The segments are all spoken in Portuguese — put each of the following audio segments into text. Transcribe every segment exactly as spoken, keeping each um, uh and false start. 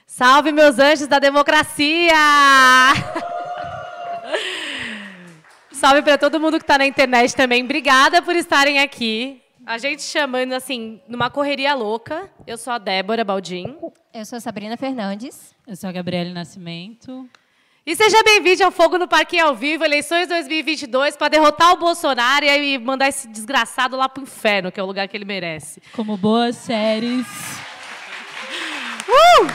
Salve, meus anjos da democracia! Salve para todo mundo que está na internet também. Obrigada por estarem aqui. A gente chamando, assim, numa correria louca. Eu sou a Débora Baldin. Eu sou a Sabrina Fernandes. Eu sou a Gabriele Nascimento. E seja bem-vindo ao Fogo no Parquinho ao Vivo, eleições dois mil e vinte e dois, para derrotar o Bolsonaro e aí mandar esse desgraçado lá pro inferno, que é o lugar que ele merece. Como boas séries. Uh!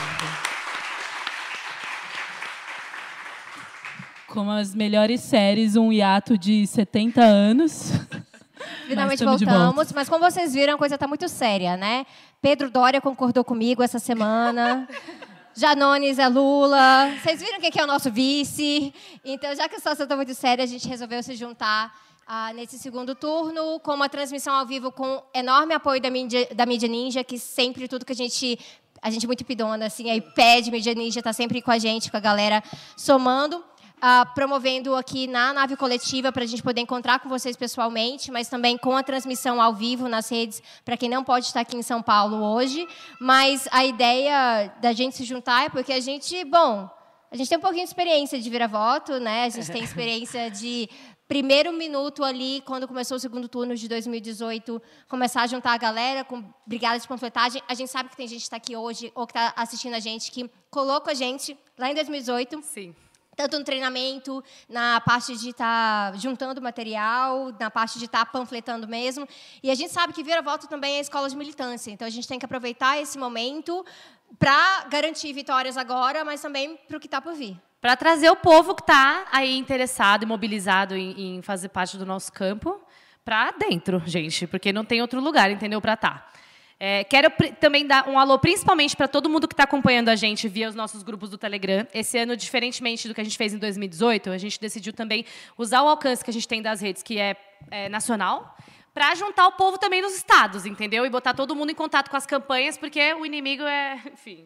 Como as melhores séries, um hiato de setenta anos. Finalmente mas voltamos, mas como vocês viram, a coisa está muito séria, né? Pedro Doria concordou comigo essa semana. Janones é Lula. Vocês viram quem que é o nosso vice? Então, já que a situação está muito séria, a gente resolveu se juntar ah, nesse segundo turno com uma transmissão ao vivo com enorme apoio da mídia, da mídia Ninja, que sempre tudo que a gente... A gente é muito pidona, assim, aí pede, mídia Ninja está sempre com a gente, com a galera somando. Uh, promovendo aqui na nave coletiva para a gente poder encontrar com vocês pessoalmente, mas também com a transmissão ao vivo nas redes, para quem não pode estar aqui em São Paulo hoje. Mas a ideia da gente se juntar é porque a gente, bom, a gente tem um pouquinho de experiência de vira-voto, né? A gente tem experiência de primeiro minuto ali, quando começou o segundo turno de dois mil e dezoito, começar a juntar a galera com brigadas de panfletagem. A gente sabe que tem gente que está aqui hoje ou que está assistindo a gente que colocou a gente lá em dois mil e dezoito. Sim. Tanto no treinamento, na parte de estar tá juntando material, na parte de estar tá panfletando mesmo. E a gente sabe que vira-voto também é escola de militância. Então, a gente tem que aproveitar esse momento para garantir vitórias agora, mas também para o que está por vir. Para trazer o povo que está aí interessado e mobilizado em, em fazer parte do nosso campo para dentro, gente. Porque não tem outro lugar, entendeu, para estar. É, quero também dar um alô, principalmente para todo mundo que está acompanhando a gente via os nossos grupos do Telegram. Esse ano, diferentemente do que a gente fez em dois mil e dezoito, a gente decidiu também usar o alcance que a gente tem das redes, que é, é nacional, para juntar o povo também nos estados, entendeu? E botar todo mundo em contato com as campanhas, porque o inimigo é, enfim,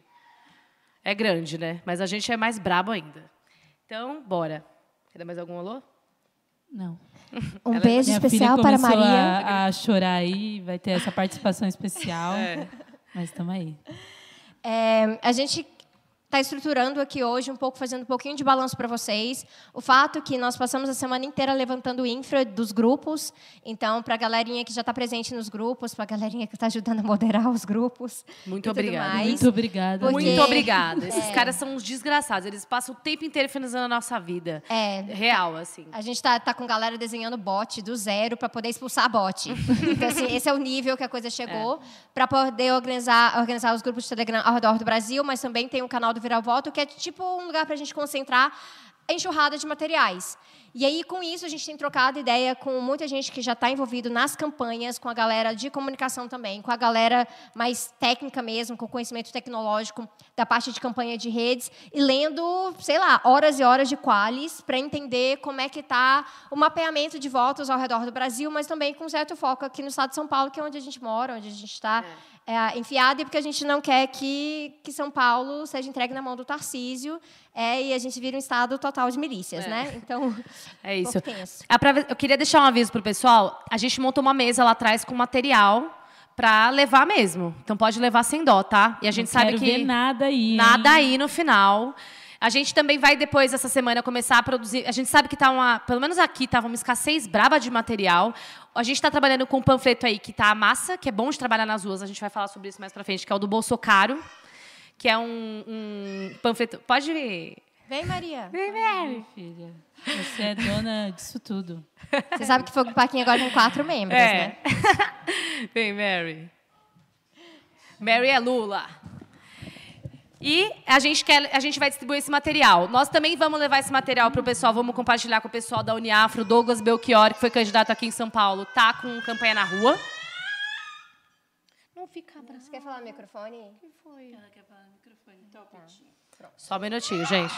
é grande, né? Mas a gente é mais brabo ainda. Então, bora. Quer dar mais algum alô? Não. Um Ela, beijo especial para Maria. A, a chorar aí, vai ter essa participação especial. É. Mas estamos aí. É, a gente está estruturando aqui hoje, um pouco, fazendo um pouquinho de balanço para vocês. O fato que nós passamos a semana inteira levantando o infra dos grupos. Então, para a galerinha que já está presente nos grupos, para a galerinha que está ajudando a moderar os grupos. Muito obrigada. Muito obrigada. Porque... Muito obrigada. Esses é. caras são uns desgraçados. Eles passam o tempo inteiro finalizando a nossa vida. É. Real, assim. A gente está tá com galera desenhando bot do zero para poder expulsar bot. Então, assim, esse é o nível que a coisa chegou. É. Para poder organizar, organizar os grupos de Telegram ao redor do Brasil, mas também tem um canal do Virar Voto, que é tipo um lugar para a gente concentrar a enxurrada de materiais. E aí, com isso, a gente tem trocado ideia com muita gente que já está envolvido nas campanhas, com a galera de comunicação também, com a galera mais técnica mesmo, com conhecimento tecnológico da parte de campanha de redes, e lendo, sei lá, horas e horas de qualis para entender como é que está o mapeamento de votos ao redor do Brasil, mas também com certo foco aqui no estado de São Paulo, que é onde a gente mora, onde a gente está é. é, enfiado, e porque a gente não quer que, que São Paulo seja entregue na mão do Tarcísio, é, e a gente vira um estado total de milícias, é. né? Então... É isso. Eu queria deixar um aviso para o pessoal. A gente montou uma mesa lá atrás com material para levar mesmo. Então, pode levar sem dó, tá? E a gente Não sabe quero que... ver nada aí. Nada aí no final. A gente também vai, depois dessa semana, começar a produzir... A gente sabe que tá uma... Pelo menos aqui, estava uma escassez braba de material. A gente está trabalhando com um panfleto aí que tá massa, que é bom de trabalhar nas ruas. A gente vai falar sobre isso mais para frente, que é o do Bolsocaro, que é um, um panfleto... Pode vir... Vem, Maria. Vem, Mary. Filha, você é dona disso tudo. Você sabe que Fogo no Parquinho agora tem quatro membros, é. né? Vem, Mary. Mary é Lula. E a gente, quer, a gente vai distribuir esse material. Nós também vamos levar esse material para o pessoal, vamos compartilhar com o pessoal da Uniafro. Douglas Belchior, que foi candidato aqui em São Paulo, tá com campanha na rua. Não fica bravo. Você quer falar no microfone? O que foi? Ela quer falar no microfone. Então, tá. Só um minutinho, gente.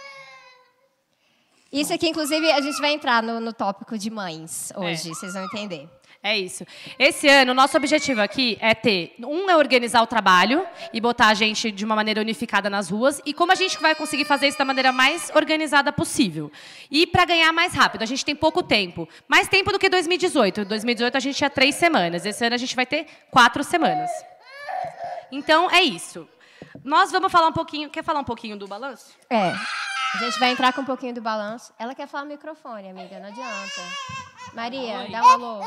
Isso aqui, inclusive, a gente vai entrar no, no tópico de mães hoje, é. vocês vão entender. É isso. Esse ano, o nosso objetivo aqui é ter... Um é organizar o trabalho e botar a gente de uma maneira unificada nas ruas. E como a gente vai conseguir fazer isso da maneira mais organizada possível. E para ganhar mais rápido. A gente tem pouco tempo. Mais tempo do que dois mil e dezoito. Em dois mil e dezoito, a gente tinha três semanas. Esse ano, a gente vai ter quatro semanas. Então, é isso. Nós vamos falar um pouquinho... Quer falar um pouquinho do balanço? É. A gente vai entrar com um pouquinho do balanço. Ela quer falar no microfone, amiga. Não adianta. Maria, Oi. dá um alô.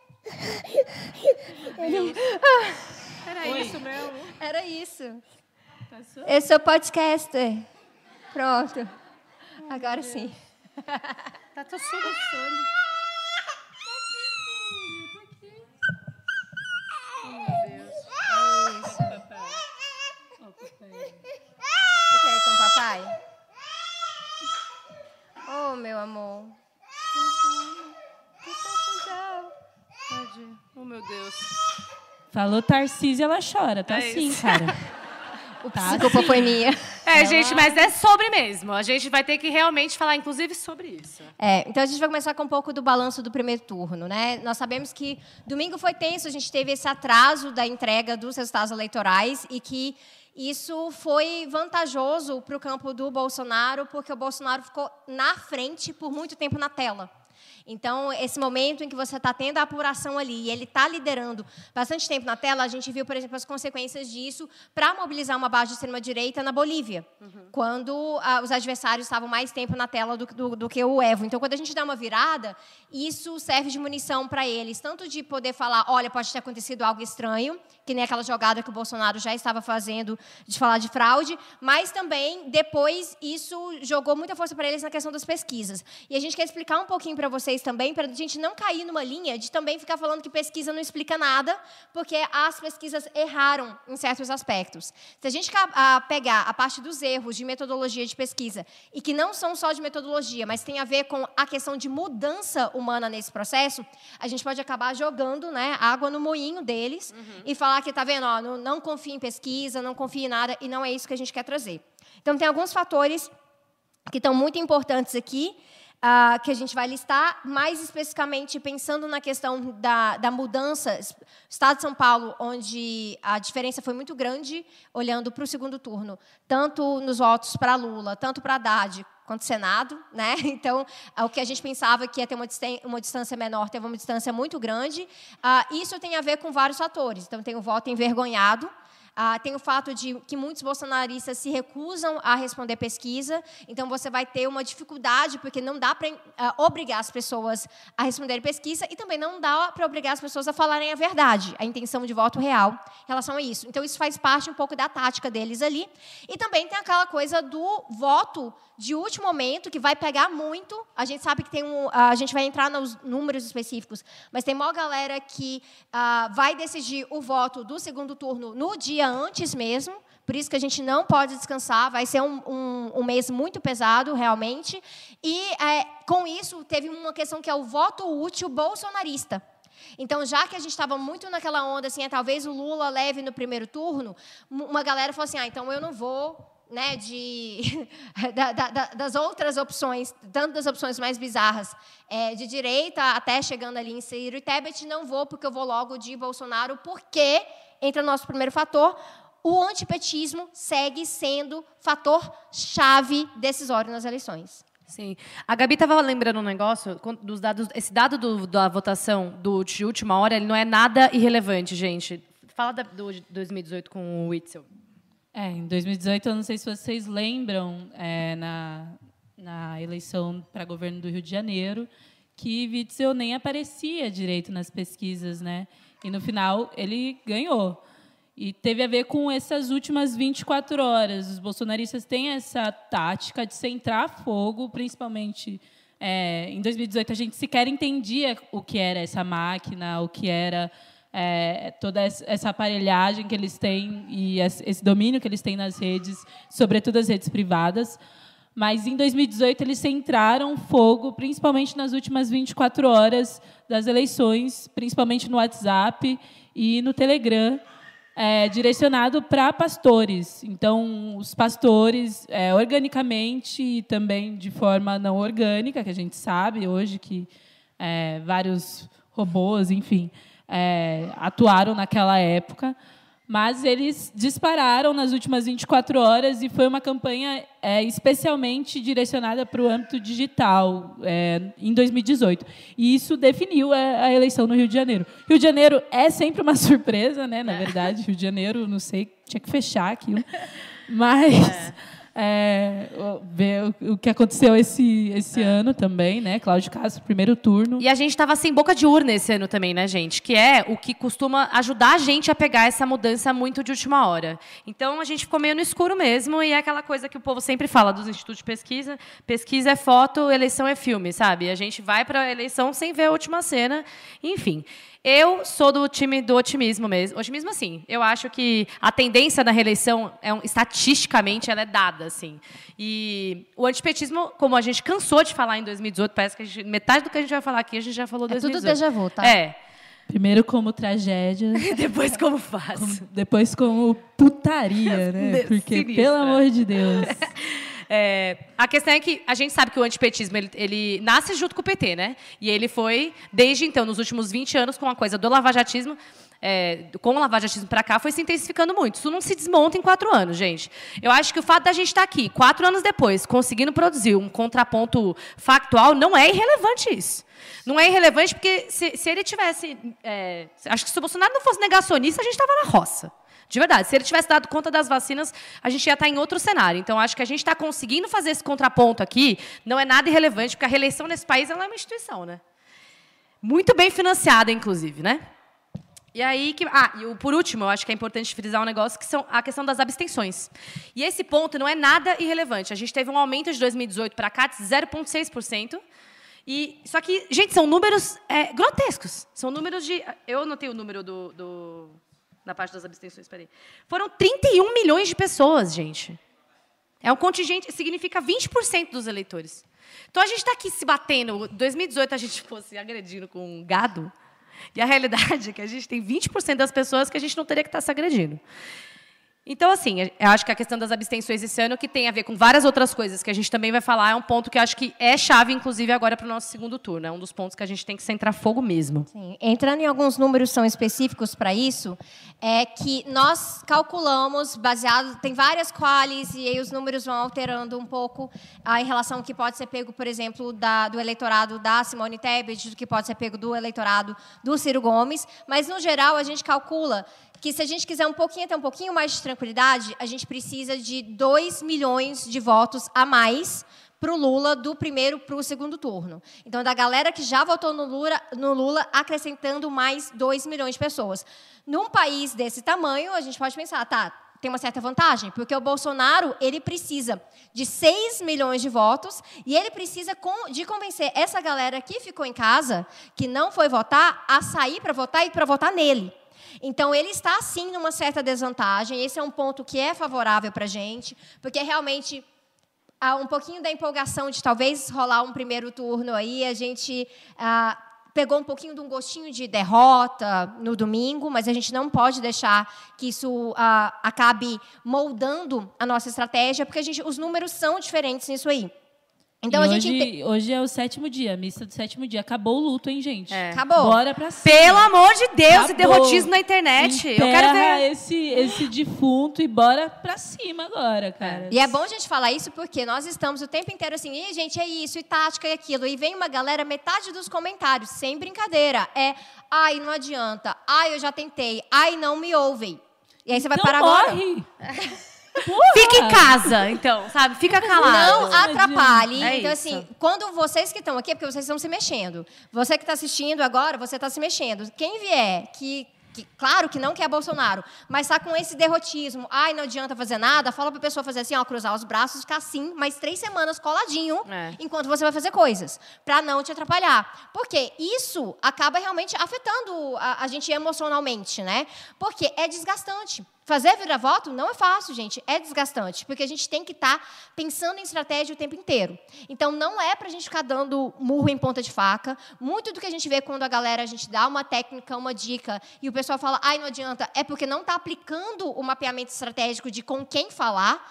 Era Oi. isso mesmo? Era isso. Passou? Eu sou podcaster. Pronto. Ai, Agora sim. Tá tô soluçando. Você quer ir com o papai? Oh, meu amor. Oh, meu Deus. Falou Tarcísio, ela chora. Tá é assim, isso. cara. O tá desculpa assim. foi minha. É, ela... gente, mas é sobre mesmo. A gente vai ter que realmente falar, inclusive, sobre isso. É, então a gente vai começar com um pouco do balanço do primeiro turno, né? Nós sabemos que domingo foi tenso, a gente teve esse atraso da entrega dos resultados eleitorais e que isso foi vantajoso para o campo do Bolsonaro, porque o Bolsonaro ficou na frente por muito tempo na tela. Então, esse momento em que você está tendo a apuração ali e ele está liderando bastante tempo na tela, a gente viu, por exemplo, as consequências disso para mobilizar uma base de extrema-direita na Bolívia, uhum. quando ah, os adversários estavam mais tempo na tela do, do, do que o Evo. Então, quando a gente dá uma virada, isso serve de munição para eles, tanto de poder falar, olha, pode ter acontecido algo estranho, que nem aquela jogada que o Bolsonaro já estava fazendo de falar de fraude, mas também, depois, isso jogou muita força para eles na questão das pesquisas. E a gente quer explicar um pouquinho para vocês também, para a gente não cair numa linha de também ficar falando que pesquisa não explica nada, porque as pesquisas erraram em certos aspectos. Se a gente pegar a parte dos erros de metodologia de pesquisa, e que não são só de metodologia, mas tem a ver com a questão de mudança humana nesse processo, a gente pode acabar jogando, né, água no moinho deles uhum. e falar que, tá vendo, ó, não, não confia em pesquisa, não confia em nada, e não é isso que a gente quer trazer. Então, tem alguns fatores que estão muito importantes aqui, Uh, que a gente vai listar, mais especificamente pensando na questão da, da mudança. Estado de São Paulo, onde a diferença foi muito grande, olhando para o segundo turno, tanto nos votos para Lula, tanto para Haddad, quanto Senado, né? Então, o que a gente pensava que ia ter uma, uma distância menor, teve uma distância muito grande. Uh, isso tem a ver com vários fatores. Então, tem o voto envergonhado, Ah, tem o fato de que muitos bolsonaristas se recusam a responder pesquisa, então você vai ter uma dificuldade, porque não dá para uh, obrigar as pessoas a responderem pesquisa e também não dá para obrigar as pessoas a falarem a verdade, a intenção de voto real em relação a isso. Então, isso faz parte um pouco da tática deles ali. E também tem aquela coisa do voto de último momento, que vai pegar muito. A gente sabe que tem um... A gente vai entrar nos números específicos, mas tem uma galera que uh, vai decidir o voto do segundo turno no dia antes mesmo, por isso que a gente não pode descansar, vai ser um, um, um mês muito pesado, realmente. E, é, com isso, teve uma questão que é o voto útil bolsonarista. Então, já que a gente estava muito naquela onda, assim, é, talvez o Lula leve no primeiro turno, uma galera falou assim, ah, então eu não vou... Né, de, da, da, das outras opções, tanto das opções mais bizarras, é, de direita até chegando ali em Ciro e Tebet, não vou, porque eu vou logo de Bolsonaro, porque, entra o nosso primeiro fator, o antipetismo segue sendo fator-chave decisório nas eleições. Sim. A Gabi estava lembrando um negócio, dos dados, esse dado do, da votação do, de última hora, ele não é nada irrelevante, gente. Fala da, do dois mil e dezoito com o Witzel. É, em dois mil e dezoito, eu não sei se vocês lembram, é, na, na eleição para governo do Rio de Janeiro, que Witzel nem aparecia direito nas pesquisas, né? E, no final, ele ganhou. E teve a ver com essas últimas vinte e quatro horas. Os bolsonaristas têm essa tática de centrar fogo, principalmente... É, em dois mil e dezoito, a gente sequer entendia o que era essa máquina, o que era... É, toda essa aparelhagem que eles têm e esse domínio que eles têm nas redes, sobretudo as redes privadas. Mas, em dois mil e dezoito, eles centraram fogo, principalmente nas últimas vinte e quatro horas das eleições, principalmente no WhatsApp e no Telegram, é, direcionado para pastores. Então, os pastores, é, organicamente e também de forma não orgânica, que a gente sabe hoje que é, vários robôs, enfim... É, atuaram naquela época, Mas eles dispararam nas últimas vinte e quatro horas e foi uma campanha é, especialmente direcionada para o âmbito digital é, em dois mil e dezoito. E isso definiu a, a eleição no Rio de Janeiro. Rio de Janeiro é sempre uma surpresa, né? Na verdade, Rio de Janeiro, não sei, tinha que fechar aquilo. Mas... É. É, ver o que aconteceu esse, esse é. ano também, né? Cláudio Castro, primeiro turno. E a gente estava sem boca de urna esse ano também, né, gente? Que é o que costuma ajudar a gente a pegar essa mudança muito de última hora. Então, a gente ficou meio no escuro mesmo, e é aquela coisa que o povo sempre fala dos institutos de pesquisa: pesquisa é foto, eleição é filme, sabe? A gente vai para a eleição sem ver a última cena, enfim. Eu sou do time do otimismo mesmo. Otimismo, assim. Eu acho que a tendência na reeleição, é um, estatisticamente, ela é dada, assim. E o antipetismo, como a gente cansou de falar em dois mil e dezoito, parece que a gente, metade do que a gente vai falar aqui, a gente já falou em dois mil e dezoito. É tudo déjà vu, tá? É. Primeiro como tragédia. Depois como fácil. Como, depois como putaria, né? Porque, Sinistra. Pelo amor de Deus... É, a questão é que a gente sabe que o antipetismo ele, ele nasce junto com o P T, né? E ele foi, desde então, nos últimos vinte anos, com a coisa do lavajatismo, é, com o lavajatismo para cá, foi se intensificando muito. Isso não se desmonta em quatro anos, gente. Eu acho que o fato da gente estar aqui, quatro anos depois, conseguindo produzir um contraponto factual, não é irrelevante isso. Não é irrelevante porque se, se ele tivesse... É, acho que se o Bolsonaro não fosse negacionista, a gente estava na roça. De verdade, se ele tivesse dado conta das vacinas, a gente ia estar em outro cenário. Então, acho que a gente está conseguindo fazer esse contraponto aqui, não é nada irrelevante, porque a reeleição nesse país ela é uma instituição, né? Muito bem financiada, inclusive, né? E aí, que, ah, e por último, eu acho que é importante frisar um negócio, que são a questão das abstenções. E esse ponto não é nada irrelevante. A gente teve um aumento de dois mil e dezoito para cá de zero vírgula seis por cento. E, só que, gente, são números é, grotescos. São números de... Eu não tenho o número do... do na parte das abstenções, peraí. Foram trinta e um milhões de pessoas, gente. É um contingente, significa vinte por cento dos eleitores. Então, a gente está aqui se batendo. Em dois mil e dezoito, a gente fosse agredindo com um gado. E a realidade é que a gente tem vinte por cento das pessoas que a gente não teria que estar se agredindo. Então, assim, eu acho que a questão das abstenções esse ano, que tem a ver com várias outras coisas que a gente também vai falar, é um ponto que eu acho que é chave, inclusive, agora para o nosso segundo turno. É um dos pontos que a gente tem que centrar fogo mesmo. Sim. Entrando em alguns números são específicos para isso, é que nós calculamos, baseado... Tem várias qualis, e aí os números vão alterando um pouco ah, em relação ao que pode ser pego, por exemplo, da, do eleitorado da Simone Tebet, do que pode ser pego do eleitorado do Ciro Gomes, mas, no geral, a gente calcula que, se a gente quiser um pouquinho, ter um pouquinho mais de tranquilidade, a gente precisa de dois milhões de votos a mais para o Lula, do primeiro para o segundo turno. Então, da galera que já votou no Lula, no Lula, acrescentando mais dois milhões de pessoas. Num país desse tamanho, a gente pode pensar, tá, tem uma certa vantagem, porque o Bolsonaro ele precisa de seis milhões de votos e ele precisa de convencer essa galera que ficou em casa, que não foi votar, a sair para votar e para votar nele. Então, ele está, sim, numa certa desvantagem. Esse é um ponto que é favorável para a gente, porque, realmente, há um pouquinho da empolgação de, talvez, rolar um primeiro turno aí. A gente ah, pegou um pouquinho de um gostinho de derrota no domingo, mas a gente não pode deixar que isso ah, acabe moldando a nossa estratégia, porque a gente, os números são diferentes nisso aí. Então, e a hoje, gente... hoje é o sétimo dia, a missa do sétimo dia. Acabou o luto, hein, gente? É. Acabou. Bora pra cima. Pelo amor de Deus, Acabou. E derrotismo na internet. Enterra eu quero ver esse, esse defunto e bora pra cima agora, cara. E é bom a gente falar isso porque nós estamos o tempo inteiro assim, e gente, é isso, e tática, e aquilo. E vem uma galera, metade dos comentários, sem brincadeira, é, ai, não adianta, ai, eu já tentei, ai, não me ouvem. E aí você vai então parar morre. agora. Porra. Fica em casa, então, sabe? Fica calado. Não atrapalhe. É então, isso. assim, quando vocês que estão aqui, é porque vocês estão se mexendo. Você que está assistindo agora, você está se mexendo. Quem vier, que, que claro que não quer Bolsonaro, mas está com esse derrotismo, ai, não adianta fazer nada, fala para a pessoa fazer assim, ó, cruzar os braços, ficar assim, mais três semanas coladinho, é. enquanto você vai fazer coisas, para não te atrapalhar. Porque isso acaba realmente afetando a, a gente emocionalmente, né? Porque é desgastante. Fazer vira-voto não é fácil, gente. É desgastante, porque a gente tem que estar tá pensando em estratégia o tempo inteiro. Então, não é para a gente ficar dando murro em ponta de faca. Muito do que a gente vê quando a galera, a gente dá uma técnica, uma dica, e o pessoal fala, ai, não adianta, é porque não está aplicando o mapeamento estratégico de com quem falar.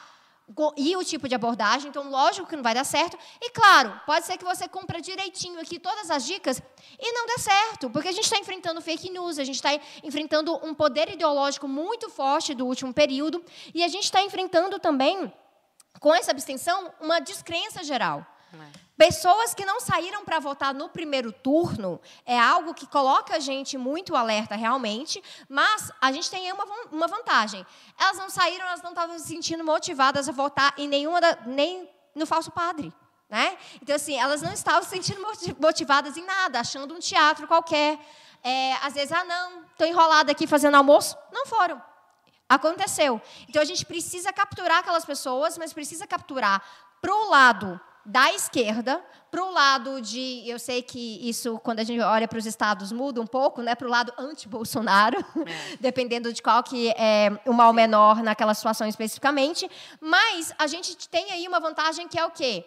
e o tipo de abordagem, então, lógico que não vai dar certo. E, claro, pode ser que você cumpra direitinho aqui todas as dicas e não dê certo, porque a gente está enfrentando fake news, a gente está enfrentando um poder ideológico muito forte do último período e a gente está enfrentando também, com essa abstenção, uma descrença geral. É. Pessoas que não saíram para votar no primeiro turno é algo que coloca a gente muito alerta, realmente, mas a gente tem uma, uma vantagem. Elas não saíram, elas não estavam se sentindo motivadas a votar em nenhuma da, nem no falso padre. Né? Então, assim, elas não estavam se sentindo motivadas em nada, achando um teatro qualquer. É, às vezes, ah, não, estou enrolada aqui fazendo almoço. Não foram. Aconteceu. Então, a gente precisa capturar aquelas pessoas, mas precisa capturar para o lado da esquerda, para o lado de... Eu sei que isso, quando a gente olha para os estados, muda um pouco, né, para o lado anti-Bolsonaro, é. dependendo de qual que é o mal menor naquela situação especificamente. Mas a gente tem aí uma vantagem que é o quê?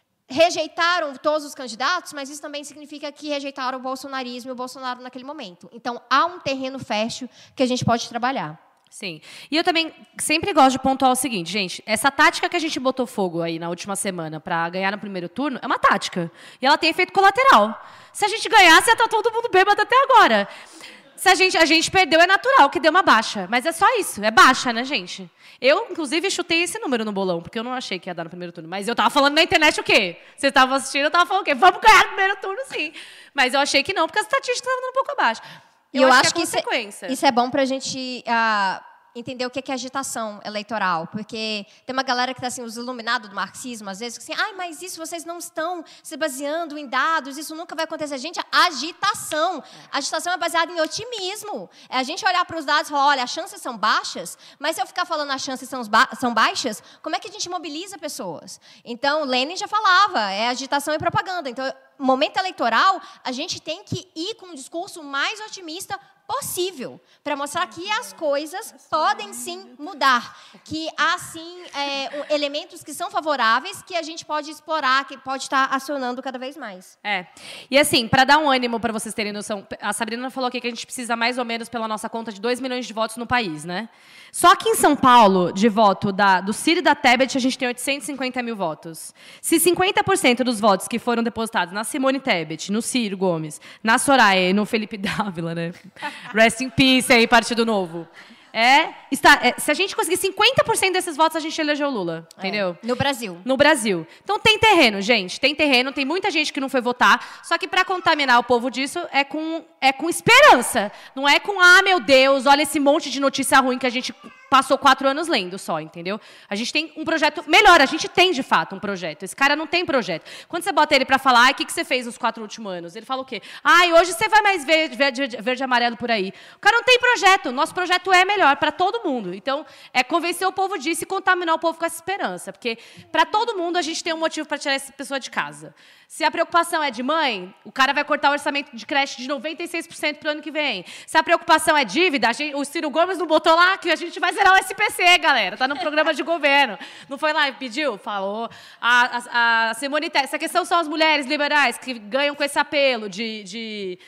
Rejeitaram todos os candidatos, mas isso também significa que rejeitaram o bolsonarismo e o Bolsonaro naquele momento. Então, há um terreno fértil que a gente pode trabalhar. Sim. E eu também sempre gosto de pontuar o seguinte, gente, essa tática que a gente botou fogo aí na última semana para ganhar no primeiro turno é uma tática. E ela tem efeito colateral. Se a gente ganhasse, ia estar todo mundo bêbado até agora. Se a gente, a gente perdeu, é natural que deu uma baixa. Mas é só isso, é baixa, né, gente? Eu, inclusive, chutei esse número no bolão, porque eu não achei que ia dar no primeiro turno. Mas eu tava falando na internet o quê? Vocês estavam assistindo, eu tava falando o quê? Vamos ganhar no primeiro turno, sim. Mas eu achei que não, porque as estatísticas estavam dando um pouco abaixo. Eu, eu acho, acho que, que isso, é, isso é bom para a gente uh, entender o que é agitação eleitoral. Porque tem uma galera que está assim, os iluminados do marxismo, às vezes, que assim, ai, mas isso vocês não estão se baseando em dados, isso nunca vai acontecer. Gente, agitação. A agitação é baseada em otimismo. É a gente olhar para os dados e falar, olha, as chances são baixas, mas se eu ficar falando as chances são, ba são baixas, como é que a gente mobiliza pessoas? Então, Lenin já falava, é agitação e propaganda. Então, momento eleitoral, a gente tem que ir com um discurso mais otimista possível, para mostrar que as coisas podem sim mudar, que há sim é, elementos que são favoráveis, que a gente pode explorar, que pode estar acionando cada vez mais. É. E assim, para dar um ânimo para vocês terem noção, a Sabrina falou aqui que a gente precisa mais ou menos, pela nossa conta, de dois milhões de votos no país, né? Só que em São Paulo, de voto da, do Ciro e da Tebet, a gente tem oitocentos e cinquenta mil votos. Se cinquenta por cento dos votos que foram depositados na Simone Tebet, no Ciro Gomes, na Soraya e no Felipe Dávila, né? Rest in peace aí, Partido Novo. É, está, é, se a gente conseguir cinquenta por cento desses votos, a gente elegeu o Lula, entendeu? É, no Brasil. No Brasil. Então tem terreno, gente, tem terreno, tem muita gente que não foi votar, só que para contaminar o povo disso é com, é com esperança, não é com, ah, meu Deus, olha esse monte de notícia ruim que a gente passou quatro anos lendo só, entendeu? A gente tem um projeto melhor, a gente tem, de fato, um projeto. Esse cara não tem projeto. Quando você bota ele para falar, ah, o que, que você fez nos quatro últimos anos? Ele fala o quê? Ah, hoje você vai mais verde, verde, verde e amarelo por aí. O cara não tem projeto. Nosso projeto é melhor para todo mundo. Então, é convencer o povo disso e contaminar o povo com essa esperança. Porque, para todo mundo, a gente tem um motivo para tirar essa pessoa de casa. Se a preocupação é de mãe, o cara vai cortar o orçamento de creche de noventa e seis por cento para o ano que vem. Se a preocupação é dívida, a gente, o Ciro Gomes não botou lá que a gente vai zerar o S P C, galera. Tá no programa de governo. Não foi lá e pediu? Falou. A, a, a Simone Tebet. Essa questão são as mulheres liberais que ganham com esse apelo de... de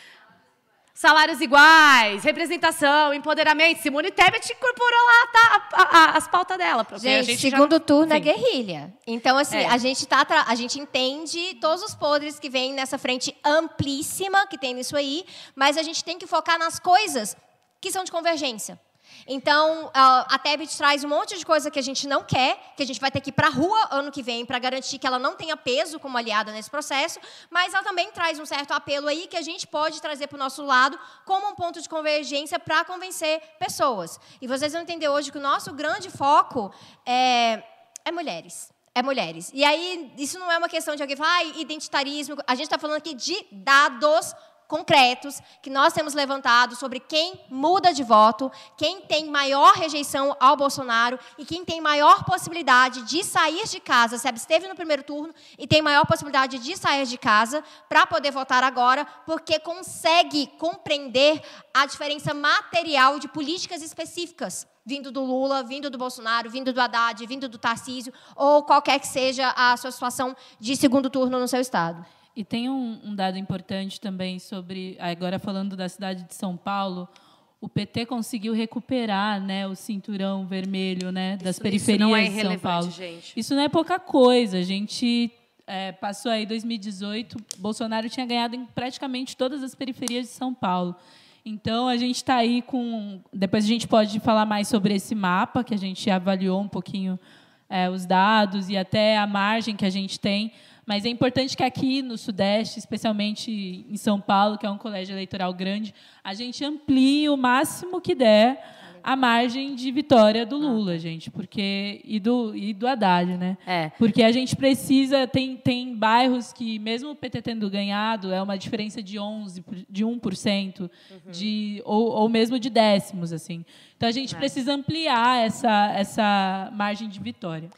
salários iguais, representação, empoderamento. Simone Tebet incorporou lá tá, a, a, as pautas dela. Gente, a gente segundo já... turno é guerrilha. Então, assim, é. a, gente tá a gente entende todos os podres que vêm nessa frente amplíssima que tem nisso aí, mas a gente tem que focar nas coisas que são de convergência. Então, a Tebet traz um monte de coisa que a gente não quer, que a gente vai ter que ir para a rua ano que vem para garantir que ela não tenha peso como aliada nesse processo, mas ela também traz um certo apelo aí que a gente pode trazer para o nosso lado como um ponto de convergência para convencer pessoas. E vocês vão entender hoje que o nosso grande foco é, é mulheres. É mulheres. E aí, isso não é uma questão de alguém falar, ah, identitarismo. A gente está falando aqui de dados concretos que nós temos levantado sobre quem muda de voto, quem tem maior rejeição ao Bolsonaro e quem tem maior possibilidade de sair de casa, se absteve no primeiro turno e tem maior possibilidade de sair de casa para poder votar agora, porque consegue compreender a diferença material de políticas específicas, vindo do Lula, vindo do Bolsonaro, vindo do Haddad, vindo do Tarcísio, ou qualquer que seja a sua situação de segundo turno no seu estado. E tem um, um dado importante também sobre, agora falando da cidade de São Paulo, o P T conseguiu recuperar, né, o cinturão vermelho, né, das isso, periferias isso não é de São Paulo. Gente. Isso não é pouca coisa. A gente é, passou aí dois mil e dezoito, Bolsonaro tinha ganhado em praticamente todas as periferias de São Paulo. Então, a gente está aí com... Depois a gente pode falar mais sobre esse mapa, que a gente avaliou um pouquinho é, os dados e até a margem que a gente tem. Mas é importante que aqui no Sudeste, especialmente em São Paulo, que é um colégio eleitoral grande, a gente amplie o máximo que der a margem de vitória do Lula, gente, porque e do e do Haddad, né? É. Porque a gente precisa tem tem bairros que mesmo o P T tendo ganhado é uma diferença de onze de um por cento uhum. de ou, ou mesmo de décimos assim. Então a gente é. precisa ampliar essa essa margem de vitória.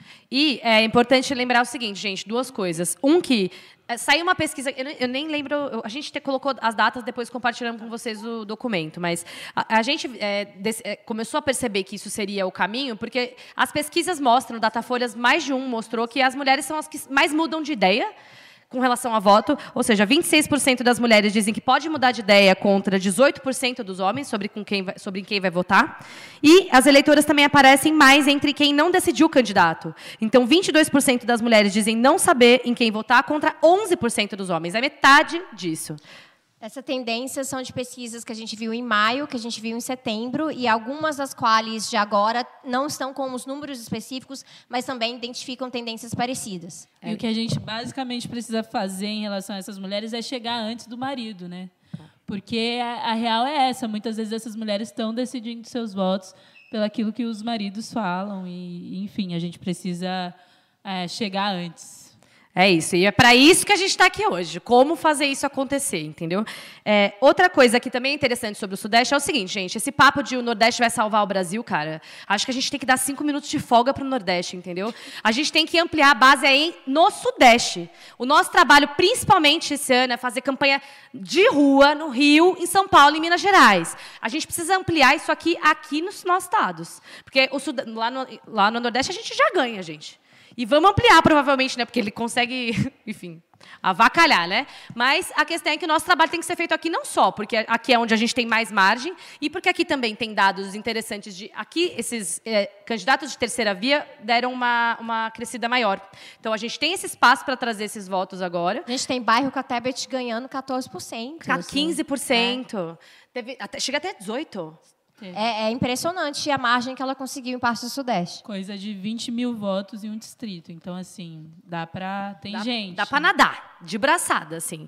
E é importante lembrar o seguinte, gente, duas coisas. Um que é, saiu uma pesquisa, eu, eu nem lembro, eu, a gente te, colocou as datas, depois compartilhamos com vocês o documento, mas a, a gente é, des, é, começou a perceber que isso seria o caminho, porque as pesquisas mostram, Datafolhas, mais de um mostrou que as mulheres são as que mais mudam de ideia com relação a voto, ou seja, vinte e seis por cento das mulheres dizem que pode mudar de ideia contra dezoito por cento dos homens sobre, com quem vai, sobre quem vai votar. E as eleitoras também aparecem mais entre quem não decidiu o candidato. Então, vinte e dois por cento das mulheres dizem não saber em quem votar contra onze por cento dos homens. É metade disso. Essa tendência são de pesquisas que a gente viu em maio, que a gente viu em setembro, e algumas das quais, de agora, não estão com os números específicos, mas também identificam tendências parecidas. E é. o que a gente basicamente precisa fazer em relação a essas mulheres é chegar antes do marido, né? Porque a, a real é essa. Muitas vezes essas mulheres estão decidindo seus votos pelo aquilo que os maridos falam. E, enfim, a gente precisa é, chegar antes. É isso, e é para isso que a gente está aqui hoje, como fazer isso acontecer, entendeu? É, outra coisa que também é interessante sobre o Sudeste é o seguinte, gente, esse papo de o Nordeste vai salvar o Brasil, cara, acho que a gente tem que dar cinco minutos de folga para o Nordeste, entendeu? A gente tem que ampliar a base aí no Sudeste. O nosso trabalho, principalmente esse ano, é fazer campanha de rua no Rio, em São Paulo e em Minas Gerais. A gente precisa ampliar isso aqui, aqui nos nossos estados, porque o Sud... lá, no, lá no Nordeste a gente já ganha, gente. E vamos ampliar, provavelmente, né? Porque ele consegue, enfim, avacalhar, né? Mas a questão é que o nosso trabalho tem que ser feito aqui não só, porque aqui é onde a gente tem mais margem, e porque aqui também tem dados interessantes de... Aqui, esses é, candidatos de terceira via deram uma, uma crescida maior. Então, a gente tem esse espaço para trazer esses votos agora. A gente tem bairro com a Tebet ganhando quatorze por cento. quinze por cento. Assim. É. Teve, até, chega até dezoito por cento. É, é impressionante a margem que ela conseguiu em parte do Sudeste. Coisa de vinte mil votos em um distrito. Então, assim, dá para... Tem dá, gente. Dá para nadar, de braçada, assim.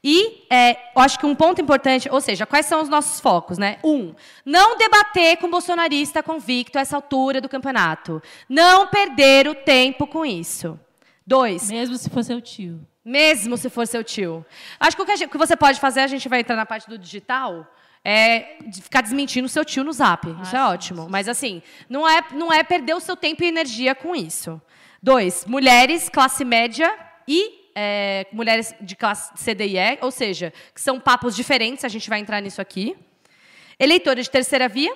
E é, eu acho que um ponto importante... Ou seja, quais são os nossos focos, né? Um, não debater com bolsonarista convicto a essa altura do campeonato. Não perder o tempo com isso. Dois... Mesmo se for seu tio. Mesmo se for seu tio. Acho que o que, a gente, o que você pode fazer, a gente vai entrar na parte do digital... É de ficar desmentindo o seu tio no Zap. Isso Acho é ótimo. Mas, assim, não é, não é perder o seu tempo e energia com isso. Dois, mulheres, classe média e é, mulheres de classe C D I E, ou seja, que são papos diferentes, a gente vai entrar nisso aqui. Eleitores de terceira via,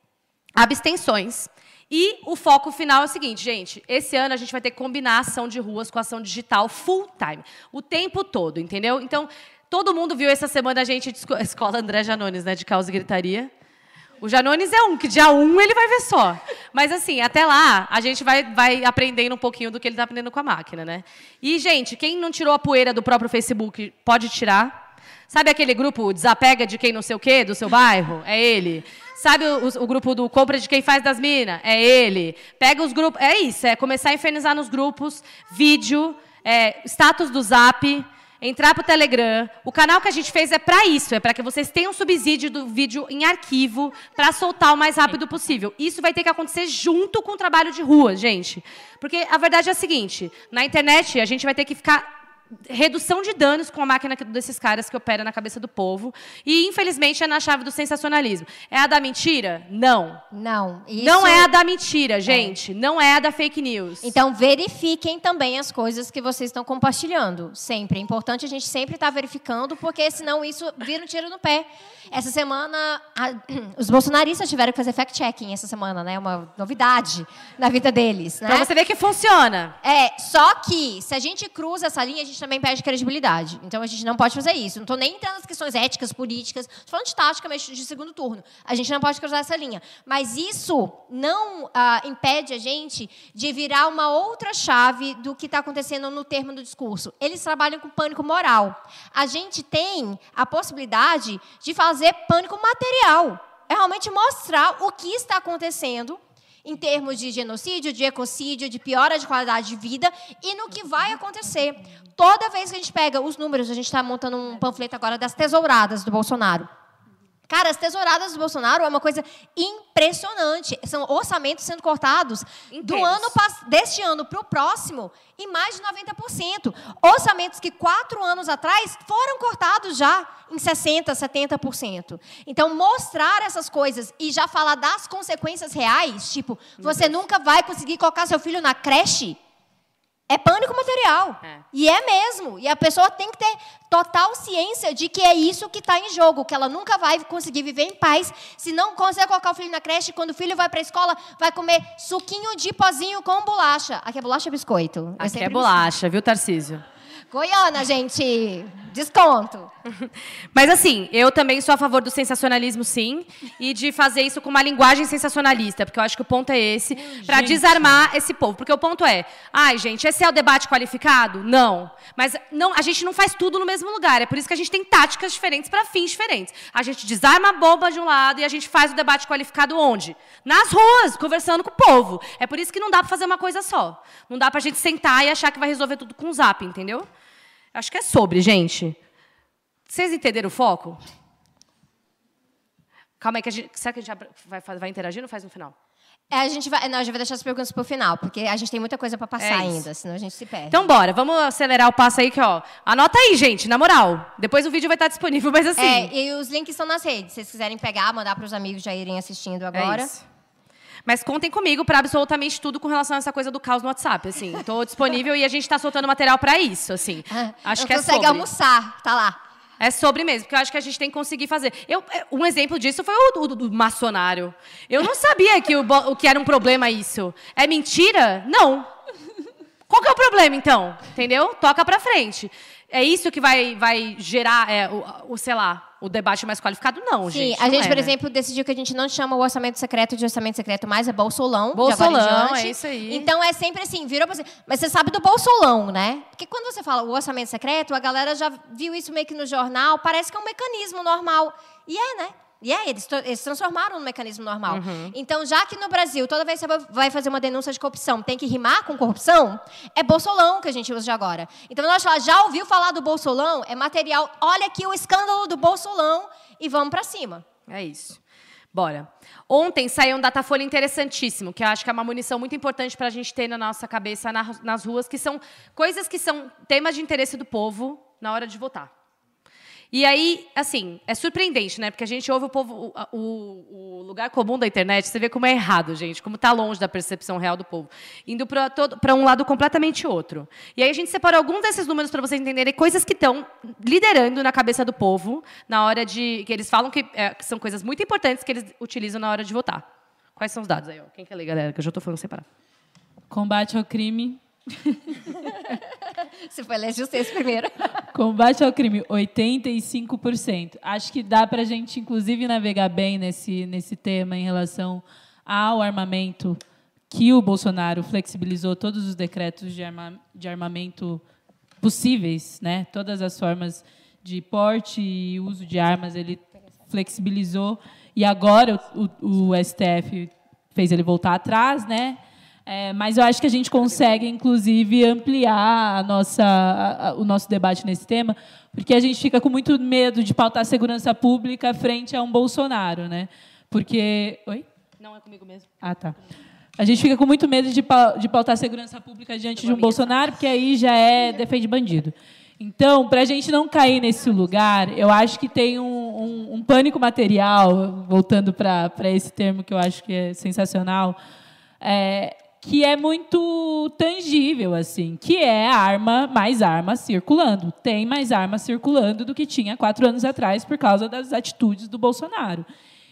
abstenções. E o foco final é o seguinte, gente, esse ano a gente vai ter que combinar a ação de ruas com a ação digital full time, o tempo todo, entendeu? Então... Todo mundo viu essa semana a gente de escola André Janones, né, de Caos e Gritaria. O Janones é um, que dia um ele vai ver só. Mas, assim, até lá, a gente vai, vai aprendendo um pouquinho do que ele está aprendendo com a máquina, né? E, gente, quem não tirou a poeira do próprio Facebook, pode tirar. Sabe aquele grupo Desapega de quem não sei o quê, do seu bairro? É ele. Sabe o, o, o grupo do Compra de quem faz das minas? É ele. Pega os grupos... É isso, é começar a infernizar nos grupos, vídeo, é, status do Zap... Entrar para o Telegram. O canal que a gente fez é para isso, é para que vocês tenham subsídio do vídeo em arquivo para soltar o mais rápido possível. Isso vai ter que acontecer junto com o trabalho de rua, gente. Porque a verdade é a seguinte, na internet a gente vai ter que ficar... Redução de danos com a máquina desses caras que opera na cabeça do povo. E, infelizmente, é na chave do sensacionalismo. É a da mentira? Não. Não. Isso... Não é a da mentira, gente. É. Não é a da fake news. Então, verifiquem também as coisas que vocês estão compartilhando. Sempre. É importante a gente sempre estar verificando, porque senão isso vira um tiro no pé. Essa semana, a... os bolsonaristas tiveram que fazer fact-checking essa semana, né? Uma novidade na vida deles. Né? Pra você ver que funciona. É, só que, se a gente cruza essa linha, a gente também perde credibilidade. Então, a gente não pode fazer isso. Não estou nem entrando nas questões éticas, políticas. Estou falando de tática, mas de segundo turno. A gente não pode cruzar essa linha. Mas isso não ah, impede a gente de virar uma outra chave do que está acontecendo no termo do discurso. Eles trabalham com pânico moral. A gente tem a possibilidade de fazer pânico material. É realmente mostrar o que está acontecendo em termos de genocídio, de ecocídio, de piora de qualidade de vida e no que vai acontecer. Toda vez que a gente pega os números, a gente está montando um panfleto agora das tesouradas do Bolsonaro. Cara, as tesouradas do Bolsonaro é uma coisa impressionante. São orçamentos sendo cortados do ano, deste ano para o próximo em mais de noventa por cento. Orçamentos que quatro anos atrás foram cortados já em sessenta por cento, setenta por cento. Então, mostrar essas coisas e já falar das consequências reais, tipo, você nunca vai conseguir colocar seu filho na creche, é pânico material. É. E é mesmo. E a pessoa tem que ter total ciência de que é isso que está em jogo, que ela nunca vai conseguir viver em paz se não consegue colocar o filho na creche. Quando o filho vai para a escola, vai comer suquinho de pozinho com bolacha. Aqui é bolacha ou biscoito? Aqui é bolacha, viu, Tarcísio? Goiana, gente. Desconto. Mas, assim, eu também sou a favor do sensacionalismo, sim, e de fazer isso com uma linguagem sensacionalista, porque eu acho que o ponto é esse, para desarmar esse povo. Porque o ponto é, ai, gente, esse é o debate qualificado? Não. Mas não, a gente não faz tudo no mesmo lugar. É por isso que a gente tem táticas diferentes para fins diferentes. A gente desarma a bomba de um lado e a gente faz o debate qualificado onde? Nas ruas, conversando com o povo. É por isso que não dá para fazer uma coisa só. Não dá para a gente sentar e achar que vai resolver tudo com o zap, entendeu? Acho que é sobre, gente. Vocês entenderam o foco? Calma aí, que a gente, será que a gente vai, vai interagir ou faz no final? É, a gente vai, não, a gente vai deixar as perguntas para o final, porque a gente tem muita coisa para passar é ainda, senão a gente se perde. Então, bora. Vamos acelerar o passo aí, que, ó, anota aí, gente, na moral. Depois o vídeo vai estar disponível, mas assim... É, e os links estão nas redes. Se vocês quiserem pegar, mandar para os amigos já irem assistindo agora. É isso. Mas contem comigo para absolutamente tudo com relação a essa coisa do caos no WhatsApp, assim. Estou disponível e a gente está soltando material para isso, assim. Acho não que é sobre. Consegue almoçar, tá lá. É sobre mesmo, porque eu acho que a gente tem que conseguir fazer. Eu, um exemplo disso foi o do, do maçonário. Eu não sabia que, o, o que era um problema isso. É mentira? Não. Qual que é o problema, então? Entendeu? Toca para frente. É isso que vai, vai gerar, é, o, o, sei lá, o debate mais qualificado? Não, Sim, gente. Sim, a gente, é, por né? exemplo, decidiu que a gente não chama o orçamento secreto de orçamento secreto mais, é bolsolão. Bolsolão, é isso aí. Então, é sempre assim, virou pra você. Mas você sabe do bolsolão, né? Porque quando você fala o orçamento secreto, a galera já viu isso meio que no jornal, parece que é um mecanismo normal. E é, né? E é, eles, eles transformaram no mecanismo normal. Uhum. Então, já que no Brasil, toda vez que você vai fazer uma denúncia de corrupção, tem que rimar com corrupção, é bolsolão que a gente usa agora. Então, nós falamos, já ouviu falar do bolsolão? É material, olha aqui o escândalo do bolsolão e vamos para cima. É isso. Bora. Ontem saiu um Datafolha interessantíssimo, que eu acho que é uma munição muito importante para a gente ter na nossa cabeça, nas ruas, que são coisas que são temas de interesse do povo na hora de votar. E aí, assim, é surpreendente, né? Porque a gente ouve o povo, o, o, o lugar comum da internet, você vê como é errado, gente, como está longe da percepção real do povo, indo para um lado completamente outro. E aí a gente separou alguns desses números para vocês entenderem coisas que estão liderando na cabeça do povo na hora de... que eles falam que, é, que são coisas muito importantes que eles utilizam na hora de votar. Quais são os dados aí? Ó? Quem quer ler, galera? Que eu já estou falando separado. Combate ao crime... Você foi ler justo esse primeiro. Combate ao crime, oitenta e cinco por cento. Acho que dá para a gente, inclusive, navegar bem nesse, nesse tema em relação ao armamento, que o Bolsonaro flexibilizou todos os decretos de, arma, de armamento possíveis, né? Todas as formas de porte e uso de armas ele flexibilizou. E agora o, o, o S T F fez ele voltar atrás, né? É, mas eu acho que a gente consegue, inclusive, ampliar a nossa, a, a, o nosso debate nesse tema, porque a gente fica com muito medo de pautar a segurança pública frente a um Bolsonaro, né? Porque... Oi? Não, é comigo mesmo. Ah, tá. A gente fica com muito medo de, de pautar a segurança pública diante de um Bolsonaro, porque aí já é defende bandido. Então, para a gente não cair nesse lugar, eu acho que tem um, um, um pânico material, voltando para esse termo que eu acho que é sensacional, é, que é muito tangível, assim, que é arma, mais arma circulando. Tem mais arma circulando do que tinha quatro anos atrás por causa das atitudes do Bolsonaro.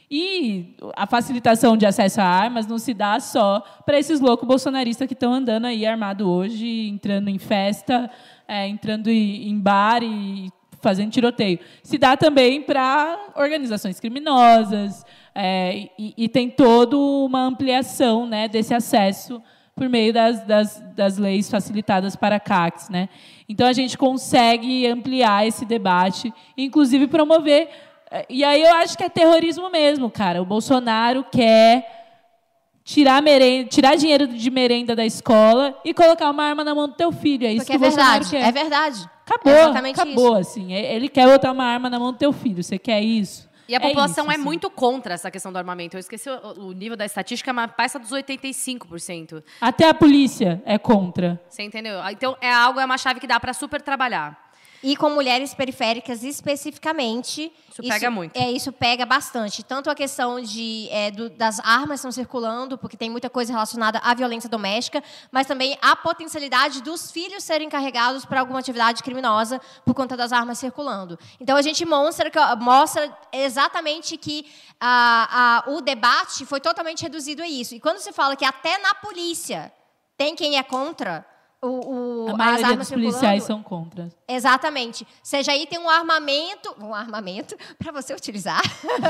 E a facilitação de acesso a armas não se dá só para esses loucos bolsonaristas que estão andando aí armados hoje, entrando em festa, é, entrando em bar e fazendo tiroteio. Se dá também para organizações criminosas, é, e, e tem toda uma ampliação, né, desse acesso por meio das, das, das leis facilitadas para C A Cs, né? Então, a gente consegue ampliar esse debate, inclusive promover. E aí eu acho que é terrorismo mesmo, cara. O Bolsonaro quer tirar, merenda, tirar dinheiro de merenda da escola e colocar uma arma na mão do teu filho. É isso Porque que é o Bolsonaro verdade, quer. é verdade. Acabou, é exatamente acabou, isso. assim. Ele quer botar uma arma na mão do teu filho. Você quer isso? E a população é, isso, é assim. muito contra essa questão do armamento. Eu esqueci o, o nível da estatística, mas passa dos oitenta e cinco por cento. Até a polícia é contra. Você entendeu? Então, é algo, é uma chave que dá para super trabalhar. E com mulheres periféricas especificamente. Isso pega muito. É, isso pega bastante. Tanto a questão de, é, do, das armas estão circulando, porque tem muita coisa relacionada à violência doméstica, mas também a potencialidade dos filhos serem carregados para alguma atividade criminosa por conta das armas circulando. Então, a gente mostra, que, mostra exatamente que a, a, o debate foi totalmente reduzido a isso. E quando se fala que até na polícia tem quem é contra... O, o, a maioria as armas dos policiais circulando. são contra. Exatamente. Seja aí tem um armamento, um armamento para você utilizar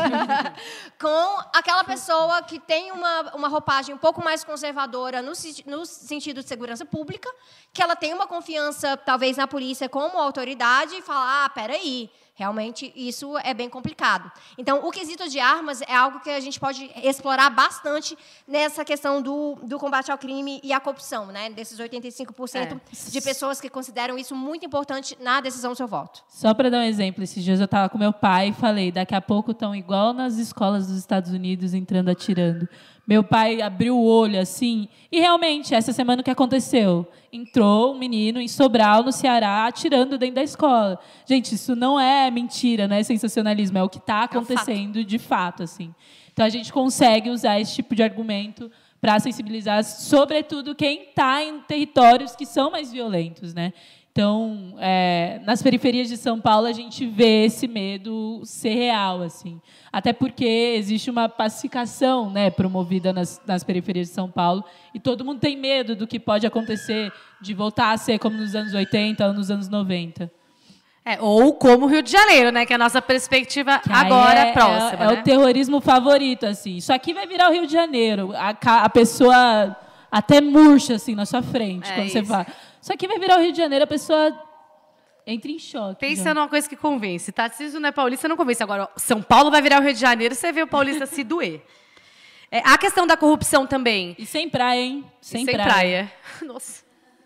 com aquela pessoa que tem uma, uma roupagem um pouco mais conservadora no, no sentido de segurança pública, que ela tem uma confiança, talvez, na polícia como autoridade e fala, ah, peraí, realmente isso é bem complicado. Então, o quesito de armas é algo que a gente pode explorar bastante nessa questão do, do combate ao crime e à corrupção, né? Desses oitenta e cinco por cento é. de pessoas que consideram isso muito importante na decisão do seu voto. Só para dar um exemplo, esses dias eu estava com meu pai e falei, daqui a pouco estão igual nas escolas dos Estados Unidos, entrando, atirando. Meu pai abriu o olho assim, e realmente, essa semana o que aconteceu? Entrou um menino em Sobral, no Ceará, atirando dentro da escola. Gente, isso não é mentira, não é sensacionalismo, é o que está acontecendo é um fato. de fato. Assim. Então, a gente consegue usar esse tipo de argumento para sensibilizar, sobretudo, quem está em territórios que são mais violentos, né? Então, é, nas periferias de São Paulo, a gente vê esse medo ser real, assim. Até porque existe uma pacificação, né, promovida nas, nas periferias de São Paulo, e todo mundo tem medo do que pode acontecer de voltar a ser como nos anos oitenta ou nos anos noventa. É, ou como o Rio de Janeiro, né, que é a nossa perspectiva que agora é, próxima. É, é né? o terrorismo favorito, assim. Isso aqui vai virar o Rio de Janeiro. A, a pessoa até murcha, assim, na sua frente, é quando isso. você vai... Isso aqui vai virar o Rio de Janeiro, a pessoa entra em choque. Pensa já. numa coisa que convence. Tarcísio não é paulista, não convence. Agora, São Paulo vai virar o Rio de Janeiro, você vê o paulista se doer. É, a questão da corrupção também. E sem praia, hein? Sem, sem praia. praia. Nossa.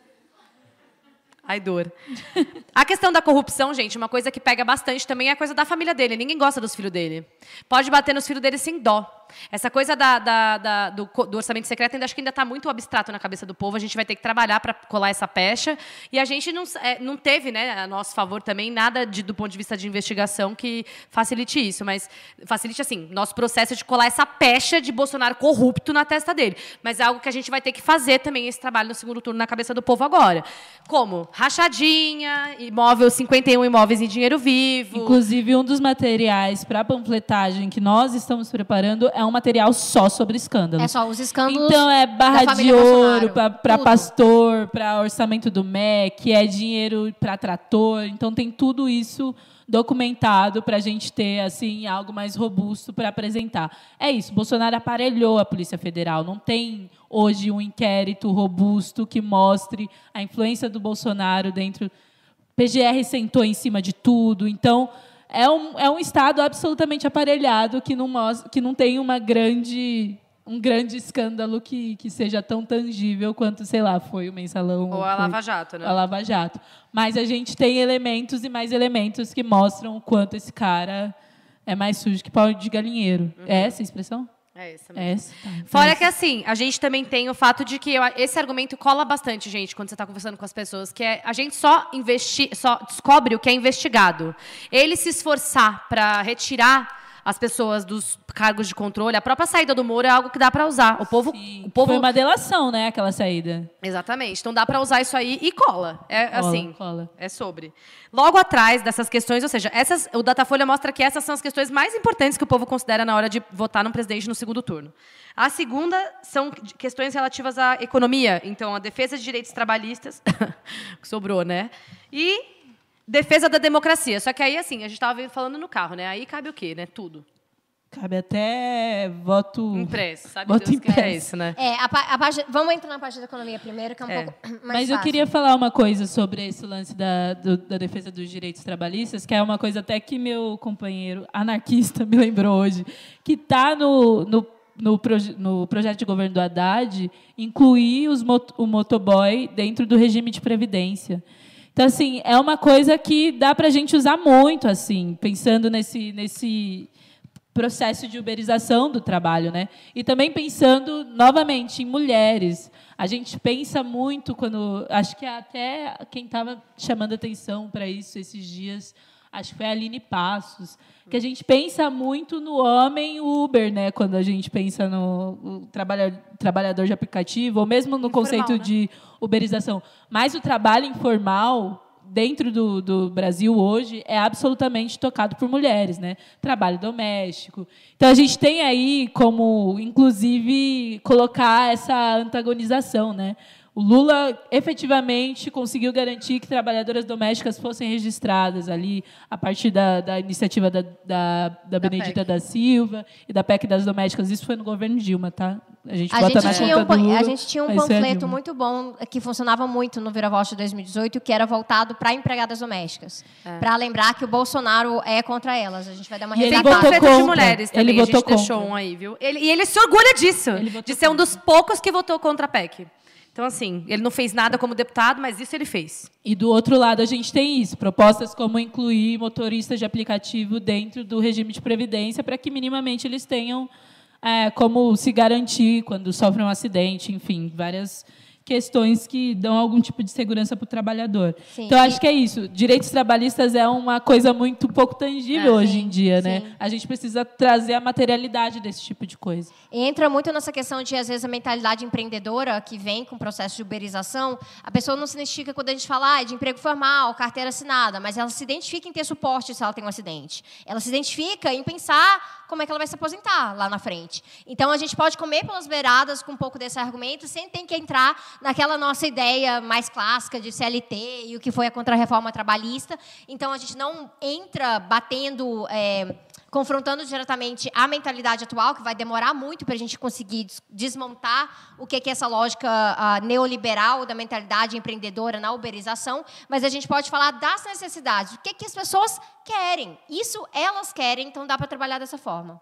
Ai, dor. A questão da corrupção, gente, uma coisa que pega bastante também é a coisa da família dele. Ninguém gosta dos filhos dele. Pode bater nos filhos dele sem dó. Essa coisa da, da, da, do, do orçamento secreto ainda acho que ainda está muito abstrato na cabeça do povo. A gente vai ter que trabalhar para colar essa pecha. E a gente não, é, não teve, né, a nosso favor também, nada de, do ponto de vista de investigação que facilite isso. Mas facilite, assim, nosso processo de colar essa pecha de Bolsonaro corrupto na testa dele. Mas é algo que a gente vai ter que fazer também, esse trabalho no segundo turno na cabeça do povo agora. Como? Rachadinha, imóvel, cinquenta e um imóveis em dinheiro vivo. Inclusive, um dos materiais para a panfletagem que nós estamos preparando é um material só sobre escândalos. É só os escândalos. Então, é barra de ouro para pastor, para orçamento do M E C, é dinheiro para trator. Então, tem tudo isso documentado para a gente ter assim algo mais robusto para apresentar. É isso, Bolsonaro aparelhou a Polícia Federal. Não tem hoje um inquérito robusto que mostre a influência do Bolsonaro dentro... P G R sentou em cima de tudo. Então, é um, é um Estado absolutamente aparelhado que não, mostra, que não tem uma grande... um grande escândalo que, que seja tão tangível quanto, sei lá, foi o Mensalão. Ou a Lava Jato, né? A Lava Jato. Mas a gente tem elementos e mais elementos que mostram o quanto esse cara é mais sujo que pau de galinheiro. Uhum. É essa a expressão? É essa mesmo. É essa, tá. Fora é que, assim, a gente também tem o fato de que eu, esse argumento cola bastante, gente, quando você está conversando com as pessoas, que é a gente só, investi, só descobre o que é investigado. Ele se esforçar para retirar as pessoas dos cargos de controle. A própria saída do Moro é algo que dá para usar. O povo, Sim, o povo... Foi uma delação, né, aquela saída. Exatamente. Então dá para usar isso aí e cola. É cola, assim, cola. é sobre. Logo atrás dessas questões, ou seja, essas, o Datafolha mostra que essas são as questões mais importantes que o povo considera na hora de votar num presidente no segundo turno. A segunda são questões relativas à economia. Então, a defesa de direitos trabalhistas, que sobrou, né? E defesa da democracia. Só que aí, assim, a gente estava falando no carro, né? Aí cabe o quê, né? Tudo. Cabe até voto... Impresso, sabe? Voto Deus impresso. Que é isso, né? É, a, a parte, vamos entrar na parte da economia primeiro, que é um É. pouco mais Mas eu fácil. queria falar uma coisa sobre esse lance da, do, da defesa dos direitos trabalhistas, que é uma coisa até que meu companheiro anarquista me lembrou hoje, que está no, no, no, proje, no projeto de governo do Haddad, incluir os mot, o motoboy dentro do regime de previdência. Então, assim, é uma coisa que dá para a gente usar muito, assim, pensando nesse... nesse processo de uberização do trabalho, né? E também pensando novamente em mulheres. A gente pensa muito quando, acho que até quem estava chamando atenção para isso esses dias, acho que foi a Aline Passos, que a gente pensa muito no homem Uber, né? Quando a gente pensa no trabalhador, trabalhador de aplicativo, ou mesmo no Informal, conceito, né, de uberização. Mas o trabalho informal dentro do, do Brasil hoje é absolutamente tocado por mulheres, né? Trabalho doméstico. Então a gente tem aí como, inclusive, colocar essa antagonização, né? O Lula efetivamente conseguiu garantir que trabalhadoras domésticas fossem registradas ali a partir da, da iniciativa da, da, da Benedita da Silva e da P E C das domésticas. Isso foi no governo Dilma, tá? A gente A bota gente, na tinha conta um, do Lula, a gente tinha um mas isso é panfleto Dilma. muito bom que funcionava muito no Vira-Voz de dois mil e dezoito, que era voltado para empregadas domésticas. É. Para lembrar que o Bolsonaro é contra elas. A gente vai dar uma E ele resgatada. votou contra. De mulheres também, Ele a gente votou deixou contra. um aí, viu? Ele, e ele se orgulha disso, de ser um dos poucos que votou contra a P E C. Então, assim, ele não fez nada como deputado, mas isso ele fez. E, do outro lado, a gente tem isso, propostas como incluir motoristas de aplicativo dentro do regime de previdência para que, minimamente, eles tenham é, como se garantir quando sofrem um acidente, enfim, várias questões que dão algum tipo de segurança para o trabalhador. Sim, então, e... acho que é isso. Direitos trabalhistas é uma coisa muito pouco tangível é, hoje sim, em dia, sim. né? A gente precisa trazer a materialidade desse tipo de coisa. E entra muito nessa questão de, às vezes, a mentalidade empreendedora que vem com o processo de uberização. A pessoa não se identifica quando a gente fala ah, de emprego formal, carteira assinada, mas ela se identifica em ter suporte se ela tem um acidente. Ela se identifica em pensar como é que ela vai se aposentar lá na frente. Então, a gente pode comer pelas beiradas com um pouco desse argumento sem ter que entrar naquela nossa ideia mais clássica de C L T e o que foi a contra-reforma trabalhista. Então, a gente não entra batendo... É, confrontando diretamente a mentalidade atual, que vai demorar muito para a gente conseguir desmontar o que é essa lógica uh, neoliberal da mentalidade empreendedora na uberização, mas a gente pode falar das necessidades, o que, que as pessoas querem. Isso elas querem, então dá para trabalhar dessa forma.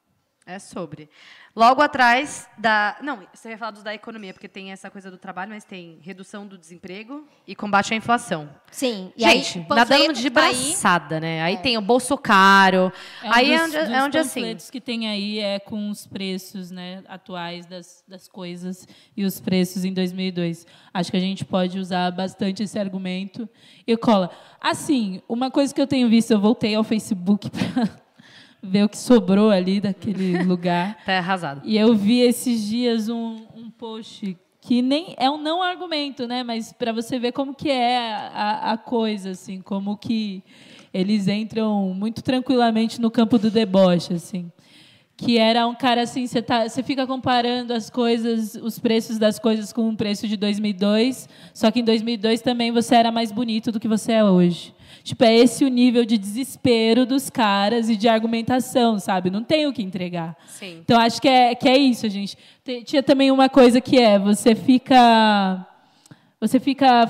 É sobre. Logo atrás da... Não, você ia falar dos da economia, porque tem essa coisa do trabalho, mas tem redução do desemprego e combate à inflação. Sim. E gente, aí, nadando de braçada, né? Aí é. tem o Bolso Caro. É um aí dos, é onde, dos é onde assim... panfletos que tem aí é com os preços, né, atuais das, das coisas e os preços em dois mil e dois. Acho que a gente pode usar bastante esse argumento. E cola. Assim, uma coisa que eu tenho visto, eu voltei ao Facebook para... ver o que sobrou ali daquele lugar. Tá arrasado. E eu vi esses dias um, um post que nem é um não argumento, né? Mas para você ver como que é a, a coisa, assim, como que eles entram muito tranquilamente no campo do deboche, assim. Que era um cara assim, você tá, você fica comparando as coisas, os preços das coisas com o preço de dois mil e dois, só que em dois mil e dois também você era mais bonito do que você é hoje. Tipo, é esse o nível de desespero dos caras e de argumentação, sabe? Não tem o que entregar. Sim. Então, acho que é, que é isso, gente. Tinha também uma coisa que é, você fica... Você fica...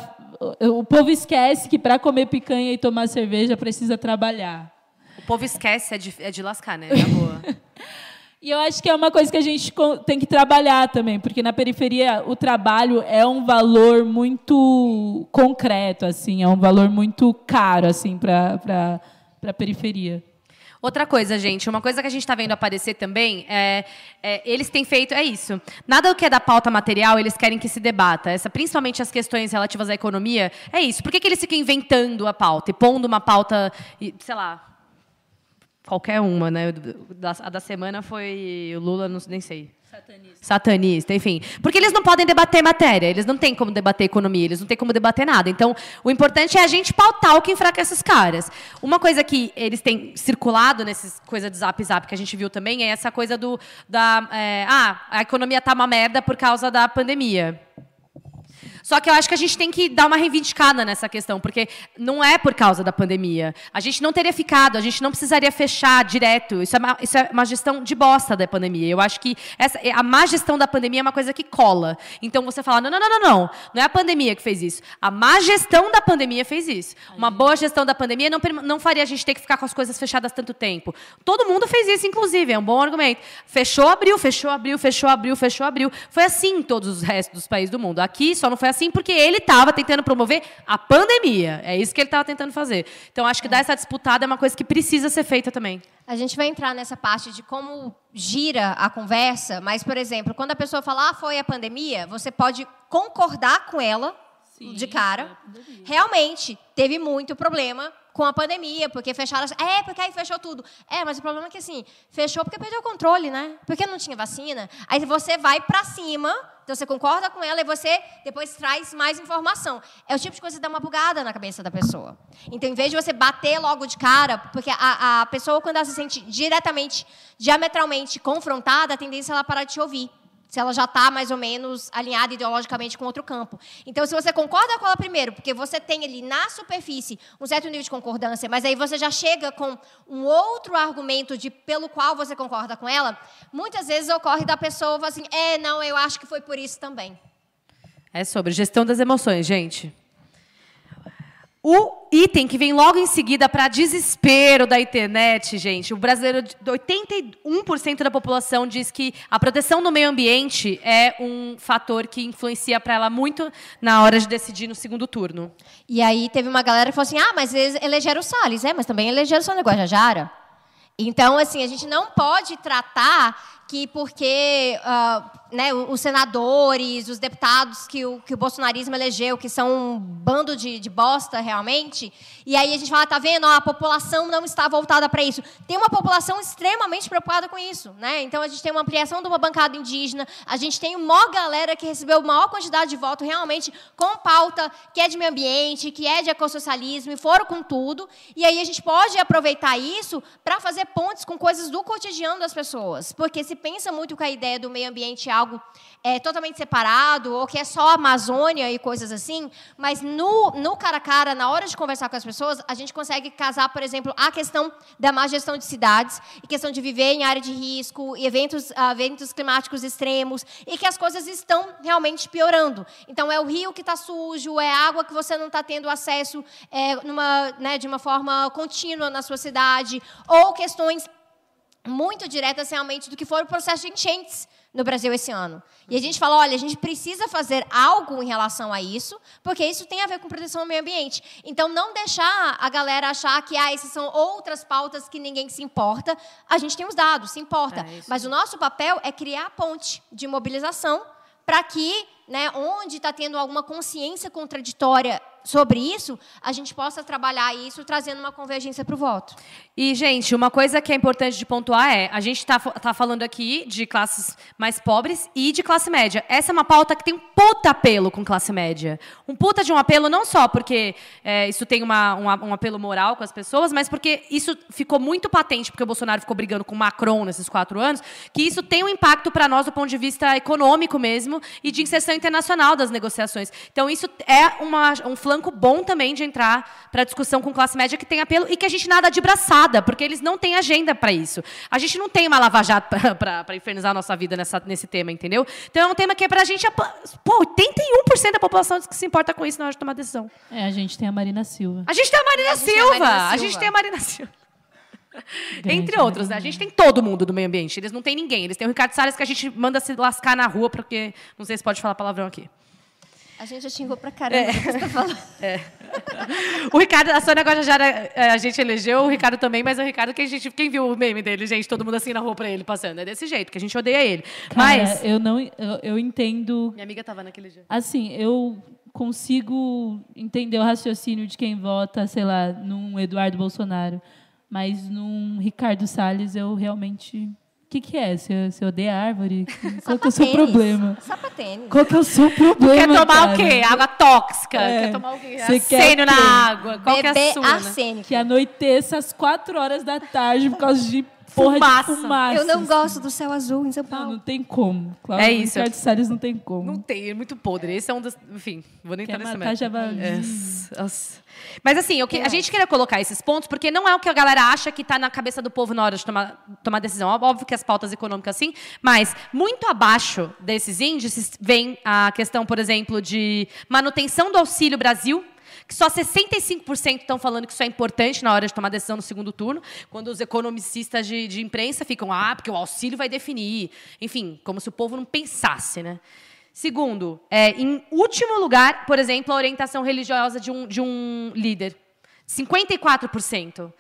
O povo esquece que para comer picanha e tomar cerveja precisa trabalhar. O povo esquece, é de, é de lascar, né? Na boa. E eu acho que é uma coisa que a gente tem que trabalhar também, porque na periferia o trabalho é um valor muito concreto, assim, é um valor muito caro assim, para a periferia. Outra coisa, gente, uma coisa que a gente está vendo aparecer também, é, é, eles têm feito, é isso. Nada do que é da pauta material, eles querem que se debata. Essa, principalmente as questões relativas à economia, é isso. Por que, que eles ficam inventando a pauta e pondo uma pauta, sei lá... qualquer uma, né? A da semana foi o Lula, não, nem sei. Satanista. Satanista, enfim. Porque eles não podem debater matéria, eles não têm como debater economia, eles não têm como debater nada. Então, o importante é a gente pautar o que enfraquece esses caras. Uma coisa que eles têm circulado nessas coisas de zap zap que a gente viu também é essa coisa do... Da, é, ah, a economia tá uma merda por causa da pandemia. Só que eu acho que a gente tem que dar uma reivindicada nessa questão, porque não é por causa da pandemia. A gente não teria ficado, a gente não precisaria fechar direto. Isso é uma, isso é uma gestão de bosta da pandemia. Eu acho que essa, a má gestão da pandemia é uma coisa que cola. Então você fala, não, não, não, não, não. Não é a pandemia que fez isso. A má gestão da pandemia fez isso. Uma boa gestão da pandemia não, não faria a gente ter que ficar com as coisas fechadas tanto tempo. Todo mundo fez isso, inclusive, é um bom argumento. Fechou, abriu, fechou, abriu, fechou, abriu, fechou, abriu. Foi assim em todos os restos dos países do mundo. Aqui só não foi assim porque ele estava tentando promover a pandemia. É isso que ele estava tentando fazer. Então, acho que dar essa disputada é uma coisa que precisa ser feita também. A gente vai entrar nessa parte de como gira a conversa, mas, por exemplo, quando a pessoa fala, ah, foi a pandemia, você pode concordar com ela, sim, de cara. Realmente, teve muito problema com a pandemia, porque fecharam... É, porque aí fechou tudo. É, mas o problema é que, assim, fechou porque perdeu o controle, né? Porque não tinha vacina. Aí você vai para cima, então você concorda com ela e você depois traz mais informação. É o tipo de coisa que dá uma bugada na cabeça da pessoa. Então, em vez de você bater logo de cara, porque a, a pessoa, quando ela se sente diretamente, diametralmente confrontada, a tendência é ela parar de te ouvir. Se ela já está mais ou menos alinhada ideologicamente com outro campo. Então, se você concorda com ela primeiro, porque você tem ali na superfície um certo nível de concordância, mas aí você já chega com um outro argumento de, pelo qual você concorda com ela, muitas vezes ocorre da pessoa falar assim, é, não, eu acho que foi por isso também. É sobre gestão das emoções, gente. O item que vem logo em seguida para desespero da internet, gente, o brasileiro, oitenta e um por cento da população diz que a proteção do meio ambiente é um fator que influencia para ela muito na hora de decidir no segundo turno. E aí teve uma galera que falou assim, ah, mas eles elegeram o Salles, é, mas também elegeram o Sônia Guajajara. Então, assim, a gente não pode tratar que porque uh, né, os senadores, os deputados que o, que o bolsonarismo elegeu, que são um bando de, de bosta realmente, e aí a gente fala, tá vendo, a população não está voltada para isso. Tem uma população extremamente preocupada com isso, né? Então a gente tem uma ampliação de uma bancada indígena, a gente tem uma galera que recebeu maior quantidade de voto realmente com pauta que é de meio ambiente, que é de ecossocialismo, e foram com tudo, e aí a gente pode aproveitar isso para fazer pontes com coisas do cotidiano das pessoas, porque se pensa muito que a ideia do meio ambiente é algo é, totalmente separado, ou que é só a Amazônia e coisas assim, mas no, no cara a cara, na hora de conversar com as pessoas, a gente consegue casar, por exemplo, a questão da má gestão de cidades, e questão de viver em área de risco, e eventos, uh, eventos climáticos extremos, e que as coisas estão realmente piorando. Então, é o rio que está sujo, é a água que você não está tendo acesso é, numa, né, de uma forma contínua na sua cidade, ou questões muito diretas realmente do que foi o processo de enchentes no Brasil esse ano. E a gente fala, olha, a gente precisa fazer algo em relação a isso, porque isso tem a ver com proteção ao meio ambiente. Então, não deixar a galera achar que ah, essas são outras pautas que ninguém se importa. A gente tem os dados, se importa. É Mas o nosso papel é criar a ponte de mobilização para que, né, onde está tendo alguma consciência contraditória sobre isso, a gente possa trabalhar isso trazendo uma convergência para o voto. E, gente, uma coisa que é importante de pontuar é, a gente está tá falando aqui de classes mais pobres e de classe média. Essa é uma pauta que tem um puta apelo com classe média. Um puta de um apelo não só porque é, isso tem uma, um, um apelo moral com as pessoas, mas porque isso ficou muito patente, porque o Bolsonaro ficou brigando com o Macron nesses quatro anos, que isso tem um impacto para nós do ponto de vista econômico mesmo e de inserção internacional das negociações. Então, isso é uma, um flanco bom também de entrar para a discussão com classe média que tem apelo e que a gente nada de braçada, porque eles não têm agenda para isso. A gente não tem uma lava-jato para infernizar a nossa vida nessa, nesse tema, entendeu? Então, é um tema que é para a gente... Pô, oitenta e um por cento da população diz que se importa com isso na hora de tomar decisão. É, a gente tem a Marina Silva. A gente tem a Marina, a Silva. A, Marina Silva. a gente tem a Marina Silva. Grande, Entre outros, né? A gente tem todo mundo do meio ambiente. Eles não têm ninguém. Eles têm o Ricardo Salles que a gente manda se lascar na rua, porque não sei se pode falar palavrão aqui. A gente já xingou pra caramba é. que você tá falando. É. O Ricardo, a Sônia Guajajara, a gente elegeu, o Ricardo também, mas o Ricardo, que a gente, quem viu o meme dele, gente, todo mundo assim na rua pra ele, passando. É desse jeito, que a gente odeia ele. Cara, mas eu não, eu, eu entendo... Minha amiga tava naquele dia. Assim, eu consigo entender o raciocínio de quem vota, sei lá, num Eduardo Bolsonaro. Mas num Ricardo Salles eu realmente... O que, que é? Você, você odeia árvore? Qual que é o seu problema? Sapatênis. Qual que é o seu problema, Quer tomar cara? o quê? Água tóxica? É. Quer tomar o quê? Você quer Arsênio o quê? na água? Qual que é a Beber sua, né? arsênico. Que anoiteça às quatro horas da tarde por causa de porra Fumaça. de fumaça. Eu não gosto do céu azul em São Paulo. Não, não tem como. Cláudio É isso. Ricardo Salles não tem como. Não tem, é muito podre. Esse é um dos... Enfim, vou nem Quer entrar nesse matar javali. É. Nossa. Mas assim, eu que, a gente queria colocar esses pontos, porque não é o que a galera acha que está na cabeça do povo na hora de tomar, tomar decisão. Óbvio que as pautas econômicas sim, mas muito abaixo desses índices vem a questão, por exemplo, de manutenção do Auxílio Brasil, que só sessenta e cinco por cento estão falando que isso é importante na hora de tomar decisão no segundo turno, quando os economicistas de, de imprensa ficam, ah, porque o auxílio vai definir. Enfim, como se o povo não pensasse, né? Segundo, é, em último lugar, por exemplo, a orientação religiosa de um, de um líder. cinquenta e quatro por cento.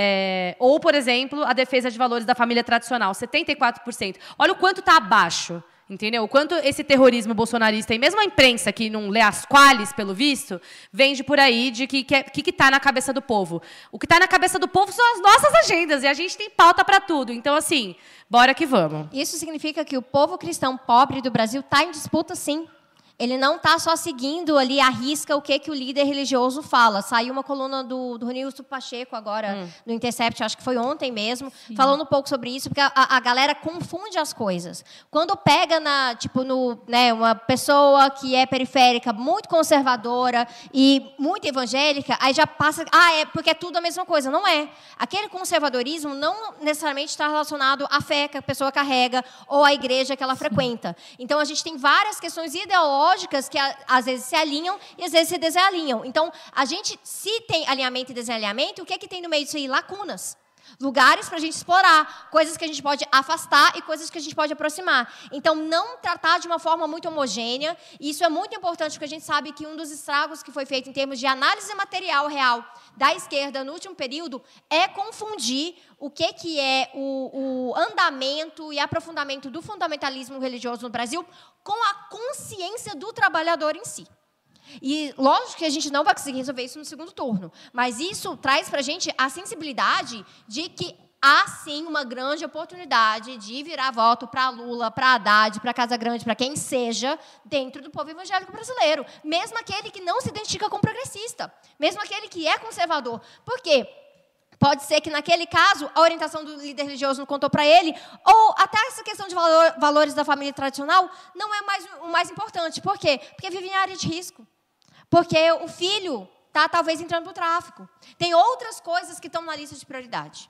É, ou, por exemplo, a defesa de valores da família tradicional. setenta e quatro por cento. Olha o quanto está abaixo. Entendeu? O quanto esse terrorismo bolsonarista, e mesmo a imprensa que não lê as quales, pelo visto, vende por aí de que que que está na cabeça do povo. O que está na cabeça do povo são as nossas agendas, e a gente tem pauta para tudo. Então, assim, bora que vamos. Isso significa que o povo cristão pobre do Brasil está em disputa, sim. Ele não está só seguindo ali à risca o que, que o líder religioso fala. Saiu uma coluna do, do Nilson Pacheco agora, hum. no Intercept, acho que foi ontem mesmo, Sim. falando um pouco sobre isso, porque a, a galera confunde as coisas. Quando pega na, tipo, no, né, uma pessoa que é periférica, muito conservadora e muito evangélica, aí já passa, ah, é porque é tudo a mesma coisa. Não é. Aquele conservadorismo não necessariamente está relacionado à fé que a pessoa carrega ou à igreja que ela Sim. frequenta. Então, a gente tem várias questões ideológicas que às vezes se alinham e às vezes se desalinham. Então, a gente, se tem alinhamento e desalinhamento, o que é que tem no meio disso aí? Lacunas. Lugares para a gente explorar, coisas que a gente pode afastar e coisas que a gente pode aproximar. Então, não tratar de uma forma muito homogênea. E isso é muito importante, porque a gente sabe que um dos estragos que foi feito em termos de análise material real da esquerda no último período é confundir o que, que é o, o andamento e aprofundamento do fundamentalismo religioso no Brasil com a consciência do trabalhador em si. E, lógico que a gente não vai conseguir resolver isso no segundo turno, mas isso traz para a gente a sensibilidade de que há, sim, uma grande oportunidade de virar voto para Lula, para Haddad, para Casa Grande, para quem seja, dentro do povo evangélico brasileiro. Mesmo aquele que não se identifica como progressista, mesmo aquele que é conservador. Por quê? Pode ser que, naquele caso, a orientação do líder religioso não contou para ele, ou até essa questão de valor, valores da família tradicional não é mais, o mais importante. Por quê? Porque vive em área de risco. Porque o filho está, talvez, entrando para o tráfico. Tem outras coisas que estão na lista de prioridade.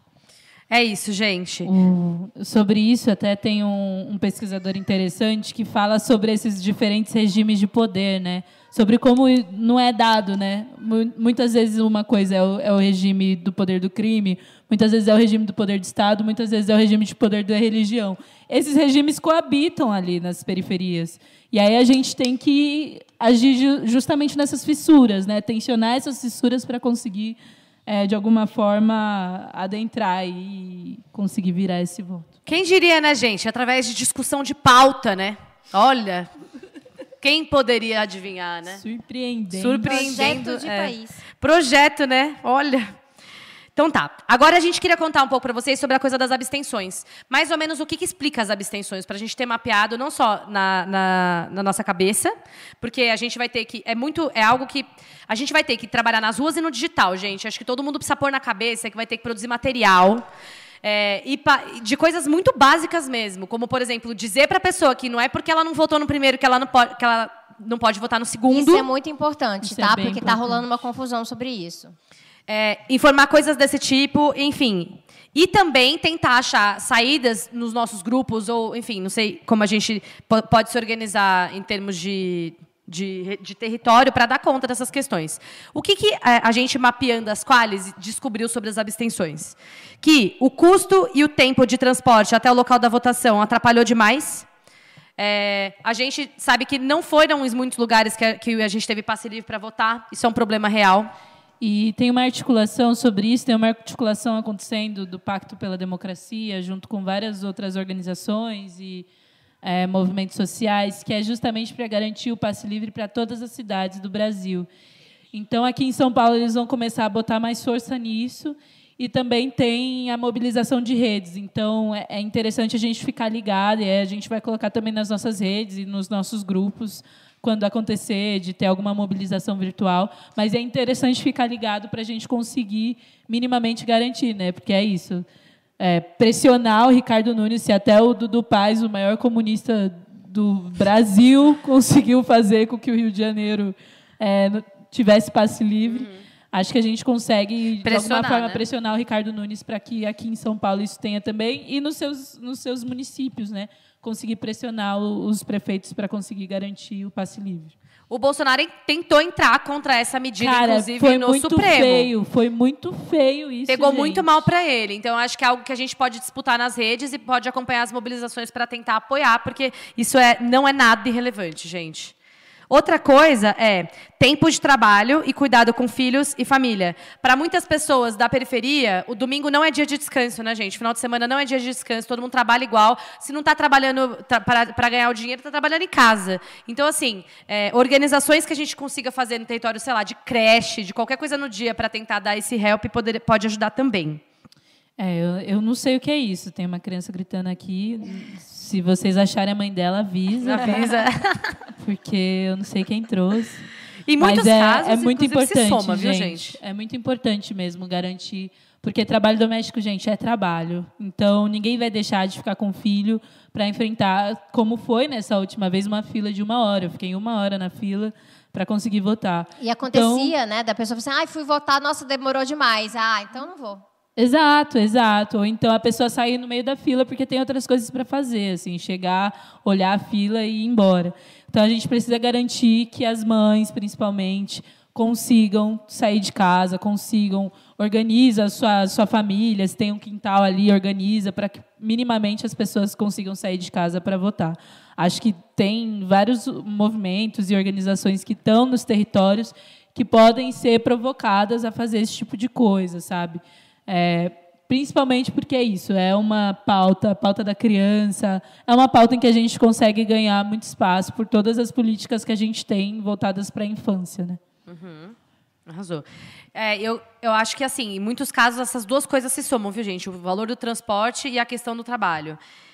É isso, gente. O, sobre isso, até tem um, um pesquisador interessante que fala sobre esses diferentes regimes de poder, né? Sobre como não é dado, né? Muitas vezes uma coisa é o, é o regime do poder do crime, muitas vezes é o regime do poder do Estado, muitas vezes é o regime de poder da religião. Esses regimes coabitam ali nas periferias. E aí a gente tem que agir ju- justamente nessas fissuras, né? Tensionar essas fissuras para conseguir, é, de alguma forma, adentrar e conseguir virar esse voto. Quem diria, né, gente? Através de discussão de pauta, né? Olha... Quem poderia adivinhar, né? Surpreendendo. Surpreendendo. Projeto de é. país. Projeto, né? Olha. Então tá. Agora a gente queria contar um pouco para vocês sobre a coisa das abstenções. Mais ou menos o que, que explica as abstenções, para a gente ter mapeado não só na, na, na nossa cabeça, porque a gente vai ter que... É muito... É algo que... A gente vai ter que trabalhar nas ruas e no digital, gente. Acho que todo mundo precisa pôr na cabeça que vai ter que produzir material... É, e pa, de coisas muito básicas mesmo, como, por exemplo, dizer para a pessoa que não é porque ela não votou no primeiro que ela não pode, que ela não pode votar no segundo. Isso é muito importante, Isso tá? é Porque está rolando uma confusão sobre isso. É, informar coisas desse tipo, enfim. E também tentar achar saídas nos nossos grupos, ou, enfim, não sei como a gente pode se organizar em termos de... De, de território para dar conta dessas questões. O que, que a gente, mapeando as quales, descobriu sobre as abstenções? Que o custo e o tempo de transporte até o local da votação atrapalhou demais. É, a gente sabe que não foram em muitos lugares que a, que a gente teve passe livre para votar. Isso é um problema real. E tem uma articulação sobre isso, tem uma articulação acontecendo do Pacto pela Democracia, junto com várias outras organizações e É, movimentos sociais, que é justamente para garantir o passe livre para todas as cidades do Brasil. Então, aqui em São Paulo, eles vão começar a botar mais força nisso E também tem a mobilização de redes. Então, é interessante a gente ficar ligado. E a gente vai colocar também nas nossas redes e nos nossos grupos, quando acontecer, de ter alguma mobilização virtual. Mas é interessante ficar ligado para a gente conseguir minimamente garantir, né? Porque é isso. É, pressionar o Ricardo Nunes, se até o Dudu Paes, o maior comunista do Brasil, conseguiu fazer com que o Rio de Janeiro é, tivesse passe livre. Uhum. Acho que a gente consegue, de pressionar, alguma forma, né? pressionar o Ricardo Nunes para que aqui em São Paulo isso tenha também, e nos seus, nos seus municípios, né? Conseguir pressionar os prefeitos para conseguir garantir o passe livre. O Bolsonaro tentou entrar contra essa medida, Cara, inclusive, foi no muito Supremo. Feio, foi muito feio isso, Pegou gente. muito mal para ele. Então, acho que é algo que a gente pode disputar nas redes e pode acompanhar as mobilizações para tentar apoiar, porque isso é, não é nada irrelevante, gente. Outra coisa é tempo de trabalho e cuidado com filhos e família. Para muitas pessoas da periferia, o domingo não é dia de descanso, né, gente? Final de semana não é dia de descanso, todo mundo trabalha igual. Se não está trabalhando para ganhar o dinheiro, está trabalhando em casa. Então, assim, é, organizações que a gente consiga fazer no território, sei lá, de creche, de qualquer coisa no dia para tentar dar esse help, poder, pode ajudar também. É, eu, eu não sei o que é isso. Tem uma criança gritando aqui. Se vocês acharem a mãe dela, avisa. Avisa. Porque eu não sei quem trouxe. Em muitos Mas é, casos, é muito importante, se soma, gente. Viu, gente? É muito importante mesmo garantir. Porque trabalho doméstico, gente, é trabalho. Então, ninguém vai deixar de ficar com o filho para enfrentar, como foi nessa última vez, uma fila de uma hora. Eu fiquei uma hora na fila para conseguir votar. E acontecia, então, né, da pessoa falar assim, ah, fui votar, nossa, demorou demais. Ah, então não vou. Exato, exato. Ou então a pessoa sair no meio da fila porque tem outras coisas para fazer, assim, chegar, olhar a fila e ir embora. Então a gente precisa garantir que as mães, principalmente, consigam sair de casa, consigam organiza a sua, sua família, se tem um quintal ali, organiza para que minimamente as pessoas consigam sair de casa para votar. Acho que tem vários movimentos e organizações que estão nos territórios que podem ser provocadas a fazer esse tipo de coisa, sabe? É, principalmente porque é isso, é uma pauta, a pauta da criança, é uma pauta em que a gente consegue ganhar muito espaço por todas as políticas que a gente tem voltadas para a infância, né? Uhum. Arrasou. É, eu, eu acho que, assim, em muitos casos, essas duas coisas se somam, viu, gente? O valor do transporte e a questão do trabalho.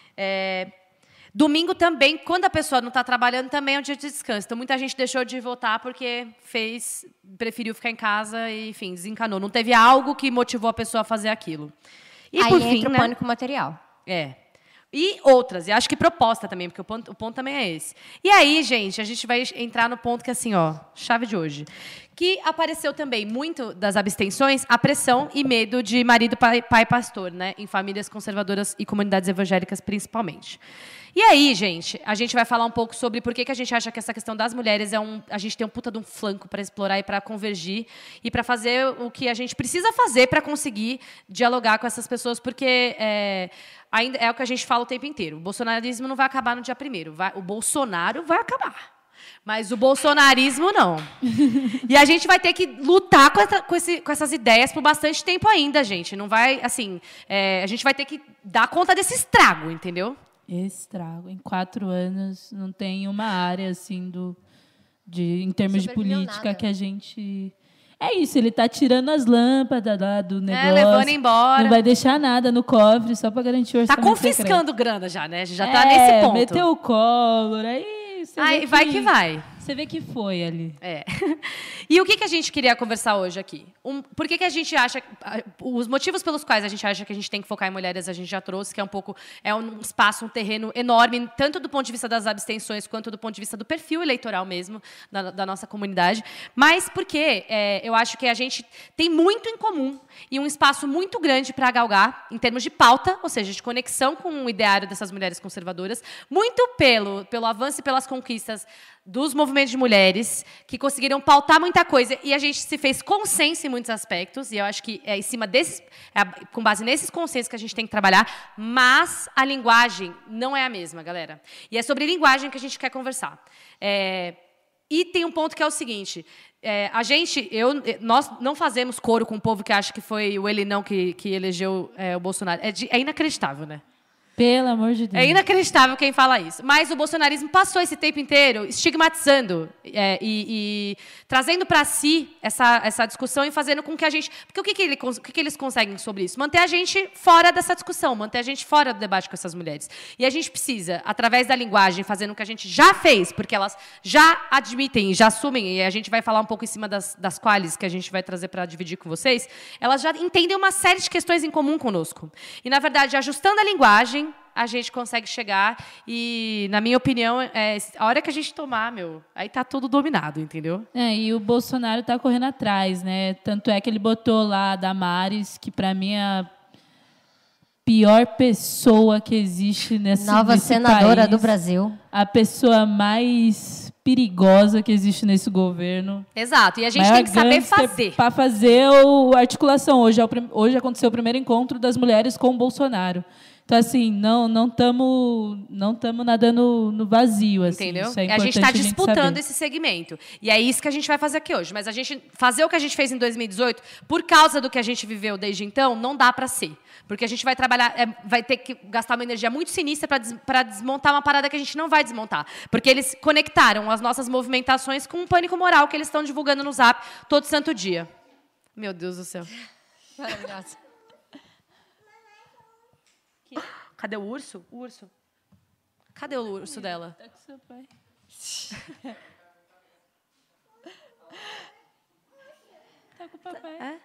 É, domingo também, quando a pessoa não está trabalhando, também é um dia de descanso. Então, muita gente deixou de votar porque fez, preferiu ficar em casa e, enfim, desencanou. Não teve algo que motivou a pessoa a fazer aquilo. E, aí por entra fim, o né? pânico material. É. E outras, e acho que proposta também, porque o ponto, o ponto também é esse. E aí, gente, a gente vai entrar no ponto que, assim, ó, chave de hoje. Que apareceu também muito das abstenções, a pressão e medo de marido, pai, pai pastor, né? Em famílias conservadoras e comunidades evangélicas, principalmente. E aí, gente, a gente vai falar um pouco sobre por que, que a gente acha que essa questão das mulheres é um... A gente tem um puta de um flanco para explorar e para convergir e para fazer o que a gente precisa fazer para conseguir dialogar com essas pessoas, porque é, ainda é o que a gente fala o tempo inteiro. O bolsonarismo não vai acabar no dia primeiro. Vai, o Bolsonaro vai acabar. Mas o bolsonarismo, não. E a gente vai ter que lutar com, essa, com, esse, com essas ideias por bastante tempo ainda, gente. Não vai, assim... É, a gente vai ter que dar conta desse estrago, entendeu? Estrago. Em quatro anos, não tem uma área, assim, do, de, em termos de política que a gente... É isso, ele está tirando as lâmpadas lá do negócio. É, levando embora. Não vai deixar nada no cofre, só para garantir o orçamento. Está confiscando grana já, né? Já está é, nesse ponto. Meteu o Collor, aí... Aí vai que vai. Você vê que foi ali. É. E o que, que a gente queria conversar hoje aqui? Um, por que, que a gente acha... Os motivos pelos quais a gente acha que a gente tem que focar em mulheres, a gente já trouxe, que é um pouco... É um espaço, um terreno enorme, tanto do ponto de vista das abstenções, quanto do ponto de vista do perfil eleitoral mesmo, da, da nossa comunidade. Mas porque é, eu acho que a gente tem muito em comum e um espaço muito grande para galgar, em termos de pauta, ou seja, de conexão com o ideário dessas mulheres conservadoras, muito pelo, pelo avanço e pelas conquistas dos movimentos de mulheres, que conseguiram pautar muita coisa, e a gente se fez consenso em muitos aspectos, e eu acho que é em cima desses, é com base nesses consensos que a gente tem que trabalhar, mas a linguagem não é a mesma, galera. E é sobre linguagem que a gente quer conversar. É, e tem um ponto que é o seguinte, é, a gente, eu, nós não fazemos coro com o povo que acha que foi o ele não que, que elegeu é, o Bolsonaro. É, de, é inacreditável, né? Pelo amor de Deus. É inacreditável quem fala isso. Mas o bolsonarismo passou esse tempo inteiro estigmatizando é, e, e trazendo para si essa, essa discussão e fazendo com que a gente... Porque o, que, que, ele, o que, que eles conseguem sobre isso? Manter a gente fora dessa discussão, manter a gente fora do debate com essas mulheres. E a gente precisa, através da linguagem, fazendo o que a gente já fez, porque elas já admitem, já assumem, e a gente vai falar um pouco em cima das, das quales que a gente vai trazer para dividir com vocês, elas já entendem uma série de questões em comum conosco. E, na verdade, ajustando a linguagem, a gente consegue chegar e, na minha opinião, é, a hora que a gente tomar, meu, aí tá tudo dominado, entendeu? É, e o Bolsonaro tá correndo atrás, né? Tanto é que ele botou lá a Damares, que para mim é a pior pessoa que existe nessa Nova nesse senadora país, do Brasil. A pessoa mais perigosa que existe nesse governo. Exato, e a gente tem que saber fazer. Para fazer a articulação. Hoje, é o, hoje aconteceu o primeiro encontro das mulheres com o Bolsonaro. Então, assim, não não estamos não tamo nadando no vazio. Assim. Entendeu? Isso é a gente está disputando saber. esse segmento. E é isso que a gente vai fazer aqui hoje. Mas a gente fazer o que a gente fez em dois mil e dezoito, por causa do que a gente viveu desde então, não dá para ser. Porque a gente vai trabalhar, é, vai ter que gastar uma energia muito sinistra para des, para desmontar uma parada que a gente não vai desmontar. Porque eles conectaram as nossas movimentações com um pânico moral que eles estão divulgando no Zap todo santo dia. Meu Deus do céu. Maravilhosa. Cadê o urso? O urso. Cadê o urso dela? Tá com seu pai. Tá com o papai. É?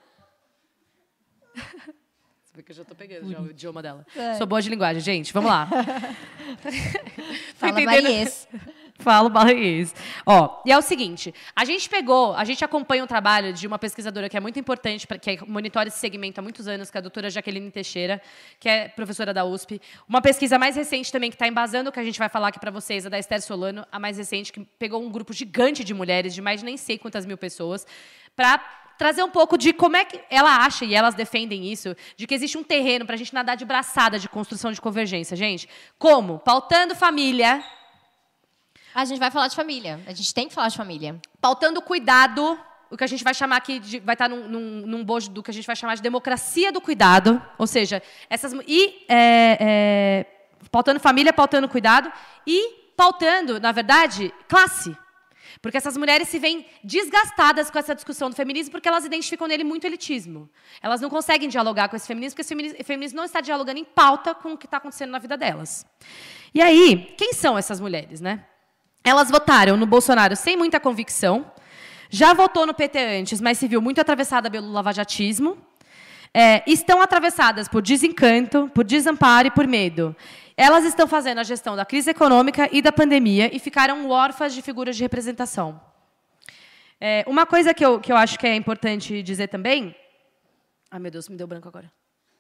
Você vê que eu já tô pegando já o idioma dela. É. Sou boa de linguagem, gente. Vamos lá. Fala baiês. Falo baiês. Ó, e é o seguinte, a gente pegou, a gente acompanha um trabalho de uma pesquisadora que é muito importante, pra, que monitora esse segmento há muitos anos, que é a doutora Jaqueline Teixeira, que é professora da U S P. Uma pesquisa mais recente também, que está embasando o que a gente vai falar aqui para vocês, a da Esther Solano, a mais recente, que pegou um grupo gigante de mulheres, de mais de nem sei quantas mil pessoas, para trazer um pouco de como é que ela acha, e elas defendem isso, de que existe um terreno para a gente nadar de braçada de construção de convergência, gente. Como? Pautando família. A gente vai falar de família. A gente tem que falar de família. Pautando cuidado, o que a gente vai chamar aqui, de, vai estar num, num, num bojo do que a gente vai chamar de democracia do cuidado. Ou seja, essas... E é, é, pautando família, pautando cuidado e pautando, na verdade, classe. Porque essas mulheres se veem desgastadas com essa discussão do feminismo porque elas identificam nele muito elitismo. Elas não conseguem dialogar com esse feminismo porque esse feminismo não está dialogando em pauta com o que está acontecendo na vida delas. E aí, quem são essas mulheres, né? Elas votaram no Bolsonaro sem muita convicção, já votou no P T antes, mas se viu muito atravessada pelo lavajatismo, é, estão atravessadas por desencanto, por desamparo e por medo. Elas estão fazendo a gestão da crise econômica e da pandemia e ficaram órfãs de figuras de representação. É, uma coisa que eu, que eu acho que é importante dizer também... Ai, meu Deus, me deu branco agora.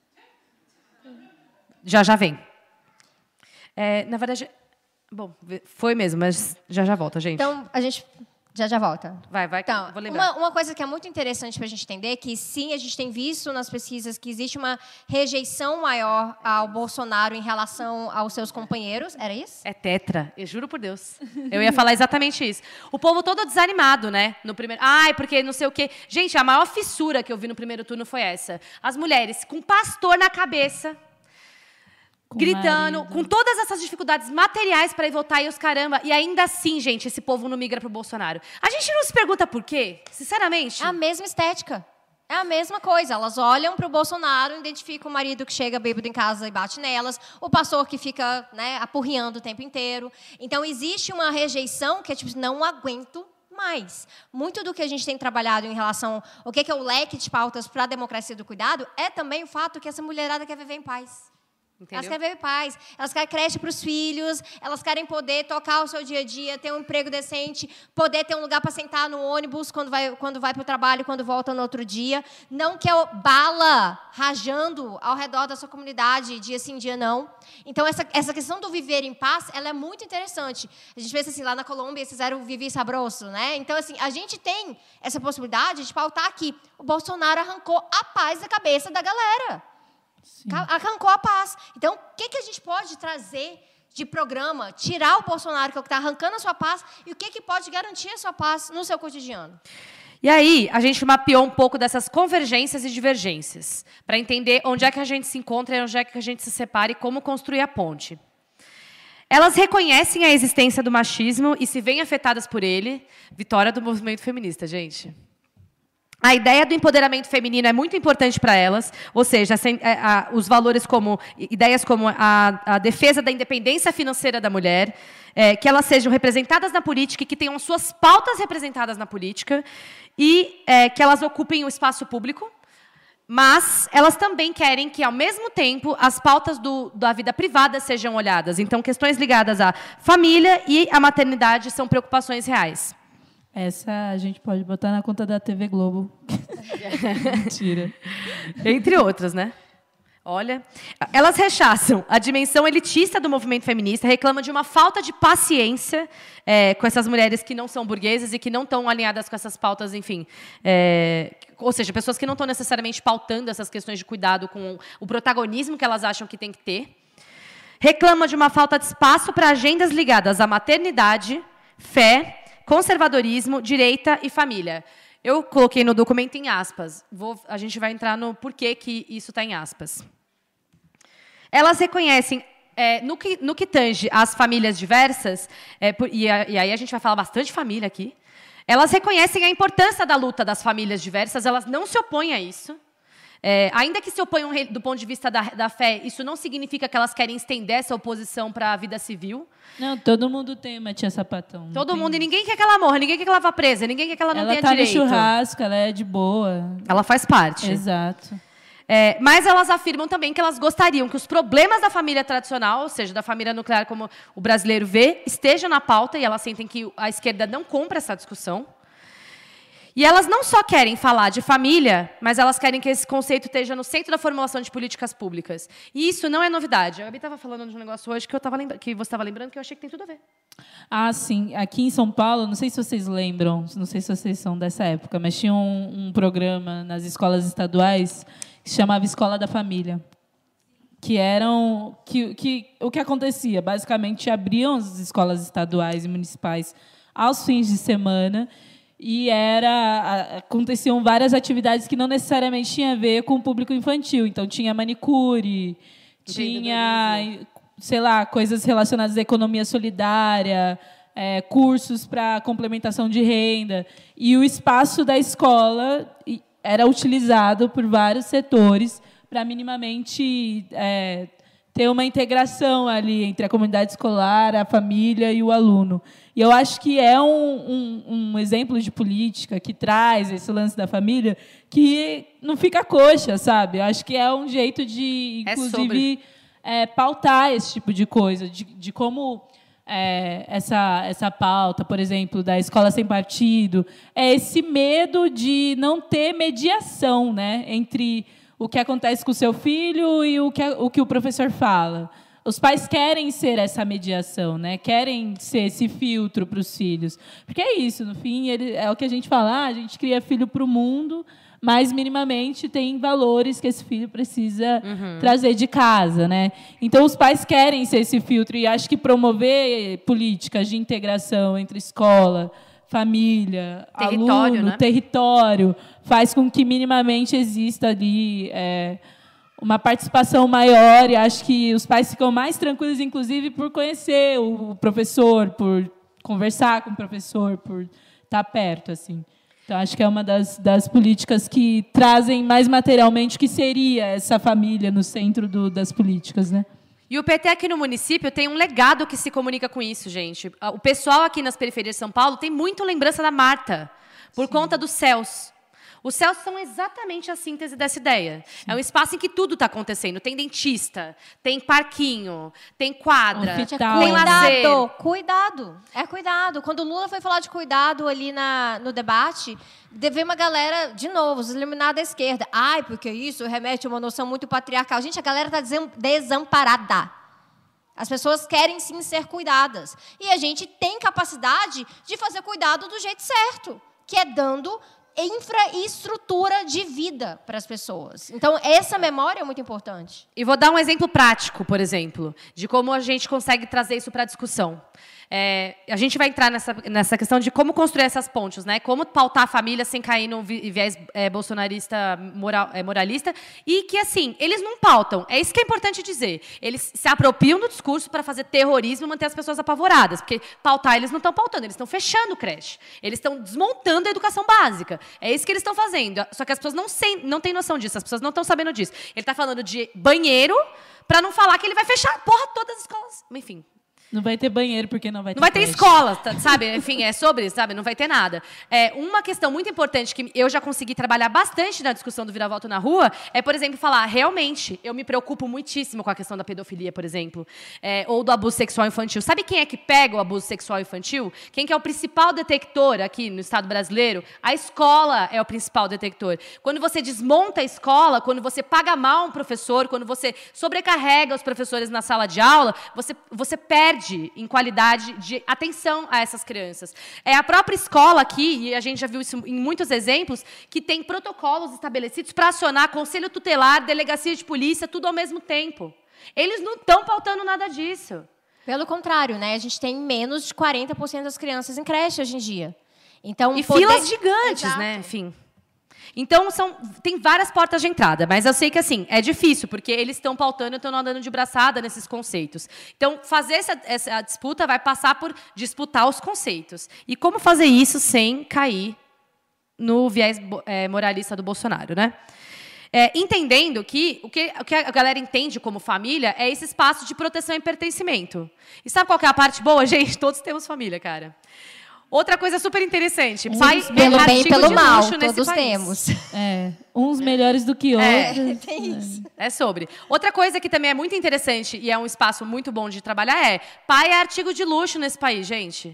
Já, já vem. É, na verdade... Bom, foi mesmo, mas já já volta, gente. Então, a gente já já volta. Vai, vai, então, vou lembrar. Uma, uma coisa que é muito interessante para a gente entender é que, sim, a gente tem visto nas pesquisas que existe uma rejeição maior ao Bolsonaro em relação aos seus companheiros. Era isso? É tetra, eu juro por Deus. Eu ia falar exatamente isso. O povo todo desanimado, né? No primeiro... Ai, porque não sei o quê. Gente, a maior fissura que eu vi no primeiro turno foi essa. As mulheres com pastor na cabeça... Com gritando, marido. Com todas essas dificuldades materiais para ir votar e os caramba. E ainda assim, gente, esse povo não migra pro Bolsonaro. A gente não se pergunta por quê, sinceramente. É a mesma estética. É a mesma coisa. Elas olham pro Bolsonaro, identificam o marido que chega bêbado em casa e bate nelas, o pastor que fica, né, apurriando o tempo inteiro. Então, existe uma rejeição que é tipo, não aguento mais. Muito do que a gente tem trabalhado em relação ao que é o leque de pautas para a democracia do cuidado é também o fato que essa mulherada quer viver em paz. Entendeu? Elas querem viver em paz, elas querem creche para os filhos, elas querem poder tocar o seu dia a dia, ter um emprego decente, poder ter um lugar para sentar no ônibus quando vai, quando vai para o trabalho, quando volta no outro dia. Não quer bala rajando ao redor da sua comunidade, dia sim, dia não. Então, essa, essa questão do viver em paz, ela é muito interessante. A gente pensa assim, lá na Colômbia, eles fizeram o Vivi Sabroso, né? Então, assim, a gente tem essa possibilidade de pautar aqui. O Bolsonaro arrancou a paz da cabeça da galera. Sim. Arrancou a paz. Então, o que, que a gente pode trazer de programa, tirar o Bolsonaro, que é o que está arrancando a sua paz, e o que, que pode garantir a sua paz no seu cotidiano? E aí, a gente mapeou um pouco dessas convergências e divergências, para entender onde é que a gente se encontra e onde é que a gente se separa e como construir a ponte. Elas reconhecem a existência do machismo e se veem afetadas por ele. Vitória do movimento feminista, gente. A ideia do empoderamento feminino é muito importante para elas, ou seja, os valores como, ideias como a, a defesa da independência financeira da mulher, é, que elas sejam representadas na política e que tenham suas pautas representadas na política e é, que elas ocupem o espaço público, mas elas também querem que, ao mesmo tempo, as pautas do, da vida privada sejam olhadas. Então, questões ligadas à família e à maternidade são preocupações reais. Essa a gente pode botar na conta da T V Globo. Mentira. Entre outras, né? Olha, elas rechaçam a dimensão elitista do movimento feminista, reclamam de uma falta de paciência é, com essas mulheres que não são burguesas e que não estão alinhadas com essas pautas, enfim. É, ou seja, pessoas que não estão necessariamente pautando essas questões de cuidado com o protagonismo que elas acham que tem que ter. Reclama de uma falta de espaço para agendas ligadas à maternidade, fé, conservadorismo, direita e família. Eu coloquei no documento em aspas. Vou, a gente vai entrar no porquê que isso está em aspas. Elas reconhecem, é, no, que, no que tange às famílias diversas, é, por, e, a, e aí a gente vai falar bastante de família aqui, elas reconhecem a importância da luta das famílias diversas, elas não se opõem a isso. É, ainda que se oponham do ponto de vista da, da fé, isso não significa que elas querem estender essa oposição para a vida civil. Não, todo mundo tem uma tia sapatão. Todo tem... mundo, e ninguém quer que ela morra, ninguém quer que ela vá presa, ninguém quer que ela não ela tenha tá direito. Ela está no churrasco, ela é de boa. Ela faz parte. Exato. É, mas elas afirmam também que elas gostariam que os problemas da família tradicional, ou seja, da família nuclear como o brasileiro vê, estejam na pauta, e elas sentem que a esquerda não compra essa discussão. E elas não só querem falar de família, mas elas querem que esse conceito esteja no centro da formulação de políticas públicas. E isso não é novidade. A Gabi estava falando de um negócio hoje que, eu tava lembra- que você estava lembrando, que eu achei que tem tudo a ver. Ah, sim. Aqui em São Paulo, não sei se vocês lembram, não sei se vocês são dessa época, mas tinha um, um programa nas escolas estaduais que se chamava Escola da Família. Que eram... Que, que, o que acontecia? Basicamente, abriam as escolas estaduais e municipais aos fins de semana... E era, aconteciam várias atividades que não necessariamente tinham a ver com o público infantil. Então, tinha manicure, tinha, sei lá, coisas relacionadas à economia solidária, é, cursos para complementação de renda. E o espaço da escola era utilizado por vários setores para minimamente é, ter uma integração ali entre a comunidade escolar, a família e o aluno. E eu acho que é um, um, um exemplo de política que traz esse lance da família que não fica coxa, sabe? Eu acho que é um jeito de, inclusive, é é, pautar esse tipo de coisa, de, de como é, essa, essa pauta, por exemplo, da escola sem partido, é esse medo de não ter mediação, né, entre o que acontece com o seu filho e o que, o que o professor fala. Os pais querem ser essa mediação, né? Querem ser esse filtro para os filhos. Porque é isso, no fim, ele, é o que a gente fala, ah, a gente cria filho para o mundo, mas minimamente tem valores que esse filho precisa uhum. trazer de casa, né? Então, os pais querem ser esse filtro, e acho que promover políticas de integração entre escola, família, território, aluno, né? território, faz com que minimamente exista ali... É, uma participação maior, e acho que os pais ficam mais tranquilos, inclusive, por conhecer o professor, por conversar com o professor, por estar perto, assim. Então, acho que é uma das, das políticas que trazem mais materialmente o que seria essa família no centro do, das políticas, né? E o P T aqui no município tem um legado que se comunica com isso, gente. O pessoal aqui nas periferias de São Paulo tem muito lembrança da Marta, por Sim. conta dos céus. Os céus são exatamente a síntese dessa ideia. É um espaço em que tudo está acontecendo. Tem dentista, tem parquinho, tem quadra, um tem lazer. Cuidado, cuidado. É cuidado. Quando o Lula foi falar de cuidado ali na, no debate, veio uma galera, de novo, os iluminados da esquerda. Ai, porque isso remete a uma noção muito patriarcal. Gente, a galera está desamparada. As pessoas querem, sim, ser cuidadas. E a gente tem capacidade de fazer cuidado do jeito certo, que é dando... infraestrutura de vida para as pessoas. Então, essa memória é muito importante. E vou dar um exemplo prático, por exemplo, de como a gente consegue trazer isso para a discussão. É, a gente vai entrar nessa, nessa questão de como construir essas pontes, né? Como pautar a família sem cair no viés é, bolsonarista moral, é, moralista. E que, assim, eles não pautam. É isso que é importante dizer. Eles se apropriam do discurso para fazer terrorismo e manter as pessoas apavoradas. Porque pautar, eles não estão pautando, eles estão fechando creche. Eles estão desmontando a educação básica. É isso que eles estão fazendo. Só que as pessoas não, sem, não têm noção disso, as pessoas não estão sabendo disso. Ele está falando de banheiro para não falar que ele vai fechar, porra, todas as escolas. Enfim. Não vai ter banheiro, porque não vai ter Não vai ter creche. escola, sabe? Enfim, é sobre isso, sabe? Não vai ter nada. É, uma questão muito importante que eu já consegui trabalhar bastante na discussão do vira-voto na rua é, por exemplo, falar, realmente, eu me preocupo muitíssimo com a questão da pedofilia, por exemplo, é, ou do abuso sexual infantil. Sabe quem é que pega o abuso sexual infantil? Quem que é o principal detector aqui no Estado brasileiro? A escola é o principal detector. Quando você desmonta a escola, quando você paga mal um professor, quando você sobrecarrega os professores na sala de aula, você, você perde em qualidade de atenção a essas crianças. É a própria escola aqui, e a gente já viu isso em muitos exemplos, que tem protocolos estabelecidos para acionar conselho tutelar, delegacia de polícia, tudo ao mesmo tempo. Eles não estão pautando nada disso. Pelo contrário, né? A gente tem menos de quarenta por cento das crianças em creche hoje em dia. Então, e poder... filas gigantes, Exato. né? Enfim. Então, são, tem várias portas de entrada, mas eu sei que, assim, é difícil, porque eles estão pautando e estão andando de braçada nesses conceitos. Então, fazer essa, essa disputa vai passar por disputar os conceitos. E como fazer isso sem cair no viés é, moralista do Bolsonaro, né? É, entendendo que o, que o que a galera entende como família é esse espaço de proteção e pertencimento. E sabe qual que é a parte boa? Gente, todos temos família, cara. Outra coisa super interessante. Pai pelo é bem e pelo mal, todos todos temos. É, uns melhores do que outros. É, tem isso. É sobre. Outra coisa que também é muito interessante e é um espaço muito bom de trabalhar é pai é artigo de luxo nesse país, gente.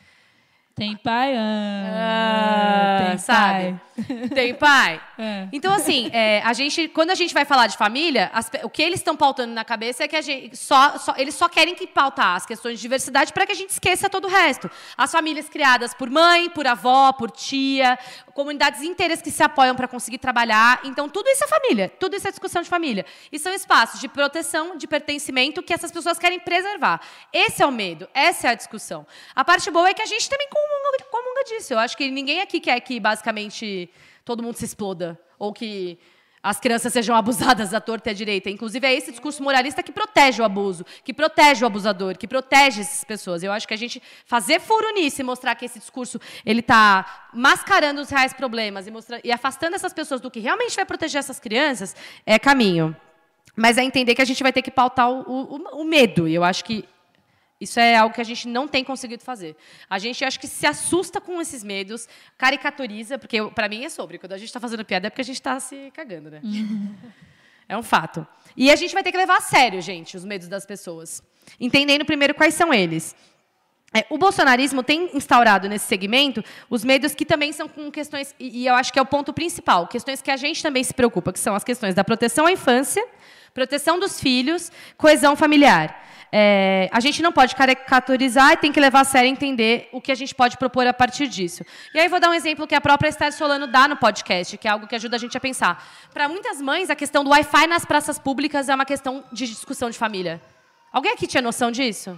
Tem pai? Ah, ah, tem sabe? pai. Tem pai? É. Então, assim, é, a gente, quando a gente vai falar de família, as, o que eles estão pautando na cabeça é que a gente só, só, eles só querem que pautar as questões de diversidade para que a gente esqueça todo o resto. As famílias criadas por mãe, por avó, por tia, comunidades inteiras que se apoiam para conseguir trabalhar. Então, tudo isso é família. Tudo isso é discussão de família. E são espaços de proteção, de pertencimento que essas pessoas querem preservar. Esse é o medo. Essa é a discussão. A parte boa é que a gente também comunga, comunga disso. Eu acho que ninguém aqui quer que, basicamente, todo mundo se exploda. Ou que as crianças sejam abusadas à torta e à direita. Inclusive, é esse discurso moralista que protege o abuso, que protege o abusador, que protege essas pessoas. Eu acho que a gente fazer furo nisso e mostrar que esse discurso ele está mascarando os reais problemas e, mostra, e afastando essas pessoas do que realmente vai proteger essas crianças é caminho. Mas é entender que a gente vai ter que pautar o, o, o medo. E eu acho que isso é algo que a gente não tem conseguido fazer. A gente, acho que se assusta com esses medos, caricaturiza, porque, para mim, é sobre. Quando a gente está fazendo piada, é porque a gente está se cagando, né? Uhum. É um fato. E a gente vai ter que levar a sério, gente, os medos das pessoas. Entendendo, primeiro, quais são eles. É, o bolsonarismo tem instaurado nesse segmento os medos que também são com questões, e, e eu acho que é o ponto principal, questões que a gente também se preocupa, que são as questões da proteção à infância, proteção dos filhos, coesão familiar. É, a gente não pode caricaturizar e tem que levar a sério e entender o que a gente pode propor a partir disso. E aí vou dar um exemplo que a própria Esther Solano dá no podcast, que é algo que ajuda a gente a pensar. Para muitas mães, a questão do Wi-Fi nas praças públicas é uma questão de discussão de família. Alguém aqui tinha noção disso?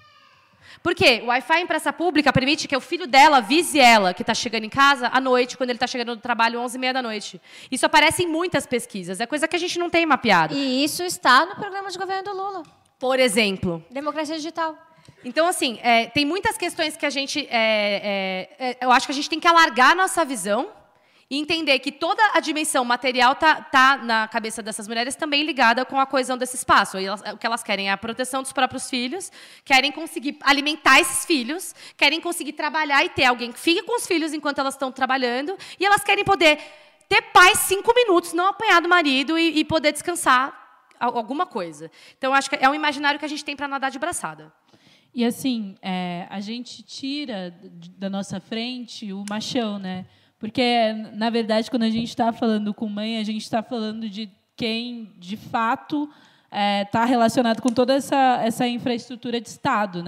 Por quê? O Wi-Fi em praça pública permite que o filho dela avise ela que está chegando em casa à noite, quando ele está chegando do trabalho, onze e meia da noite. Isso aparece em muitas pesquisas. É coisa que a gente não tem mapeado. E isso está no programa de governo do Lula. Por exemplo. Democracia digital. Então, assim, é, tem muitas questões que a gente... É, é, é, eu acho que a gente tem que alargar a nossa visão e entender que toda a dimensão material está tá na cabeça dessas mulheres também ligada com a coesão desse espaço. E elas, o que elas querem é a proteção dos próprios filhos, querem conseguir alimentar esses filhos, querem conseguir trabalhar e ter alguém que fique com os filhos enquanto elas estão trabalhando, e elas querem poder ter paz cinco minutos, não apanhar do marido e, e poder descansar alguma coisa. Então, acho que é um imaginário que a gente tem para nadar de braçada. E, assim, é, a gente tira da nossa frente o machão, né? Porque, na verdade, quando a gente está falando com mãe, a gente está falando de quem, de fato, está é, relacionado com toda essa, essa infraestrutura de Estado, né?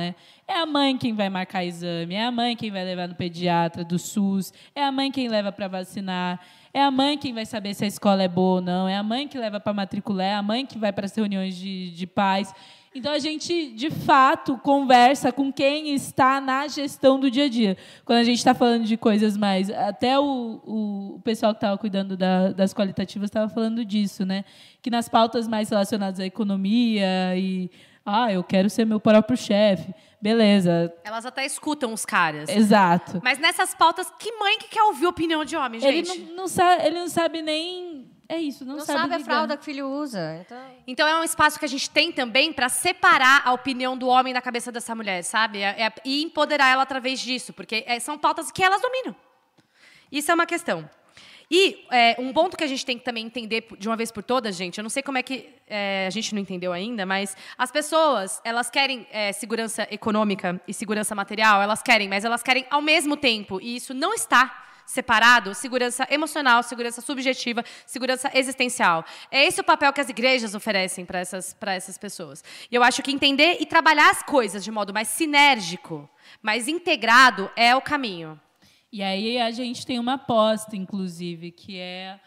É a mãe quem vai marcar exame, é a mãe quem vai levar no pediatra do SUS, é a mãe quem leva para vacinar, é a mãe quem vai saber se a escola é boa ou não, é a mãe que leva para matricular, é a mãe que vai para as reuniões de, de pais. Então, a gente, de fato, conversa com quem está na gestão do dia a dia. Quando a gente está falando de coisas mais... Até o, o pessoal que estava cuidando da, das qualitativas estava falando disso, né? Que nas pautas mais relacionadas à economia e... Ah, eu quero ser meu próprio chefe. Beleza. Elas até escutam os caras. Exato. Mas nessas pautas, que mãe que quer ouvir opinião de homem, gente? Ele não, não sabe, ele não sabe nem... É isso, não, não sabe sabe a ligar. fralda que o filho usa. Então... então, é um espaço que a gente tem também para separar a opinião do homem da cabeça dessa mulher, sabe? É, é, e empoderar ela através disso, porque é, são pautas que elas dominam. Isso é uma questão. E é, um ponto que a gente tem que também entender de uma vez por todas, gente, eu não sei como é que é, a gente não entendeu ainda, mas as pessoas, elas querem é, segurança econômica e segurança material, elas querem, mas elas querem ao mesmo tempo, e isso não está separado, segurança emocional, segurança subjetiva, segurança existencial. É esse o papel que as igrejas oferecem para essas, para essas pessoas. E eu acho que entender e trabalhar as coisas de modo mais sinérgico, mais integrado, é o caminho. E aí a gente tem uma aposta, inclusive, que é...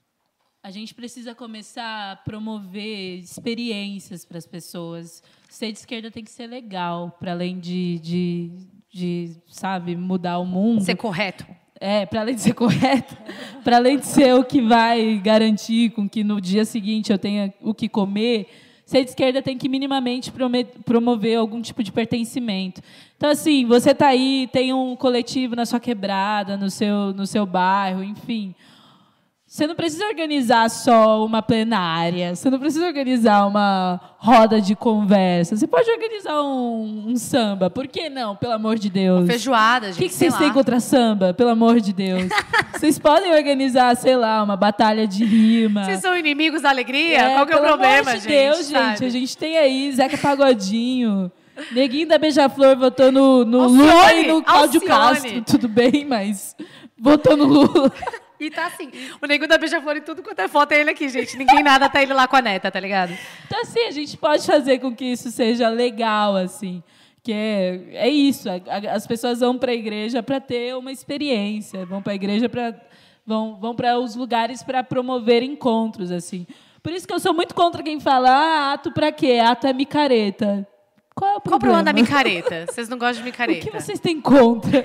A gente precisa começar a promover experiências para as pessoas. Ser de esquerda tem que ser legal, para além de, de, de, sabe, mudar o mundo. Ser correto. É, para além de ser correto, para além de ser o que vai garantir com que no dia seguinte eu tenha o que comer, ser de esquerda tem que minimamente promover algum tipo de pertencimento. Então, assim, você está aí, tem um coletivo na sua quebrada, no seu, no seu bairro, enfim. Você não precisa organizar só uma plenária, você não precisa organizar uma roda de conversa. Você pode organizar um, um samba, por que não, pelo amor de Deus? Uma feijoada, gente. O que, que vocês têm contra samba, pelo amor de Deus? Vocês podem organizar, sei lá, uma batalha de rima. Vocês são inimigos da alegria? É, qual que é o problema, amor de gente? Deus, sabe? gente, a gente tem aí Zeca Pagodinho, Neguinho da Beija-Flor votou no, no Alcione, Lula e no Cláudio Alcione. Castro, tudo bem, mas votou no Lula. E tá assim, o nego da Beija-Flor e tudo quanto é foto é ele aqui, gente. Ninguém nada tá ele lá com a neta, tá ligado? Então, assim, a gente pode fazer com que isso seja legal, assim. Que é, é isso, a, a, as pessoas vão para a igreja para ter uma experiência, vão para a igreja para... Vão, vão para os lugares para promover encontros, assim. Por isso que eu sou muito contra quem fala, ah, ato para quê? Ato é micareta. Qual é o problema? Qual o problema da micareta? Vocês não gostam de micareta? O que vocês têm contra?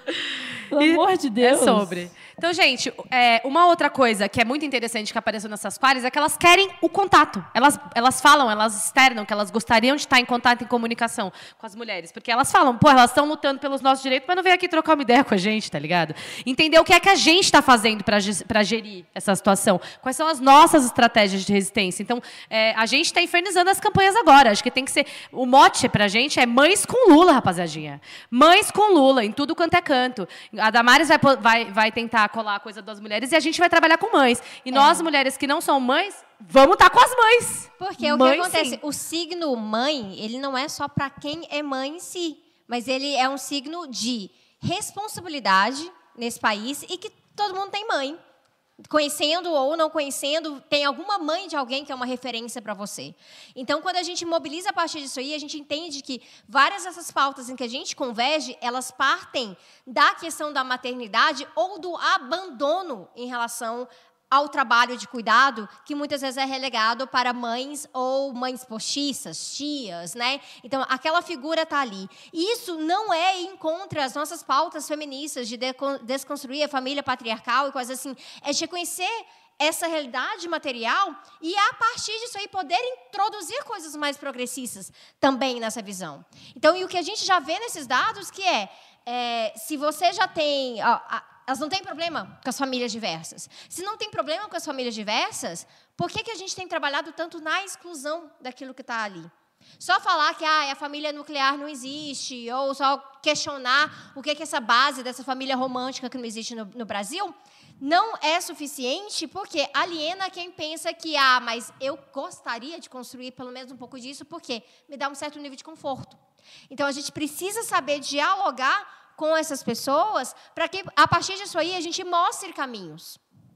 Pelo E amor de Deus. É sobre. Então, gente, é, uma outra coisa que é muito interessante que apareceu nessas quadras é que elas querem o contato. Elas, elas falam, elas externam que elas gostariam de estar em contato, em comunicação com as mulheres. Porque elas falam, pô, elas estão lutando pelos nossos direitos, mas não veio aqui trocar uma ideia com a gente, tá ligado? Entender o que é que a gente está fazendo para gerir essa situação. Quais são as nossas estratégias de resistência. Então, é, a gente está infernizando as campanhas agora. Acho que tem que ser... O mote para a gente é mães com Lula, rapaziadinha. Mães com Lula, em tudo quanto é canto. A Damares vai, vai, vai tentar colar a coisa das mulheres e a gente vai trabalhar com mães. E é. nós, mulheres que não são mães, vamos estar com as mães. Porque mãe, o que acontece? Sim. O signo mãe, ele não é só para quem é mãe em si, mas ele é um signo de responsabilidade nesse país e que todo mundo tem mãe. Conhecendo ou não conhecendo, tem alguma mãe de alguém que é uma referência para você. Então, quando a gente mobiliza a partir disso aí, a gente entende que várias dessas pautas em que a gente converge, elas partem da questão da maternidade ou do abandono em relação ao trabalho de cuidado, que muitas vezes é relegado para mães ou mães postiças, tias, né? Então, aquela figura está ali. E isso não é em contra as nossas pautas feministas de desconstruir a família patriarcal e coisas assim. É de reconhecer essa realidade material e, a partir disso aí, poder introduzir coisas mais progressistas também nessa visão. Então, e o que a gente já vê nesses dados que é, é se você já tem... Ó, a, elas não têm problema com as famílias diversas. Se não tem problema com as famílias diversas, por que, que a gente tem trabalhado tanto na exclusão daquilo que está ali? Só falar que ah, a família nuclear não existe, ou só questionar o que, que é essa base dessa família romântica que não existe no, no Brasil, não é suficiente, porque aliena quem pensa que, ah, mas eu gostaria de construir pelo menos um pouco disso, porque me dá um certo nível de conforto. Então, a gente precisa saber dialogar com essas pessoas, para que, a partir disso aí, a gente mostre caminhos.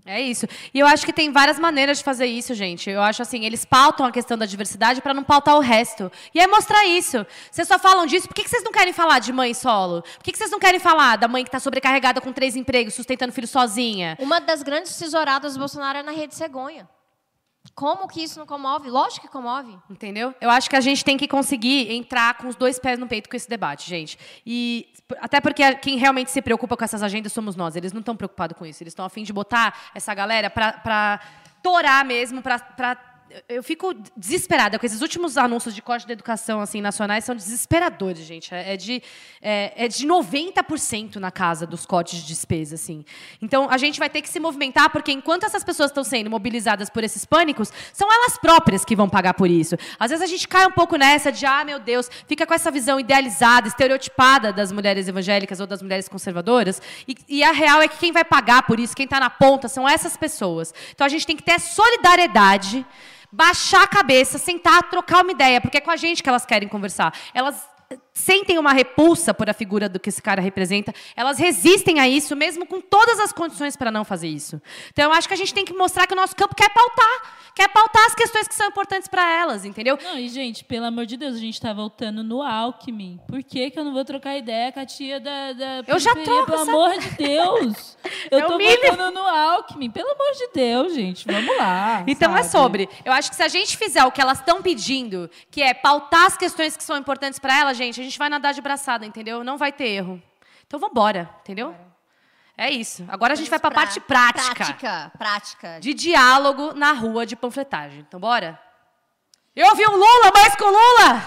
É isso. E eu acho que tem várias maneiras de fazer isso, gente. Eu acho assim, eles pautam a questão da diversidade para não pautar o resto. E é mostrar isso. Vocês só falam disso, por que vocês não querem falar de mãe solo? Por que vocês não querem falar da mãe que está sobrecarregada com três empregos, sustentando filho sozinha? Uma das grandes tesouradas do Bolsonaro é na Rede Cegonha. Como que isso não comove? Lógico que comove. Entendeu? Eu acho que a gente tem que conseguir entrar com os dois pés no peito com esse debate, gente. E até porque quem realmente se preocupa com essas agendas somos nós. Eles não estão preocupados com isso. Eles estão a fim de botar essa galera para torar mesmo, para... Eu fico desesperada com esses últimos anúncios de corte da educação assim, nacionais, são desesperadores, gente. É de, é, é de noventa por cento na casa dos cortes de despesa. Assim. Então, a gente vai ter que se movimentar, porque enquanto essas pessoas estão sendo mobilizadas por esses pânicos, são elas próprias que vão pagar por isso. Às vezes a gente cai um pouco nessa de, ah, meu Deus, fica com essa visão idealizada, estereotipada das mulheres evangélicas ou das mulheres conservadoras, e, e a real é que quem vai pagar por isso, quem está na ponta, são essas pessoas. Então, a gente tem que ter solidariedade, baixar a cabeça, sentar, trocar uma ideia, porque é com a gente que elas querem conversar. Elas sentem uma repulsa por a figura do que esse cara representa, elas resistem a isso, mesmo com todas as condições para não fazer isso. Então, eu acho que a gente tem que mostrar que o nosso campo quer pautar, quer pautar as questões que são importantes para elas, entendeu? Não, e, gente, pelo amor de Deus, a gente está voltando no Alckmin. Por que, que eu não vou trocar ideia com a tia da... da eu já troco, pelo amor de Deus. Eu é tô voltando no Alckmin. Pelo amor de Deus, gente, vamos lá. Então, sabe? é sobre. Eu acho que se a gente fizer o que elas estão pedindo, que é pautar as questões que são importantes para elas, gente, a gente vai nadar de braçada, entendeu? Não vai ter erro. Então, vamos embora, entendeu? É isso. Agora a gente vai para a parte prática. Prática, prática. De diálogo na rua de panfletagem. Então, bora? Eu vi um Lula, mas com Lula!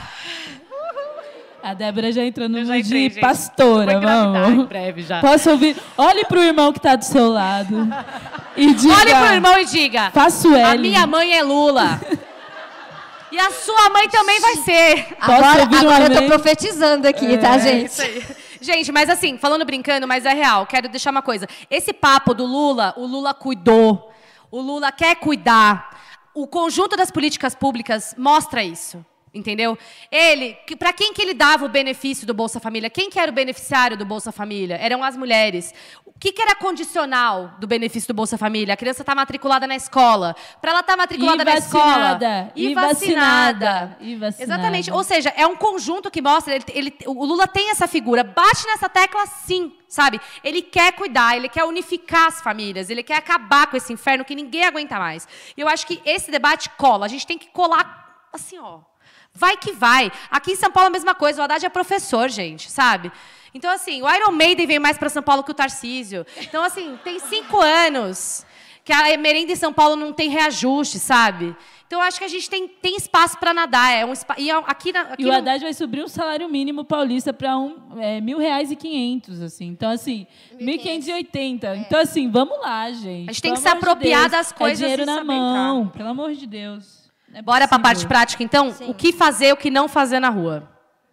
A Débora já entrou no já entrei, de gente. Pastora, vamos. Em breve já. Posso ouvir? Olhe para o irmão que está do seu lado e diga... Olhe para o irmão e diga... Faço L. A minha mãe é Lula. E a sua mãe também vai ser. Agora, agora eu tô profetizando aqui, é, tá, gente? Isso aí. Gente, mas assim, falando brincando, mas é real, quero deixar uma coisa. Esse papo do Lula, o Lula cuidou, o Lula quer cuidar. O conjunto das políticas públicas mostra isso. Entendeu? Ele, para quem que ele dava o benefício do Bolsa Família? Quem que era o beneficiário do Bolsa Família? Eram as mulheres. O que, que era condicional do benefício do Bolsa Família? A criança está matriculada na escola. Para ela estar tá matriculada e na escola... E, e vacinada. vacinada. E vacinada. Exatamente. Ou seja, é um conjunto que mostra... Ele, ele, o Lula tem essa figura. Bate nessa tecla, sim. Sabe? Ele quer cuidar, ele quer unificar as famílias, ele quer acabar com esse inferno que ninguém aguenta mais. E eu acho que esse debate cola. A gente tem que colar assim, ó... Vai que vai. Aqui em São Paulo é a mesma coisa. O Haddad é professor, gente, sabe? Então, assim, o Iron Maiden veio mais para São Paulo que o Tarcísio. Então, assim, tem cinco anos que a merenda em São Paulo não tem reajuste, sabe? Então, eu acho que a gente tem, tem espaço para nadar. É um espa... e, aqui na, aqui e o Haddad no... vai subir o salário mínimo paulista para um, é, mil reais e quinhentos, assim. Então, assim, mil e quinhentos e oitenta. É. Então, assim, vamos lá, gente. A gente tem que se apropriar de das coisas. É dinheiro na mão, brincar. Pelo amor de Deus. É bora para a parte prática, então? Sim. O que fazer, o que não fazer na rua?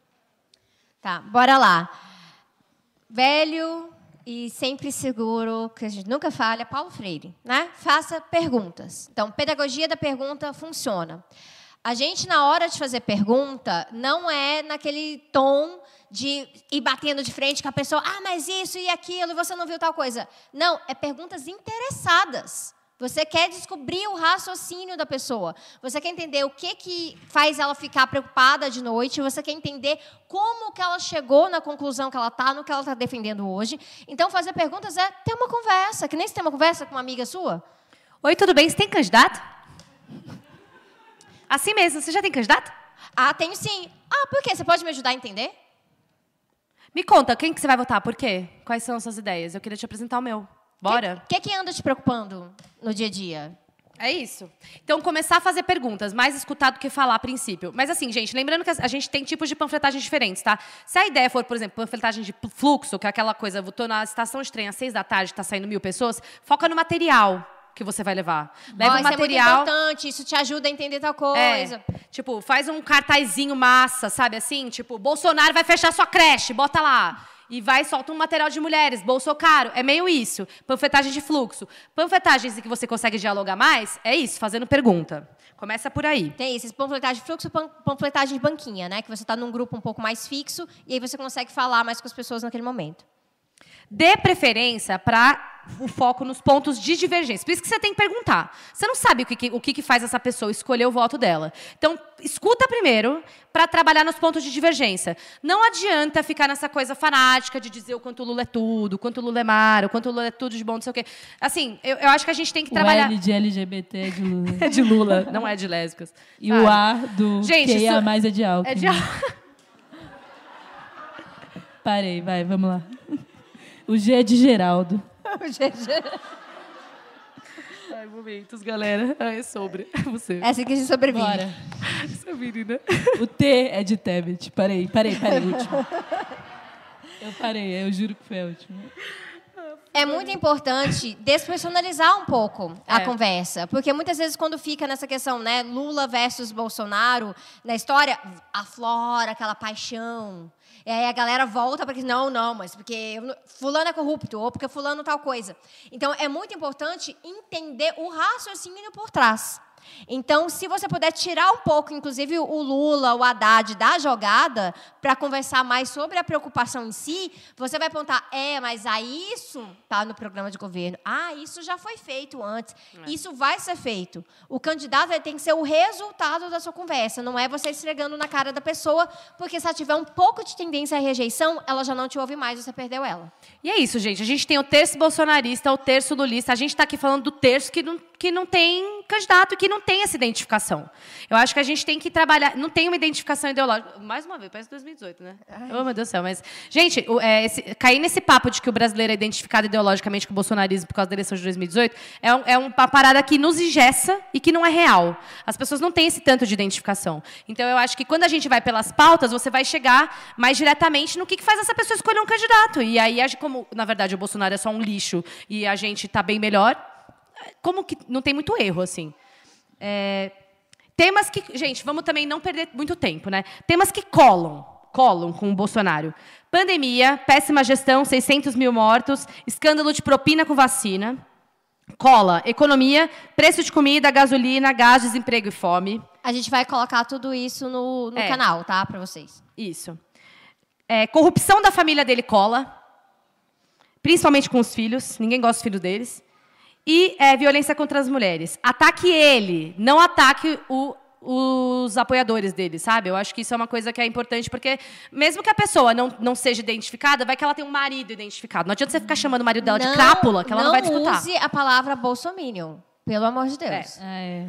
Tá, bora lá. Velho e sempre seguro, que a gente nunca falha, Paulo Freire, né? Faça perguntas. Então, pedagogia da pergunta funciona. A gente, na hora de fazer pergunta, não é naquele tom de ir batendo de frente com a pessoa, ah, mas isso e aquilo, e você não viu tal coisa. Não, é perguntas interessadas. Você quer descobrir o raciocínio da pessoa. Você quer entender o que, que faz ela ficar preocupada de noite. Você quer entender como que ela chegou na conclusão que ela está, no que ela está defendendo hoje. Então, fazer perguntas é ter uma conversa. Que nem você tem uma conversa com uma amiga sua. Oi, tudo bem? Você tem candidato? Assim mesmo. Você já tem candidato? Ah, tenho sim. Ah, por quê? Você pode me ajudar a entender? Me conta, quem que você vai votar? Por quê? Quais são as suas ideias? Eu queria te apresentar o meu. Bora? O que, que, que anda te preocupando no dia a dia? É isso. Então, começar a fazer perguntas, mais escutar do que falar a princípio. Mas assim, gente, lembrando que a gente tem tipos de panfletagem diferentes, tá? Se a ideia for, por exemplo, panfletagem de fluxo, que é aquela coisa, eu tô na estação de trem às seis da tarde, tá saindo mil pessoas, foca no material que você vai levar. Leva oh, um material. Isso é muito importante, isso te ajuda a entender tal coisa. É, tipo, faz um cartazinho massa, sabe assim? Tipo, Bolsonaro vai fechar sua creche, bota lá. E vai e solta um material de mulheres, bolso caro. É meio isso. Panfletagem de fluxo. Panfletagens em que você consegue dialogar mais, é isso, fazendo pergunta. Começa por aí. Tem isso, panfletagem de fluxo, panfletagem de banquinha, né? Que você está num grupo um pouco mais fixo e aí você consegue falar mais com as pessoas naquele momento. dê preferência para o foco nos pontos de divergência. Por isso que você tem que perguntar. Você não sabe o que, o que faz essa pessoa escolher o voto dela. Então, escuta primeiro para trabalhar nos pontos de divergência. Não adianta ficar nessa coisa fanática de dizer o quanto o Lula é tudo, o quanto o Lula é mar, o quanto o Lula é tudo de bom, não sei o quê. Assim, eu, eu acho que a gente tem que trabalhar... O L de L G B T é de Lula. É de Lula, não é de lésbicas. E sabe? O A do gente, Q I A isso... mais é de Alckmin. É de Parei, vai, vamos lá. O G é de Geraldo. O G G. Ai, momentos, galera. Ai, é sobre. Você. É assim que a gente sobrevive. Bora. Essa menina. O T é de Tebet. Parei, parei, parei. Último. Eu parei, eu juro que foi a última. É muito importante despersonalizar um pouco a é. conversa. Porque muitas vezes, quando fica nessa questão, né, Lula versus Bolsonaro, na história, aflora aquela paixão. E aí a galera volta para que não, não, mas porque fulano é corrupto, ou porque fulano tal coisa. Então, é muito importante entender o raciocínio por trás. Então, se você puder tirar um pouco, inclusive o Lula, o Haddad da jogada, para conversar mais sobre a preocupação em si, você vai apontar, é, mas aí isso está no programa de governo. Ah, isso já foi feito antes. É. Isso vai ser feito. O candidato ele tem que ser o resultado da sua conversa, não é você esfregando na cara da pessoa, porque se ela tiver um pouco de tendência à rejeição, ela já não te ouve mais, você perdeu ela. E é isso, gente. A gente tem o terço bolsonarista, o terço lulista. A gente está aqui falando do terço que não, que não tem candidato, que não tem essa identificação. Eu acho que a gente tem que trabalhar... Não tem uma identificação ideológica. Mais uma vez, parece dois mil e dezoito, né? Ai. Oh, meu Deus do céu. Mas, gente, é, esse, cair nesse papo de que o brasileiro é identificado ideologicamente com o bolsonarismo por causa da eleição de dois mil e dezoito é, um, é uma parada que nos engessa e que não é real. As pessoas não têm esse tanto de identificação. Então, eu acho que quando a gente vai pelas pautas, você vai chegar mais diretamente no que, que faz essa pessoa escolher um candidato. E aí, como, na verdade, o Bolsonaro é só um lixo e a gente está bem melhor, como que não tem muito erro, assim. É, temas que... Gente, vamos também não perder muito tempo, né? Temas que colam, colam com o Bolsonaro. Pandemia, péssima gestão, seiscentos mil mortos, escândalo de propina com vacina. Cola, economia, preço de comida, gasolina, gás, desemprego e fome. A gente vai colocar tudo isso no, no é. canal, tá? Para vocês. Isso. É, corrupção da família dele cola. Principalmente com os filhos. Ninguém gosta dos filhos deles. E é, violência contra as mulheres. Ataque ele, não ataque o, os apoiadores dele, sabe? Eu acho que isso é uma coisa que é importante, porque mesmo que a pessoa não, não seja identificada, vai que ela tem um marido identificado. Não adianta você ficar chamando o marido dela não, de crápula, que ela não, não vai disputar. Não use a palavra bolsominion, pelo amor de Deus. É.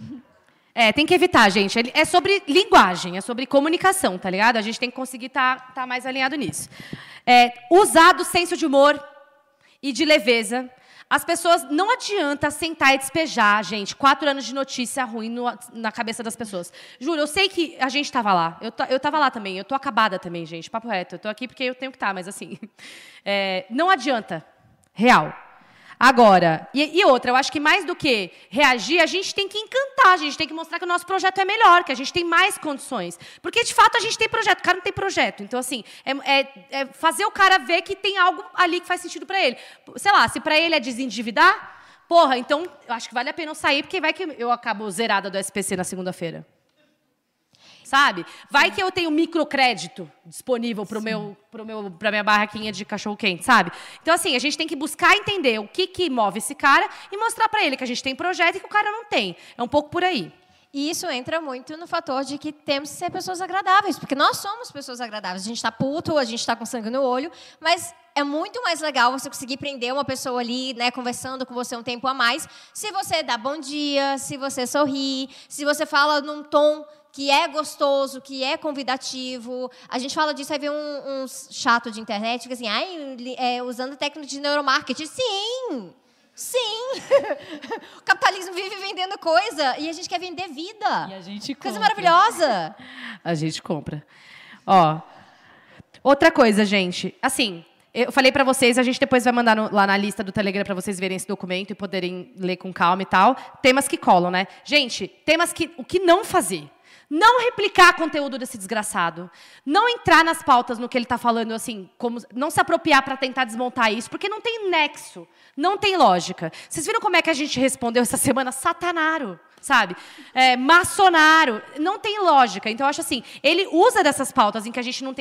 É, tem que evitar, gente. É sobre linguagem, é sobre comunicação, tá ligado? A gente tem que conseguir estar tá, tá mais alinhado nisso. É, usar do senso de humor e de leveza. As pessoas, não adianta sentar e despejar, gente, quatro anos de notícia ruim no, na cabeça das pessoas. Juro, eu sei que a gente estava lá. Eu, eu estava lá também, eu estou acabada também, gente, papo reto. Eu estou aqui porque eu tenho que estar, mas assim... É, não adianta. Real. Agora, e, e outra, eu acho que mais do que reagir, a gente tem que encantar, a gente tem que mostrar que o nosso projeto é melhor, que a gente tem mais condições. Porque, de fato, a gente tem projeto, o cara não tem projeto. Então, assim, é, é, é fazer o cara ver que tem algo ali que faz sentido para ele. Sei lá, se para ele é desendividar, porra, então, eu acho que vale a pena eu sair, porque vai que eu acabo zerada do S P C na segunda-feira. Sabe? Vai que eu tenho microcrédito disponível para meu, pro meu, para minha barraquinha de cachorro-quente, sabe? Então, assim, a gente tem que buscar entender o que, que move esse cara e mostrar para ele que a gente tem projeto e que o cara não tem. É um pouco por aí. E isso entra muito no fator de que temos que ser pessoas agradáveis, porque nós somos pessoas agradáveis. A gente está puto, a gente está com sangue no olho, mas é muito mais legal você conseguir prender uma pessoa ali, né, conversando com você um tempo a mais, se você dá bom dia, se você sorri, se você fala num tom que é gostoso, que é convidativo. A gente fala disso, aí vem um, um chato de internet, fica assim, ai, é, usando técnica de neuromarketing. Sim! Sim! O capitalismo vive vendendo coisa e a gente quer vender vida. E a gente coisa compra. Maravilhosa. A gente compra. Ó, outra coisa, gente. Assim, eu falei pra vocês, a gente depois vai mandar no, lá na lista do Telegram pra vocês verem esse documento e poderem ler com calma e tal. Temas que colam, né? Gente, temas que... O que não fazer? Não replicar conteúdo desse desgraçado. Não entrar nas pautas no que ele está falando, assim, como, não se apropriar para tentar desmontar isso, porque não tem nexo, não tem lógica. Vocês viram como é que a gente respondeu essa semana? Satanaro, sabe? É, maçonaro. Não tem lógica. Então, eu acho assim, ele usa dessas pautas em que a gente não tem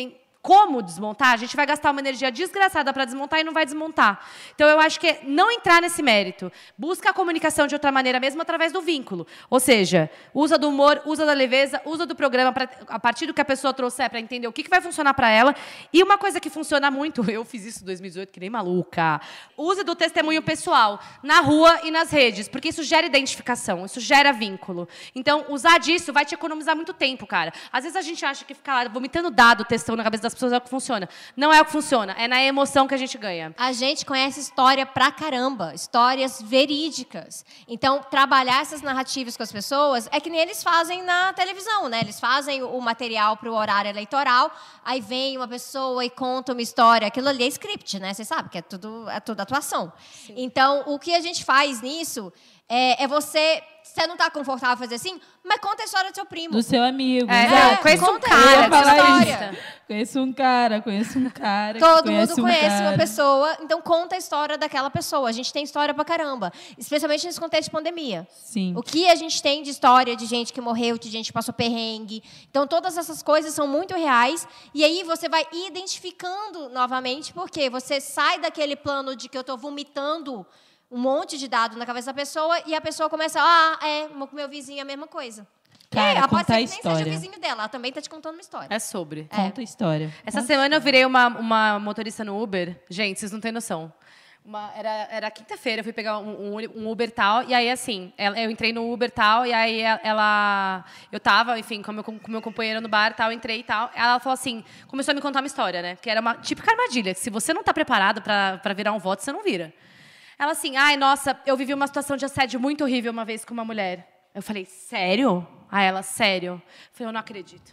como desmontar, a gente vai gastar uma energia desgraçada para desmontar e não vai desmontar. Então, eu acho que é não entrar nesse mérito. Busca a comunicação de outra maneira mesmo, através do vínculo. Ou seja, usa do humor, usa da leveza, usa do programa, pra, a partir do que a pessoa trouxer, para entender o que, que vai funcionar para ela. E uma coisa que funciona muito, eu fiz isso em dois mil e dezoito, que nem maluca. Use do testemunho pessoal, na rua e nas redes, porque isso gera identificação, isso gera vínculo. Então, usar disso vai te economizar muito tempo, cara. Às vezes a gente acha que ficar lá vomitando dado, textão na cabeça das pessoas é o que funciona. Não é o que funciona, é na emoção que a gente ganha. A gente conhece história pra caramba, histórias verídicas. Então, trabalhar essas narrativas com as pessoas é que nem eles fazem na televisão, né? Eles fazem o material para o horário eleitoral, aí vem uma pessoa e conta uma história. Aquilo ali é script, né? Você sabe que é tudo, é tudo atuação. Sim. Então, o que a gente faz nisso é, é você... Você não está confortável fazer assim, mas conta a história do seu primo. Do seu amigo. É, é, conheço um cara. História. Conheço um cara, conheço um cara. Todo conhece mundo um conhece cara. uma pessoa, então conta a história daquela pessoa. A gente tem história pra caramba, especialmente nesse contexto de pandemia. Sim. O que a gente tem de história de gente que morreu, de gente que passou perrengue. Então, todas essas coisas são muito reais. E aí você vai identificando novamente, porque você sai daquele plano de que eu estou vomitando um monte de dado na cabeça da pessoa e a pessoa começa, ah, é, com meu vizinho é a mesma coisa. Cara, é, pode ser que nem história. seja vizinho dela, ela também está te contando uma história. É sobre. É. Conta a história. Essa Conta semana história. eu virei uma, uma motorista no Uber. Gente, vocês não têm noção. Uma, era era quinta-feira, eu fui pegar um, um, um Uber tal, e aí, assim, ela, eu entrei no Uber tal, e aí ela... Eu tava, enfim, com meu, com meu companheiro no bar tal, entrei e tal. Ela falou assim, começou a me contar uma história, né? Que era uma típica armadilha. Se você não está preparado para virar um voto, você não vira. Ela assim, ai, nossa, eu vivi uma situação de assédio muito horrível uma vez com uma mulher. Eu falei, sério? Aí ela, sério. Eu falei, eu não acredito.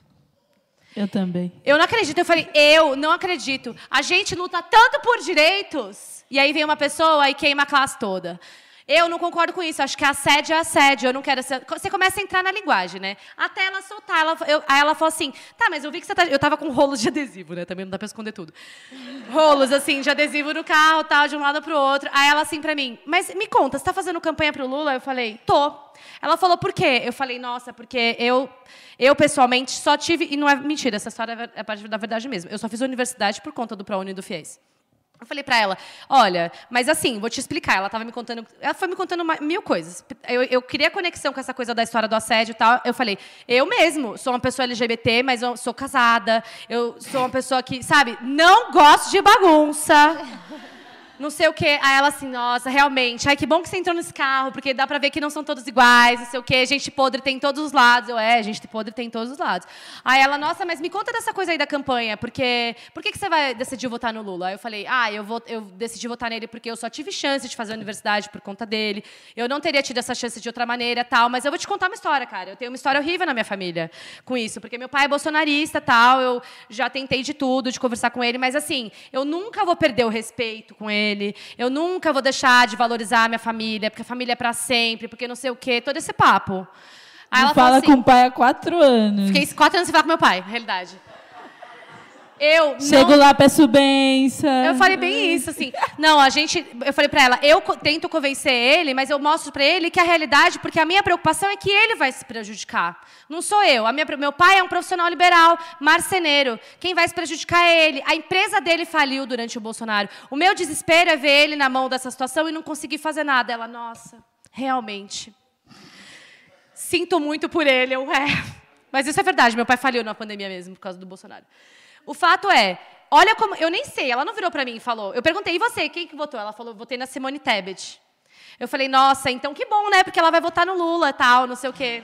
Eu também. Eu não acredito. Eu falei, eu não acredito. A gente luta tanto por direitos. E aí vem uma pessoa e queima a classe toda. Eu não concordo com isso. Acho que assédio é assédio. Eu não quero ser... Você começa a entrar na linguagem, né? Até ela soltar. Ela, eu, aí ela falou assim, tá, mas eu vi que você tá... Eu tava com rolos de adesivo, né? Também não dá pra esconder tudo. Rolos, assim, de adesivo no carro, tal, de um lado pro outro. Aí ela assim pra mim, mas me conta, você tá fazendo campanha pro Lula? Eu falei, tô. Ela falou, por quê? Eu falei, nossa, porque eu, eu pessoalmente, só tive... E não é mentira, essa história é parte da verdade mesmo. Eu só fiz universidade por conta do ProUni e do FIES. Eu falei pra ela, olha, mas assim, vou te explicar. Ela tava me contando, ela foi me contando uma, mil coisas. Eu, eu criei a conexão com essa coisa da história do assédio e tal. Eu falei, eu mesmo sou uma pessoa L G B T, mas eu sou casada. Eu sou uma pessoa que, sabe, não gosto de bagunça. Não sei o quê. Aí ela assim, nossa, realmente. Ai, que bom que você entrou nesse carro, porque dá pra ver que não são todos iguais, não sei o quê. Gente podre tem todos os lados. Eu, é, gente podre tem todos os lados. Aí ela, nossa, mas me conta dessa coisa aí da campanha, porque... Por que, que você vai decidir votar no Lula? Aí eu falei, ah, eu, vou, eu decidi votar nele porque eu só tive chance de fazer a universidade por conta dele. Eu não teria tido essa chance de outra maneira, tal. Mas eu vou te contar uma história, cara. Eu tenho uma história horrível na minha família com isso, porque meu pai é bolsonarista, tal. Eu já tentei de tudo, de conversar com ele, mas assim, eu nunca vou perder o respeito com ele. Eu nunca vou deixar de valorizar a minha família, porque a família é para sempre, porque não sei o quê, todo esse papo. Aí ela fala assim, com o pai há quatro anos. Fiquei quatro anos sem falar com meu pai, na realidade. Eu Chego não... lá, peço benção. Eu falei bem isso, assim. Não, a gente... Eu falei pra ela, eu tento convencer ele, mas eu mostro pra ele que a realidade... Porque a minha preocupação é que ele vai se prejudicar. Não sou eu. A minha, meu pai é um profissional liberal, marceneiro. Quem vai se prejudicar é ele. A empresa dele faliu durante o Bolsonaro. O meu desespero é ver ele na mão dessa situação e não conseguir fazer nada. Ela, nossa, realmente. Sinto muito por ele. Eu, é. Mas isso é verdade. Meu pai faliu na pandemia mesmo, por causa do Bolsonaro. O fato é, olha como... Eu nem sei, ela não virou pra mim e falou... Eu perguntei, e você, quem que votou? Ela falou, votei na Simone Tebet. Eu falei, nossa, então que bom, né? Porque ela vai votar no Lula e tal, não sei o quê.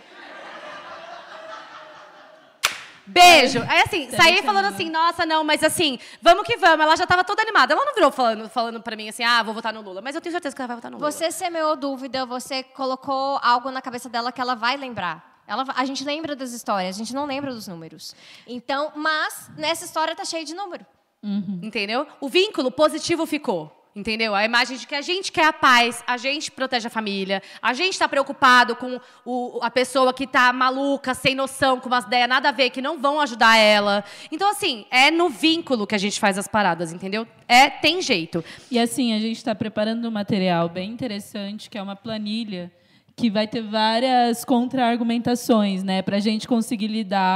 Beijo. Aí, assim, saí falando assim, nossa, não, mas assim, vamos que vamos. Ela já estava toda animada. Ela não virou falando, falando pra mim assim, ah, vou votar no Lula. Mas eu tenho certeza que ela vai votar no Lula. Você semeou dúvida, você colocou algo na cabeça dela que ela vai lembrar. Ela, a gente lembra das histórias, a gente não lembra dos números. Então, mas nessa história tá cheio de número. Uhum. Entendeu? O vínculo positivo ficou. Entendeu? A imagem de que a gente quer a paz, a gente protege a família, a gente está preocupado com o, a pessoa que está maluca, sem noção, com umas ideias nada a ver, que não vão ajudar ela. Então, assim, é no vínculo que a gente faz as paradas, entendeu? É, tem jeito. E assim, a gente está preparando um material bem interessante, que é uma planilha, que vai ter várias contra-argumentações, né, para a gente conseguir lidar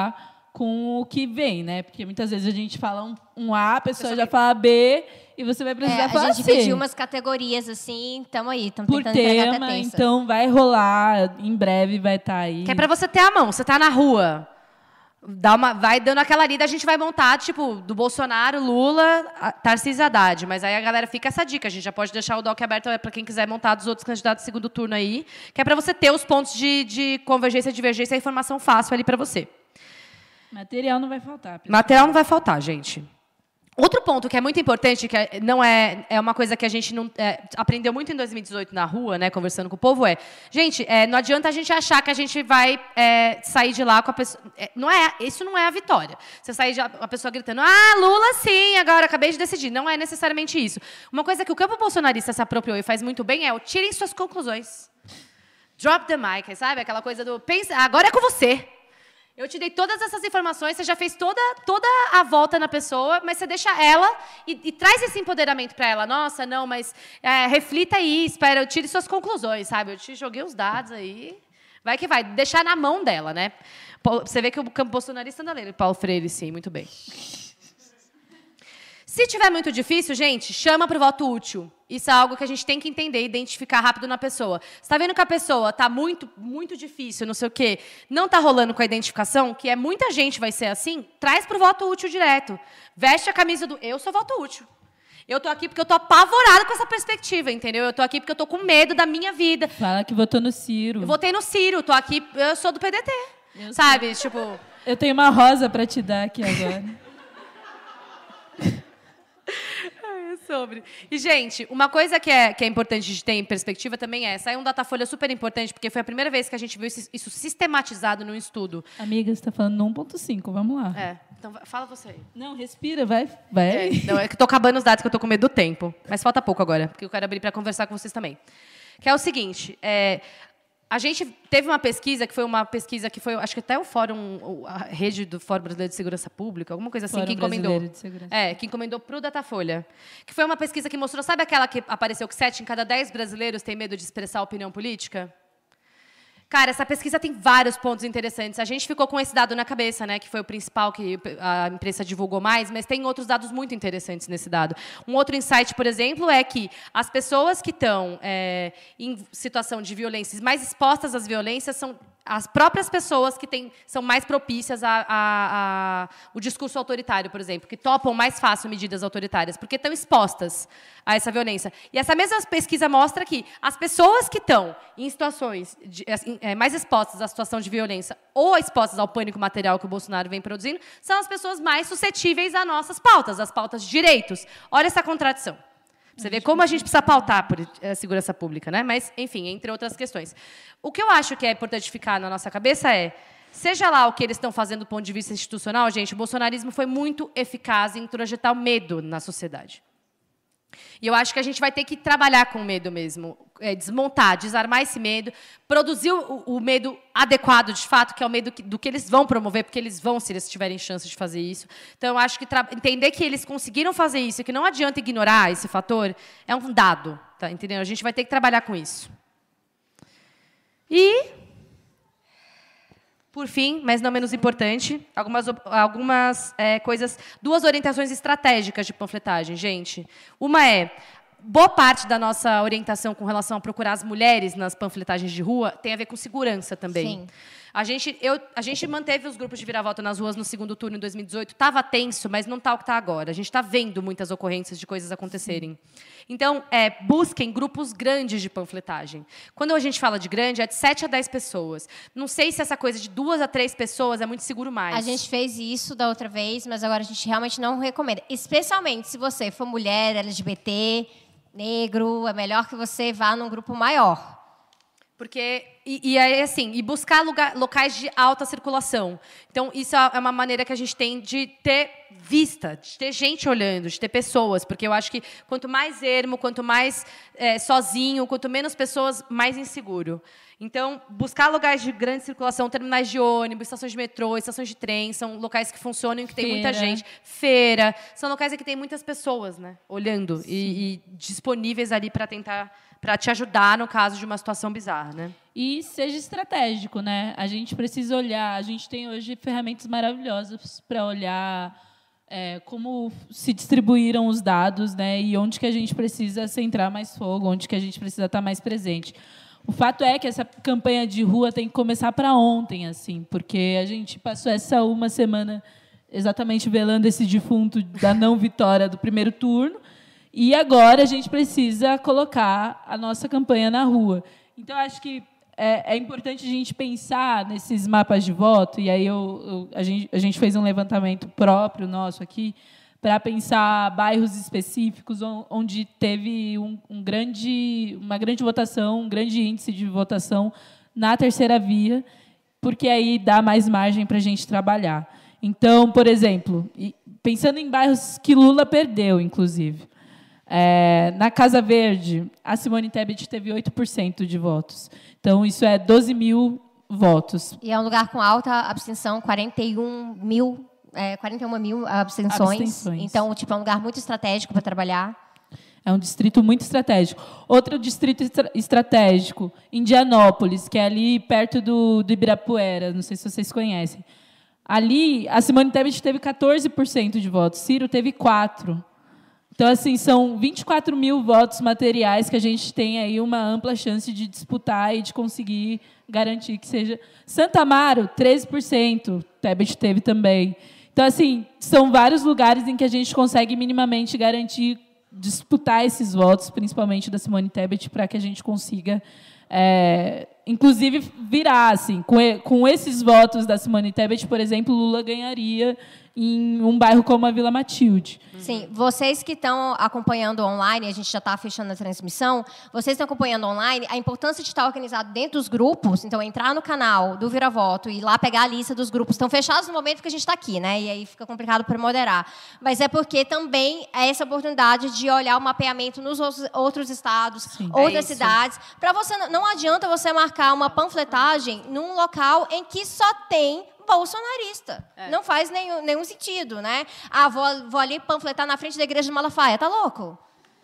com o que vem, né? Porque muitas vezes a gente fala um, um A, a pessoa já fala B e você vai precisar é, falar C. A gente pediu umas categorias assim, estamos aí, estamos por tentando entregar até tema, terça. então vai rolar, em breve vai estar tá aí. Que é pra você ter a mão, você tá na rua, dá uma, vai dando aquela lida, a gente vai montar, tipo, do Bolsonaro, Lula, Tarcísio e Haddad. Mas aí a galera fica essa dica, a gente já pode deixar o doc aberto para quem quiser montar dos outros candidatos do segundo turno aí, que é para você ter os pontos de, de convergência e divergência, a informação fácil ali para você. Material não vai faltar. Pessoal. Material não vai faltar, gente. Outro ponto que é muito importante, que é, não é, é uma coisa que a gente não, é, aprendeu muito em dois mil e dezoito na rua, né, conversando com o povo, é, gente, é, não adianta a gente achar que a gente vai é, sair de lá com a pessoa... É, não é, isso não é a vitória. Você sair de a pessoa gritando, ah, Lula sim, agora acabei de decidir. Não é necessariamente isso. Uma coisa que o campo bolsonarista se apropriou e faz muito bem é o tirem suas conclusões. Drop the mic, sabe? Aquela coisa do, pensa, agora é com você. Eu te dei todas essas informações, você já fez toda, toda a volta na pessoa, mas você deixa ela e, e traz esse empoderamento para ela. Nossa, não, mas é, reflita aí, espera, eu tire suas conclusões, sabe? Eu te joguei os dados aí. Vai que vai. Deixar na mão dela, né? Você vê que o campo bolsonarista anda lendo Paulo Freire, sim, muito bem. Se tiver muito difícil, gente, chama para o voto útil. Isso é algo que a gente tem que entender e identificar rápido na pessoa. Você está vendo que a pessoa está muito, muito difícil, não sei o quê, não está rolando com a identificação, que é muita gente vai ser assim, traz para o voto útil direto. Veste a camisa do eu sou voto útil. Eu estou aqui porque eu estou apavorada com essa perspectiva, entendeu? Eu estou aqui porque eu estou com medo da minha vida. Fala que votou no Ciro. Eu votei no Ciro, estou aqui, eu sou do P D T. Eu sabe? Sou... Tipo... Eu tenho uma rosa para te dar aqui agora. Sobre. E, gente, uma coisa que é, que é importante de ter em perspectiva também é, saiu um Datafolha super importante, porque foi a primeira vez que a gente viu isso, isso sistematizado num estudo. Amiga, você está falando no um ponto cinco, vamos lá. É, então fala você aí. Não, respira, vai. vai. É, não, é que estou acabando os dados, que eu estou com medo do tempo. Mas falta pouco agora, porque eu quero abrir para conversar com vocês também. Que é o seguinte, é, a gente teve uma pesquisa, que foi uma pesquisa que foi, acho que até o Fórum, a rede do Fórum Brasileiro de Segurança Pública, alguma coisa assim, Fórum que encomendou. De Segurança. É, que encomendou para o Datafolha. Que foi uma pesquisa que mostrou, sabe aquela que apareceu que sete em cada dez brasileiros têm medo de expressar a opinião política? Cara, essa pesquisa tem vários pontos interessantes. A gente ficou com esse dado na cabeça, né, que foi o principal que a imprensa divulgou mais, mas tem outros dados muito interessantes nesse dado. Um outro insight, por exemplo, é que as pessoas que estão é, em situação de violência, mais expostas às violências, são as próprias pessoas que têm, são mais propícias a, a, a o discurso autoritário, por exemplo, que topam mais fácil medidas autoritárias, porque estão expostas a essa violência. E essa mesma pesquisa mostra que as pessoas que estão em situações de, é, mais expostas à situação de violência ou expostas ao pânico material que o Bolsonaro vem produzindo, são as pessoas mais suscetíveis às nossas pautas, às pautas de direitos. Olha essa contradição. Você vê como a gente precisa pautar por a segurança pública, né? Mas, enfim, entre outras questões. O que eu acho que é importante ficar na nossa cabeça é, seja lá o que eles estão fazendo do ponto de vista institucional, gente, o bolsonarismo foi muito eficaz em introjetar o medo na sociedade. E eu acho que a gente vai ter que trabalhar com o medo mesmo, é, desmontar, desarmar esse medo, produzir o, o medo adequado, de fato, que é o medo que, do que eles vão promover, porque eles vão, se eles tiverem chance de fazer isso. Então, eu acho que entender que eles conseguiram fazer isso e que não adianta ignorar esse fator é um dado, tá entendendo? A gente vai ter que trabalhar com isso. E... Por fim, mas não menos importante, algumas, algumas é, coisas, duas orientações estratégicas de panfletagem, gente. Uma é, boa parte da nossa orientação com relação a procurar as mulheres nas panfletagens de rua tem a ver com segurança também. Sim. A gente, eu, a gente manteve os grupos de vira-volta nas ruas no segundo turno em dois mil e dezoito. Estava tenso, mas não está o que está agora. A gente está vendo muitas ocorrências de coisas acontecerem. Então, é, busquem grupos grandes de panfletagem. Quando a gente fala de grande, é de sete a dez pessoas. Não sei se essa coisa de duas a três pessoas é muito seguro mais. A gente fez isso da outra vez, mas agora a gente realmente não recomenda. Especialmente se você for mulher, L G B T, negro, é melhor que você vá num grupo maior. Porque, e, e aí, assim, e buscar lugar, locais de alta circulação. Então, isso é uma maneira que a gente tem de ter vista, de ter gente olhando, de ter pessoas. Porque eu acho que quanto mais ermo, quanto mais é, sozinho, quanto menos pessoas, mais inseguro. Então, buscar lugares de grande circulação, terminais de ônibus, estações de metrô, estações de trem, são locais que funcionam e que tem Feira. muita gente. Feira. São locais em que tem muitas pessoas, né, olhando e, e disponíveis ali para tentar para te ajudar no caso de uma situação bizarra, né? E seja estratégico, né? A gente precisa olhar, a gente tem hoje ferramentas maravilhosas para olhar é, como se distribuíram os dados, né? E onde que a gente precisa centrar mais fogo, onde que a gente precisa estar mais presente. O fato é que essa campanha de rua tem que começar para ontem, assim, porque a gente passou essa uma semana exatamente velando esse defunto da não vitória do primeiro turno, e agora a gente precisa colocar a nossa campanha na rua. Então, acho que é, é importante a gente pensar nesses mapas de voto, e aí eu, eu, a, gente, a gente fez um levantamento próprio nosso aqui, para pensar bairros específicos onde teve um, um grande, uma grande votação, um grande índice de votação na terceira via, porque aí dá mais margem para a gente trabalhar. Então, por exemplo, pensando em bairros que Lula perdeu, inclusive, é, na Casa Verde, a Simone Tebet teve oito por cento de votos. Então, isso é doze mil votos. E é um lugar com alta abstenção, quarenta e um mil É, quarenta e uma mil abstenções. abstenções. Então, tipo, é um lugar muito estratégico para trabalhar. É um distrito muito estratégico. Outro distrito estra estratégico, Indianópolis, que é ali perto do, do Ibirapuera. Não sei se vocês conhecem. Ali, a Simone Tebet teve quatorze por cento de votos. Ciro teve quatro por cento. Então, assim, são vinte e quatro mil votos materiais que a gente tem aí uma ampla chance de disputar e de conseguir garantir que seja. Santa Amaro, treze por cento. Tebet teve também. Então, assim, são vários lugares em que a gente consegue minimamente garantir, disputar esses votos, principalmente da Simone Tebet, para que a gente consiga, é, inclusive, virar. Assim, com, com esses votos da Simone Tebet, por exemplo, Lula ganharia em um bairro como a Vila Matilde. Sim, vocês que estão acompanhando online, a gente já está fechando a transmissão, vocês estão acompanhando online, a importância de estar organizado dentro dos grupos, então entrar no canal do Vira Voto e lá pegar a lista dos grupos, estão fechados no momento que a gente está aqui, né? E aí fica complicado para moderar. Mas é porque também é essa oportunidade de olhar o mapeamento nos outros estados, Sim, outras é cidades. Para você, não adianta você marcar uma panfletagem num local em que só tem bolsonarista. É. Não faz nenhum, nenhum sentido, né? Ah, vou, vou ali panfletar na frente da igreja de Malafaia. Tá louco?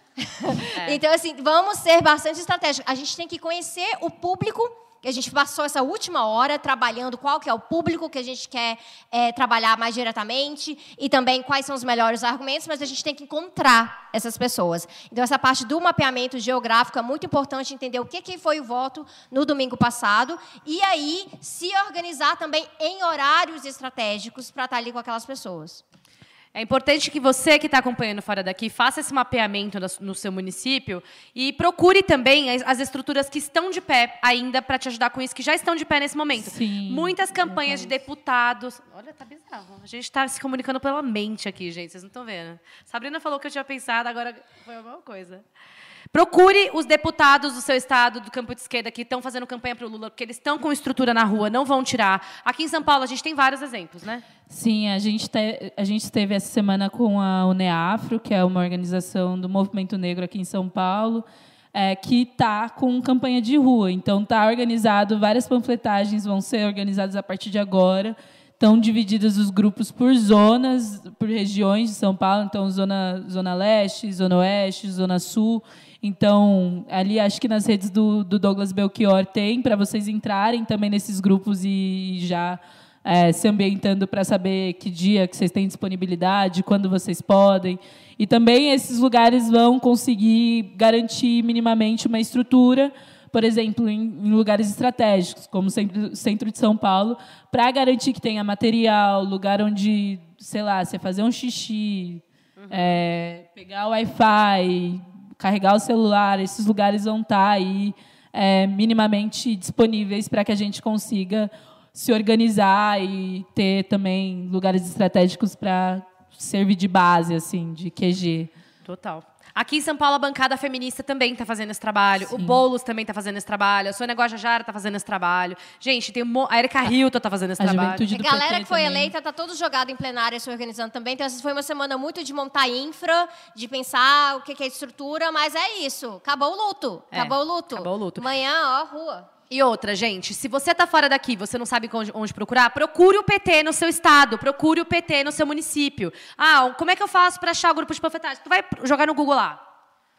É. Então, assim, vamos ser bastante estratégicos. A gente tem que conhecer o público. A gente passou essa última hora trabalhando qual que é o público que a gente quer é, trabalhar mais diretamente e também quais são os melhores argumentos, mas a gente tem que encontrar essas pessoas. Então, essa parte do mapeamento geográfico é muito importante entender o que, que foi o voto no domingo passado e aí se organizar também em horários estratégicos para estar ali com aquelas pessoas. É importante que você que está acompanhando Fora Daqui faça esse mapeamento no seu município e procure também as estruturas que estão de pé ainda para te ajudar com isso, que já estão de pé nesse momento. Sim, muitas campanhas de deputados. Olha, tá bizarro. A gente está se comunicando pela mente aqui, gente. Vocês não estão vendo. Sabrina falou que eu tinha pensado, agora foi a mesma coisa. Procure os deputados do seu estado, do campo de esquerda, que estão fazendo campanha para o Lula, porque eles estão com estrutura na rua, não vão tirar. Aqui em São Paulo, a gente tem vários exemplos, né? Sim, a gente, te, a gente esteve essa semana com a UNEAFRO, que é uma organização do movimento negro aqui em São Paulo, é, que está com campanha de rua. Então, está organizado, várias panfletagens vão ser organizadas a partir de agora. Estão divididos os grupos por zonas, por regiões de São Paulo. Então, zona, zona leste, zona oeste, zona sul. Então, ali, acho que nas redes do, do Douglas Belchior tem, para vocês entrarem também nesses grupos e já é, se ambientando para saber que dia que vocês têm disponibilidade, quando vocês podem. E também esses lugares vão conseguir garantir minimamente uma estrutura, por exemplo, em, em lugares estratégicos, como o centro, centro de São Paulo, para garantir que tenha material, lugar onde, sei lá, você fazer um xixi, uhum. é, pegar o Wi-Fi, carregar o celular, esses lugares vão estar aí é, minimamente disponíveis para que a gente consiga se organizar e ter também lugares estratégicos para servir de base, assim, de Q G. Total. Aqui em São Paulo, a bancada feminista também está fazendo esse trabalho. Sim. O Boulos também está fazendo esse trabalho. A Sônia Guajajara está fazendo esse trabalho. Gente, tem um... a Erika Hilton está fazendo esse a trabalho. Juventude do a galera P T que foi também. eleita está todo jogado em plenária se organizando também. Então, essa foi uma semana muito de montar infra, de pensar o que é estrutura, mas é isso. Acabou o luto. É, acabou o luto. Acabou o luto. Amanhã, ó, rua. E outra, gente, se você está fora daqui, você não sabe onde, onde procurar, procure o P T no seu estado, procure o P T no seu município. Ah, como é que eu faço para achar o grupo de panfletagem? Tu vai jogar no Google lá.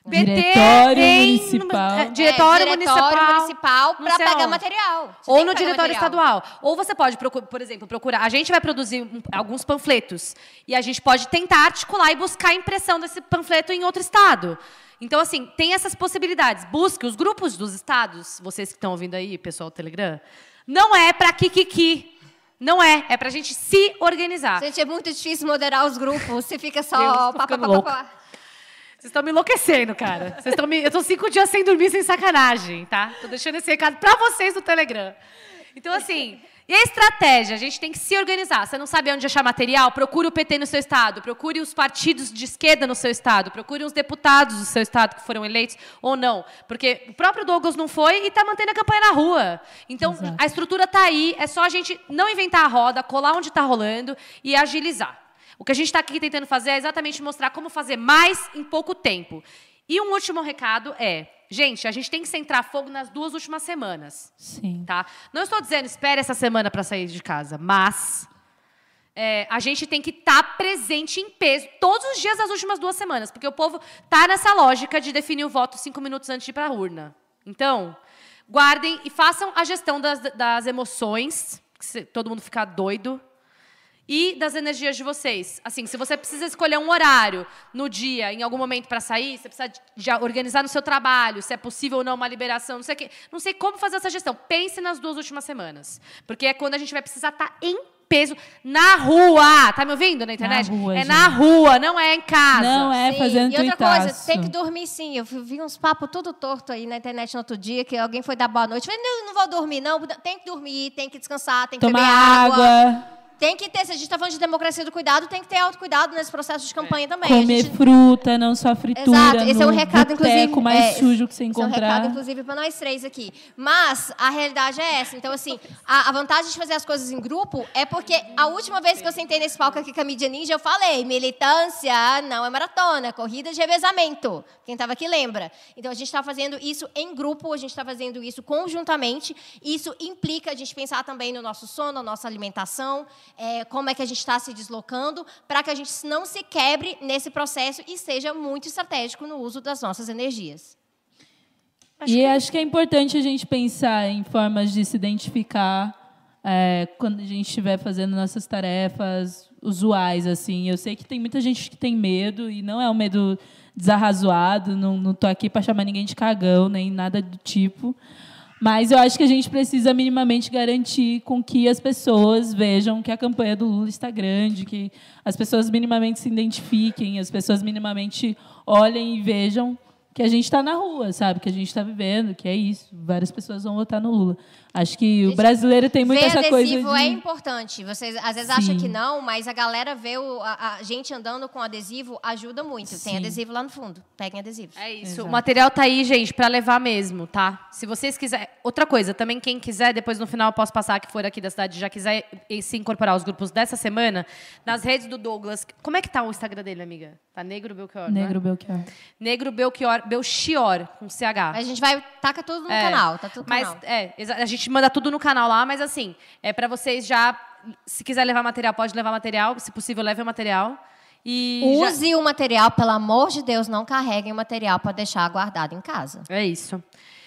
Diretório em, municipal. É, diretório, é, diretório municipal, municipal para pegar onde. material. Você ou no diretório material. estadual. Ou você pode, por exemplo, procurar. A gente vai produzir um, alguns panfletos. E a gente pode tentar articular e buscar a impressão desse panfleto em outro estado. Então, assim, tem essas possibilidades. Busque os grupos dos estados, vocês que estão ouvindo aí, pessoal do Telegram, não é para kikiki. Não é. É para a gente se organizar. Gente, é muito difícil moderar os grupos. Você fica só... Pá, pá, pá, pá. Vocês estão me enlouquecendo, cara. Vocês estão me... Eu estou cinco dias sem dormir, sem sacanagem, tá? Estou deixando esse recado para vocês no Telegram. Então, assim... E a estratégia? A gente tem que se organizar. Você não sabe onde achar material? Procure o P T no seu estado. Procure os partidos de esquerda no seu estado. Procure os deputados do seu estado que foram eleitos ou não. Porque o próprio Douglas não foi e está mantendo a campanha na rua. Então, Exato. A estrutura está aí. É só a gente não inventar a roda, colar onde está rolando e agilizar. O que a gente está aqui tentando fazer é exatamente mostrar como fazer mais em pouco tempo. E um último recado é... Gente, a gente tem que centrar fogo nas duas últimas semanas. Sim. Tá? Não estou dizendo, espere essa semana para sair de casa, mas é, a gente tem que estar tá presente em peso todos os dias das últimas duas semanas, porque o povo está nessa lógica de definir o voto cinco minutos antes de ir para a urna. Então, guardem e façam a gestão das, das emoções, que todo mundo fica doido, e das energias de vocês. Assim, se você precisa escolher um horário no dia, em algum momento para sair, você precisa de organizar no seu trabalho, se é possível ou não uma liberação, não sei o quê. Não sei como fazer essa gestão. Pense nas duas últimas semanas. Porque é quando a gente vai precisar estar em peso na rua. Tá me ouvindo na internet? Na rua, é gente. na rua, não é em casa. Não é sim. fazendo E outra tuitaço. coisa, tem que dormir sim. Eu vi uns papos tudo torto aí na internet no outro dia, que alguém foi dar boa noite. Eu falei, não, não vou dormir, não. Tem que dormir, tem que descansar, tem que Tomar beber água. água. Tem que ter, se a gente está falando de democracia do cuidado, tem que ter autocuidado nesse processo de campanha é. também. Comer gente... fruta, não só fritura. Exato, esse é um recado, inclusive. mais é, sujo que você encontrar. Esse é um recado, inclusive, para nós três aqui. Mas a realidade é essa. Então, assim, a, a vantagem de fazer as coisas em grupo é porque a última vez que eu sentei nesse palco aqui com a Mídia Ninja, eu falei: militância não é maratona, é corrida de revezamento. Quem estava aqui lembra. Então, a gente está fazendo isso em grupo, a gente está fazendo isso conjuntamente. Isso implica a gente pensar também no nosso sono, na nossa alimentação, é, como é que a gente está se deslocando, para que a gente não se quebre nesse processo e seja muito estratégico no uso das nossas energias. Acho e que... acho que é importante a gente pensar em formas de se identificar é, quando a gente estiver fazendo nossas tarefas usuais. Assim. Eu sei que tem muita gente que tem medo, e não é um medo desarrazoado, não estou aqui para chamar ninguém de cagão, nem nada do tipo. Mas eu acho que a gente precisa minimamente garantir com que as pessoas vejam que a campanha do Lula está grande, que as pessoas minimamente se identifiquem, as pessoas minimamente olhem e vejam que a gente está na rua, sabe? Que a gente está vivendo, que é isso. Várias pessoas vão votar no Lula. Acho que o brasileiro tem muito essa coisa de... adesivo é importante. Vocês às vezes Sim. acham que não, mas a galera vê o, a, a gente andando com adesivo ajuda muito. Sim. Tem adesivo lá no fundo. Peguem adesivos. É isso. Exato. O material tá aí, gente, para levar mesmo, tá? Se vocês quiserem... Outra coisa, também quem quiser, depois no final eu posso passar, que for aqui da cidade, já quiser se incorporar aos grupos dessa semana, nas redes do Douglas... Como é que tá o Instagram dele, amiga? Tá Negro Belchior, Negro né? Belchior. Negro Belchior, Belchior, com C H. A gente vai... Taca tudo no É, canal. Tá tudo no mas, canal. é, a gente manda tudo no canal lá, mas assim, é para vocês já... Se quiser levar material, pode levar material. Se possível, leve o material. E Use já... o material, pelo amor de Deus, não carreguem o material para deixar guardado em casa. É isso.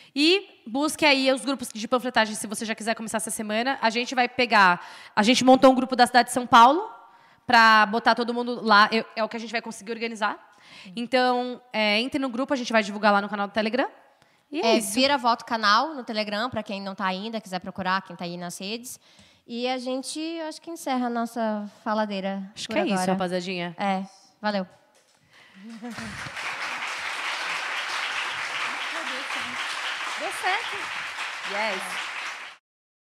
E busque aí os grupos de panfletagem, se você já quiser começar essa semana. A gente vai pegar... A gente montou um grupo da cidade de São Paulo para botar todo mundo lá. É, é o que a gente vai conseguir organizar. Então, é, entre no grupo, a gente vai divulgar lá no canal do Telegram. E é, é isso. Vira Voto Canal no Telegram, para quem não está ainda, quiser procurar, quem está aí nas redes. E a gente, acho que encerra a nossa faladeira. Acho que é agora. isso, rapaziadinha. É, valeu. Deu certo. Yes.